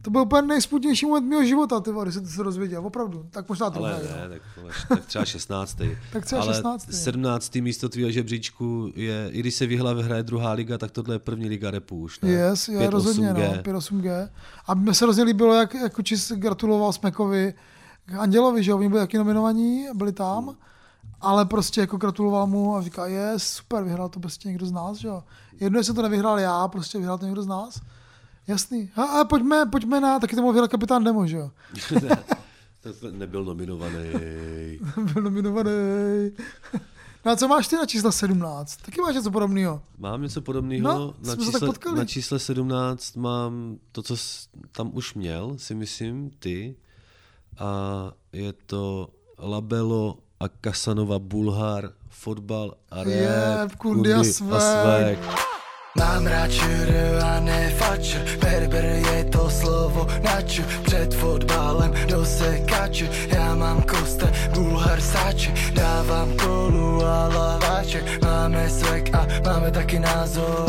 To byl úplně nejsmutnější moment mého života, ty vole, když jsem se dozvěděl, opravdu. Tak možná to Ale ne, tak, tak třeba šestnáctý. Tak třeba ale šestnáctý. sedmnáctý místo tvýho žebříčku je, i když se vyhla vyhraje druhá liga, tak tohle je první liga repu už, ne? Yes, je rozhodně, no, pět osm G. A mi se hrozně líbilo, jak, jak Kučis gratuloval Smekovi k Andělovi, že jo, oni byli taky nominovaní, byli tam, hmm. ale prostě jako gratuloval mu a říká, je, super, vyhrál to prostě někdo z nás, že jo. Jedno, jestli to nevyhrál já, prostě vyhrál to někdo z nás. Jasný. A, a pojďme, pojďme na, taky to mohl vyhrát kapitán Demo, že jo. ne, to nebyl nominovaný. Byl nominovaný. No a co máš ty na čísle sedmnáct? Taky máš něco podobného? Mám něco podobného. No, na, čísle, na čísle sedmnáct mám to, co jsi tam už měl, si myslím, ty. A je to Labelo a Kasanova Bulhar, fotbal a rap, yep, Kundy a Svek. Mám rád čr a ne fačr, berber je to slovo načr, před fotbalem do sekače, já mám koste, Bulhar sáče, dávám kolu a laváče, máme svek a máme taky názor.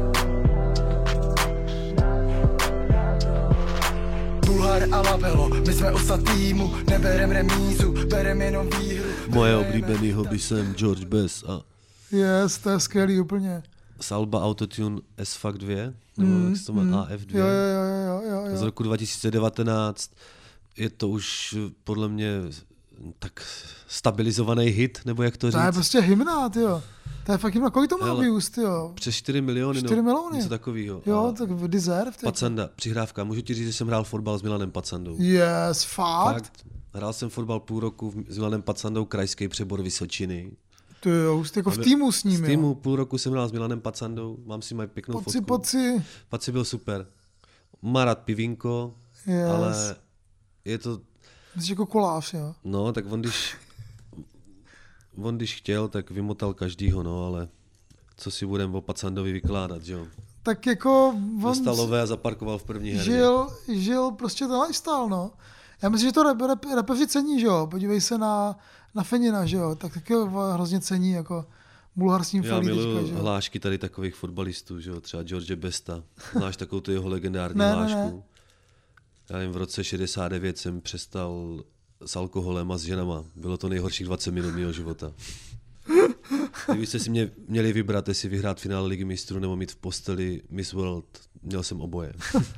Bulhar a Labelo, my jsme osa týmu, neberem remízu, berem jenom výhru. Moje oblíbený hobby jsem George Best a... Yes, to je skvělý úplně. Salba Autotune S F A C dva, nebo mm, jak se to má, mm. A F dva, jo, jo, jo, jo, jo. z roku dva tisíce devatenáct. Je to už podle mě tak stabilizovaný hit, nebo jak to říct? To je prostě hymna, tyjo. To je fakt hymna. Kolik to má views, tyjo? Přes čtyři miliony, čtyři no, miliony. něco takového. Jo, a tak v Deserve. Tyjo. Pacanda, přihrávka. Můžu ti říct, že jsem hrál fotbal s Milanem Pacandou. Yes, fakt? fakt. Hrál jsem fotbal půl roku s Milanem Pacandou, krajský přebor Vysočiny. To jo, jako v týmu s ním, V týmu půl roku jsem hrál s Milanem Pacandou, mám si mají pěknou poci, fotku. Poci, Paci byl super. Má rád pivinko, yes. ale je to... Myslíš jako kolář, jo? No, tak on když, on když chtěl, tak vymotal každýho, no, ale co si budem o Pacandovi vykládat, že jo? Tak jako... On dostal lové a zaparkoval v první herně. Žil, žil prostě ten lifestyle, no. Já myslím, že to rap, rap, rapeři cení, že jo? Podívej se na, na Fenina, že jo? Tak taky hrozně cení, jako Bulhar s ním Já miluji hlášky tady takových fotbalistů, že jo? Třeba George Besta. Znáš takovou tu jeho legendární ne, hlášku? Ne, ne. Já jim v roce šedesát devět jsem přestal s alkoholem a s ženama. Bylo to nejhorších dvacet minut mého života. Kdybyste si mě měli vybrat, jestli vyhrát finále Ligy mistrů nebo mít v posteli Miss World, měl jsem oboje.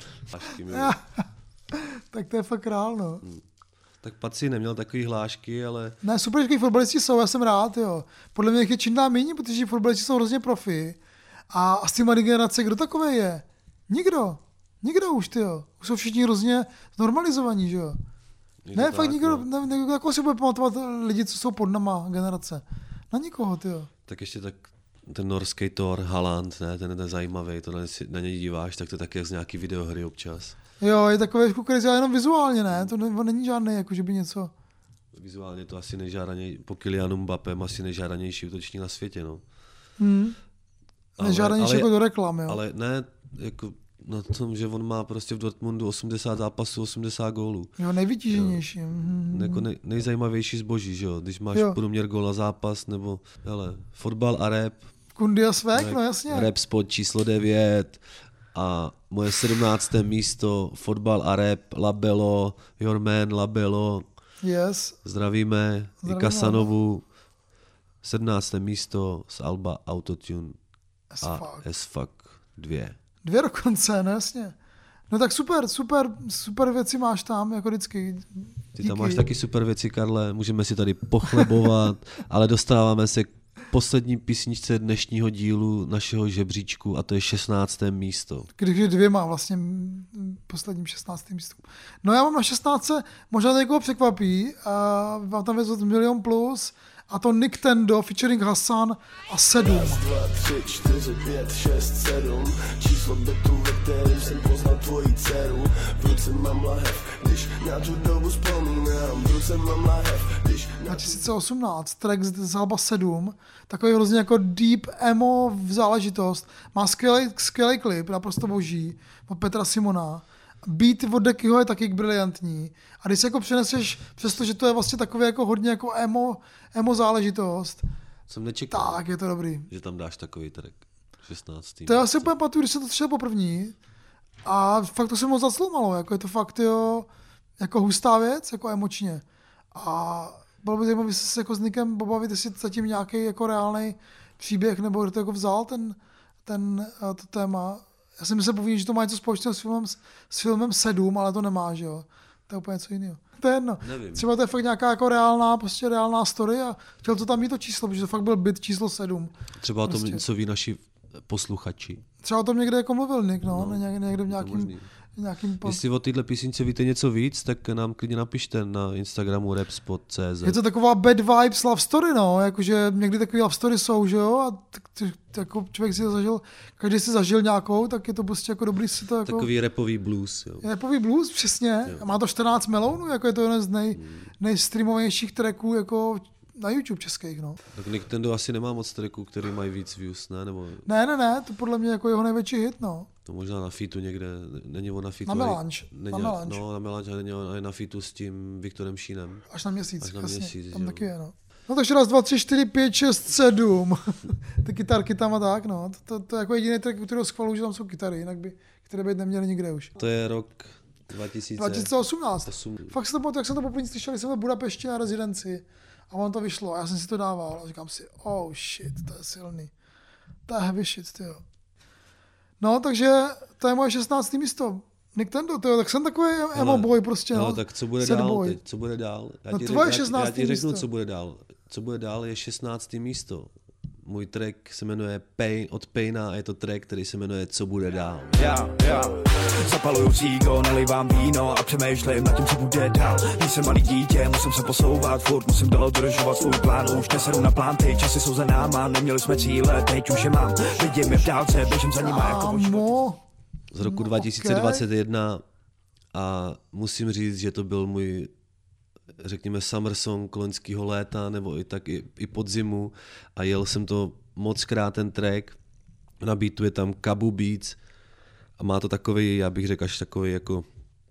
Tak to je fakt král, no. Hmm. Tak Paci neměl takový hlášky, ale... Ne, super, že fotbalisti jsou, já jsem rád, jo. Podle mě je čím dál méně, protože fotbalisti jsou hrozně profi. A, a s těma generace, kdo takový je? Nikdo. Nikdo už, ty jo. Už jsou všichni hrozně normalizovaní, že jo. Je ne, fakt tak, nikdo, no. ne, ne, jako si bude pamatovat lidi, co jsou pod náma generace. Na nikoho, ty jo. Tak ještě tak ten norský Thor, Haaland, ne, ten je zajímavý, to na, na něj díváš, tak to je taky jak z nějaký videohry občas. Jo, je takový jako crazy, ale jenom vizuálně, ne? To ne, není žádný, jako že by něco... Vizuálně to asi nejžádanější, po Kylianu Mbappém asi nejžádanější útočník na světě, no. Hmm. Nejžádanější jako do reklamy, jo. Ale ne, jako na tom, že on má prostě v Dortmundu osmdesát zápasů, osmdesát gólů. Jo, nejvytíženější. Jo. Hmm. Jako nej, nejzajímavější zboží, že jo, když máš jo. průměr góla zápas, nebo, hele, fotbal a rap. Kundy a Svek, no jasně. Rap spot číslo devět a moje sedmnácté místo, fotbal a rap, Labelo, Your Man, Labelo. Yes. Zdravíme, Zdravíme. I Kasanovu. sedmnácté místo z alba Autotune a S F A C dva. Dvě dokonce, no jasně. No tak super, super, super věci máš tam, jako vždycky. Díky. Ty tam máš taky super věci, Karle, můžeme si tady pochlebovat, ale dostáváme se k poslední písničce dnešního dílu našeho žebříčku a to je šestnácté místo. Když dvě má vlastně posledním šestnáctém místu. No já mám na šestnáctce, možná někoho překvapí, a mám tam věc od Milion Plus, a to Nick Tendo featuring Hasan a sedm. dva, tři, čtyři, pět, šest, sedm. Číslo bytu, ve kterém jsem poznal tvoji dceru. V ruce mám lahev, když na tu dobu vzpomínám. V ruce mám lahev, když... dva tisíce osmnáct, track z alba sedm, takový hrozně jako deep emo v záležitost. Má skvělý, skvělý klip, naprosto boží, od Petra Simona. Beat od Dekyho je taky brilliantní. A když se jako přeneseš, přestože to je vlastně takový jako hodně jako emo, emo záležitost, jsem nečekal, tak je to dobrý. Že tam dáš takový track šestnáctý. To já si úplně pamatuju, když se to třeba poprvní A fakt to se moc zacloumalo, jako je to fakt, jo, jako hustá věc, jako emočně. A bylo by zajímavé se jako s Nikem pobavit, jestli zatím nějaký jako reálný příběh, nebo kdo to jako vzal ten, ten to téma. Já si myslím, povídám, že to má něco společného s filmem, s filmem sedm, ale to nemá, že jo. To je úplně něco jiného. To je jedno. Nevím. Třeba to je fakt nějaká jako reálná, prostě reálná story a chtěl to tam mít to číslo, protože to fakt byl byt číslo sedm. Třeba o tom prostě. něco ví naši posluchači. Třeba o tom někde jako mluvil Nick, no, no někde, někde v nějakým, nějakým... Jestli o téhle písničce víte něco víc, tak nám klidně napište na Instagramu rapspot tečka cé zet. Je to taková bad vibes love story, no, jakože někdy takový love story jsou, že jo, a tak, tak jako člověk si to zažil, každý si zažil nějakou, tak je to prostě jako dobrý si to jako... Takový rapový blues, jo. Rapový blues, přesně, jo. A má to čtrnáct milionů, jako je to jeden z nej, hmm. nejstreamovanějších tracků, jako na YouTube českých, no. Tak Nintendo asi nemá moc tracků, který mají víc views, ne? Nebo... Ne, ne, ne, to podle mě jako jeho největší hit, no. To možná na featu někde, není on na featu. Na Melange, není, na Melange. No, na Melange, a není on na featu s tím Viktorem Šínem. Až na měsíc, Až na jasně, měsíc, tam jo. taky je, no. No takže raz, dva, tři, čtyři, pět, šest, sedm. Ty kytarky tam a tak, no. To, to, to je jako jediný track, u kterého schvaluju, že tam jsou kytary, jinak by které by neměly nikde už. To je rok dva tisíce... dva tisíce osmnáct. osm. Fakt se to pamatuju, jak jsem to poprvé slyšel, jsem v Budapešti na rezidenci a on to vyšlo a já jsem si to dával a říkám si, oh shit, to je silný. To je heavy shit, tyjo. No, takže to je moje šestnácté místo. Nintendo, tyjo, tak jsem takový emo boy prostě, no. No, tak co bude Sad dál boy. teď? Co bude dál? Já No ti, tvoje řek, já, šestnácté já ti řeknu, místo. co bude dál. Co bude dál je šestnácté místo. Můj track se jmenuje Pain od Paina a je to track, který se jmenuje Co bude dál. Já, já, zapaluju cígo, nalivám víno a přemýšlím nad tím, co bude dál. Nejsem malý dítě, musím se posouvat furt, musím dodržovat svůj plán. Už nesedu na plán, ty časy jsou za náma, neměli jsme cíle, teď už je mám. Vidím je v dálce, běžím za nima jako Kámo. Z roku No, dva tisíce dvacet jedna a musím říct, že to byl můj, řekněme, summer song loňského léta, nebo i tak i, i podzimu a jel jsem to moc krát ten track. Na beatu je tam Kabu Beats a má to takový, já bych řekl až takový jako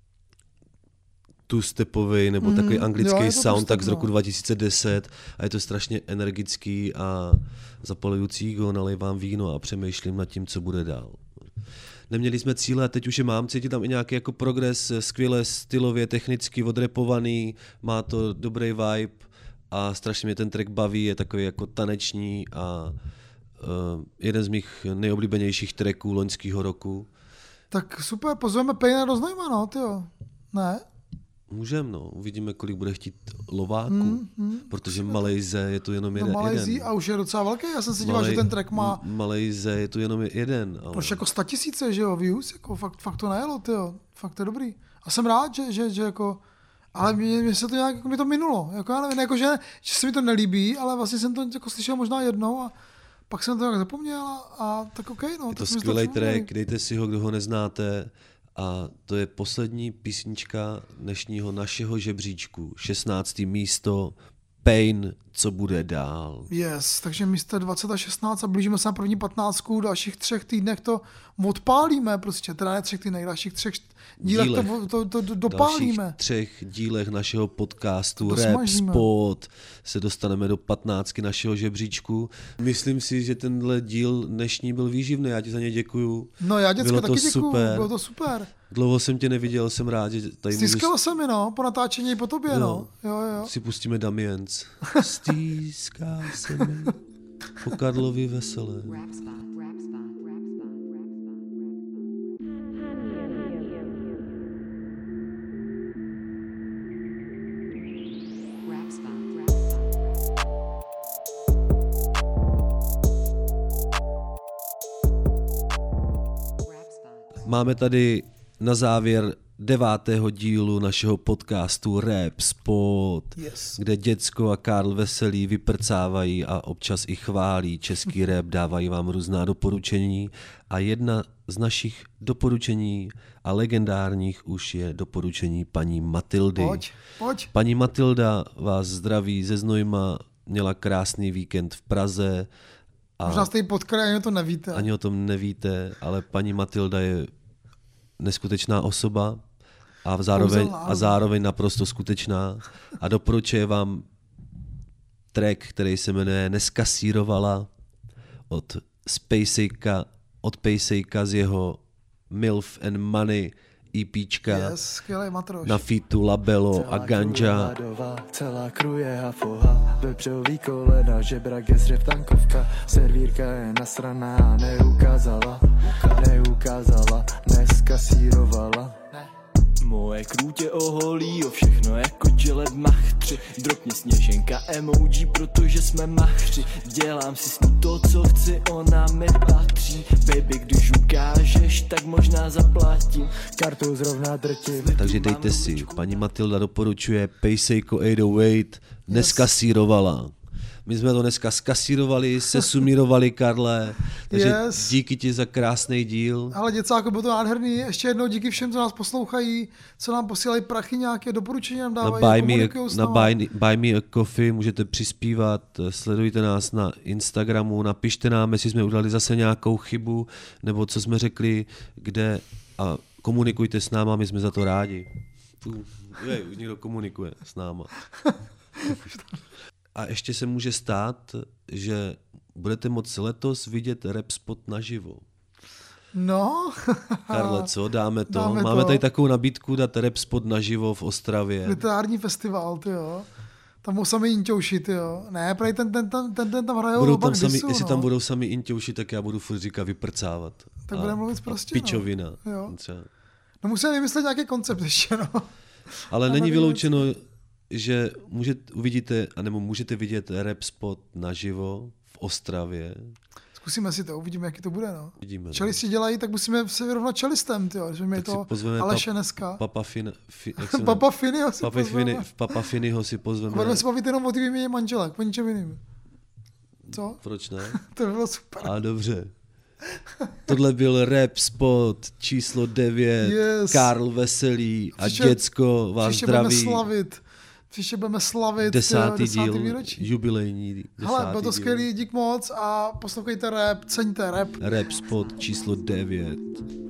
two-stepový nebo Mm, takový anglický jo, to sound, tak z two-step, roku no. dva tisíce deset a je to strašně energický a zapaluju cígo, nalejvám víno a přemýšlím nad tím, co bude dál. Neměli jsme cíle a teď už je mám, cítím tam i nějaký jako progres, skvěle stylově, technicky odrepovaný, má to dobrý vibe a strašně mě ten track baví, je takový jako taneční a uh, jeden z mých nejoblíbenějších tracků loňského roku. Tak super, pozveme Pejna do Znojma, no, tyjo. Ne? Můžem, no, uvidíme, kolik bude chtít lováku, Hmm, hmm, protože Malajze je to jenom No, jeden. Malajzí jeden. a už je docela velký, já jsem si díval, Malaj- že ten track má Malajze je to jenom jeden. Ale... už jako sta tisíce, že jo, views, jako fakt, fakt to nejelo, tyjo, fakt to je dobrý. A jsem rád, že, že, že jako, ale mě, mě se to nějak, jako mi to minulo, jako já nevím, jako že, že se mi to nelíbí, ale vlastně jsem to jako slyšel možná jednou a pak jsem to jak zapomněl a, a tak okej, okay, no. Je to tak jsme si skvělý všimli. track, dejte si ho, kdo ho neznáte. A to je poslední písnička dnešního našeho žebříčku. šestnácté místo, Pain, Co bude dál. Yes, takže místo dvacet a šestnáct a blížíme se na první patnáctku, v dalších třech týdnech to odpálíme prostě, teda ne třech týdnech, v dalších třech dílech, dílech. To, to, to, to dopálíme. V dalších třech dílech našeho podcastu To Rap smažíme. Spot se dostaneme do patnáctky našeho žebříčku. Myslím si, že tenhle díl dnešní byl výživný, já ti za ně děkuju. No já děcka bylo taky to děkuju, super. bylo to super. Dlouho jsem tě neviděl, jsem rád, že tady Stýskalo se mi, no, po natáčení i po tobě, no. Jo, jo. Si pustíme Damiens. Stýská se mi po Karlovi veselé. Máme tady na závěr devátého dílu našeho podcastu Rap Spot, Yes. kde Děcko a Karl Veselý vyprcávají a občas i chválí český rap, dávají vám různá doporučení a jedna z našich doporučení a legendárních už je doporučení paní Matildy. Pojď, pojď. Paní Matilda vás zdraví ze Znojma, měla krásný víkend v Praze. A Možná jste ji potkali, ani to nevíte. ani o tom nevíte, ale paní Matilda je neskutečná osoba a zároveň, a zároveň naprosto skutečná a doporučuje vám track, který se jmenuje Neskasírovala od Spaceyka, od Paceyka z jeho Milf and Money EPčka yes, na featu Labelo a Ganja. Celá crew je hafoha, vepřový kolena, žebrak je zřev tankovka, servírka je nasraná, neukázala, neukázala, neskasírovala. Moje krůtě oholí o všechno jako čele v machtři. Dropně sněženka emoji, protože jsme machři. Dělám si s ní to, co chci, ona mi patří. Baby, když ukážeš, tak možná zaplatím. Kartou zrovna drtím. Takže dejte si, paní Matilda doporučuje Pejsejko osm set osm, neskasírovala. My jsme to dneska skasírovali, sesumírovali, Karle, takže yes. Díky ti za krásný díl. Ale děcáko, bylo to nádherný, ještě jednou díky všem, co nás poslouchají, co nám posílají prachy, nějaké doporučení nám dávají. Na buy me, na buy, buy me a coffee můžete přispívat, sledujte nás na Instagramu, napište nám, jestli jsme udělali zase nějakou chybu, nebo co jsme řekli, kde, a komunikujte s náma, my jsme za to rádi. Uh, je, někdo komunikuje s náma. A ještě se může stát, že budete moct letos vidět rap spot naživo. No. Karle, co? Dáme to? Dáme Máme to. tady takovou nabídku dát rap spot naživo v Ostravě. Literární festival, ty jo. Tam budou sami inťouši, ty jo. Ne, prej ten, ten, ten, ten, ten tam hrajou budou oba tam sami, kdysu, jestli no. tam budou sami inťouši, tak já budu furt říkat vyprcávat. Tak budeme mluvit prostě, pičovina. No. Jo. Třeba. No musíme vymyslet nějaký koncept ještě, no. Ale není vyloučeno, že můžete, uvidíte, anebo můžete vidět rap spot naživo v Ostravě. Zkusíme si to, uvidíme, jaký to bude, no. Vidíme, Čelisti dělají, tak musíme se vyrovnat čelistem, tyjo, že mi to Aleše dneska. Papa Fin, fi, Papa Finyho si Papa pozveme. Fini, Papa Finyho si pozveme. Budeme se bavit jenom o té výměně manželek, po ničem jiným. Co? Proč ne? To by bylo super. A dobře. Tohle byl rap spot číslo devět, yes. Karl Veselý a příště, děcko vás zdraví. Příště budeme slavit. Příště budeme slavit desátý, desátý díl, výročí. Jubilejní desátý Hele, bylo to skvělý, dík moc a poslouchejte rap, ceňte rap. Rap spot číslo devět.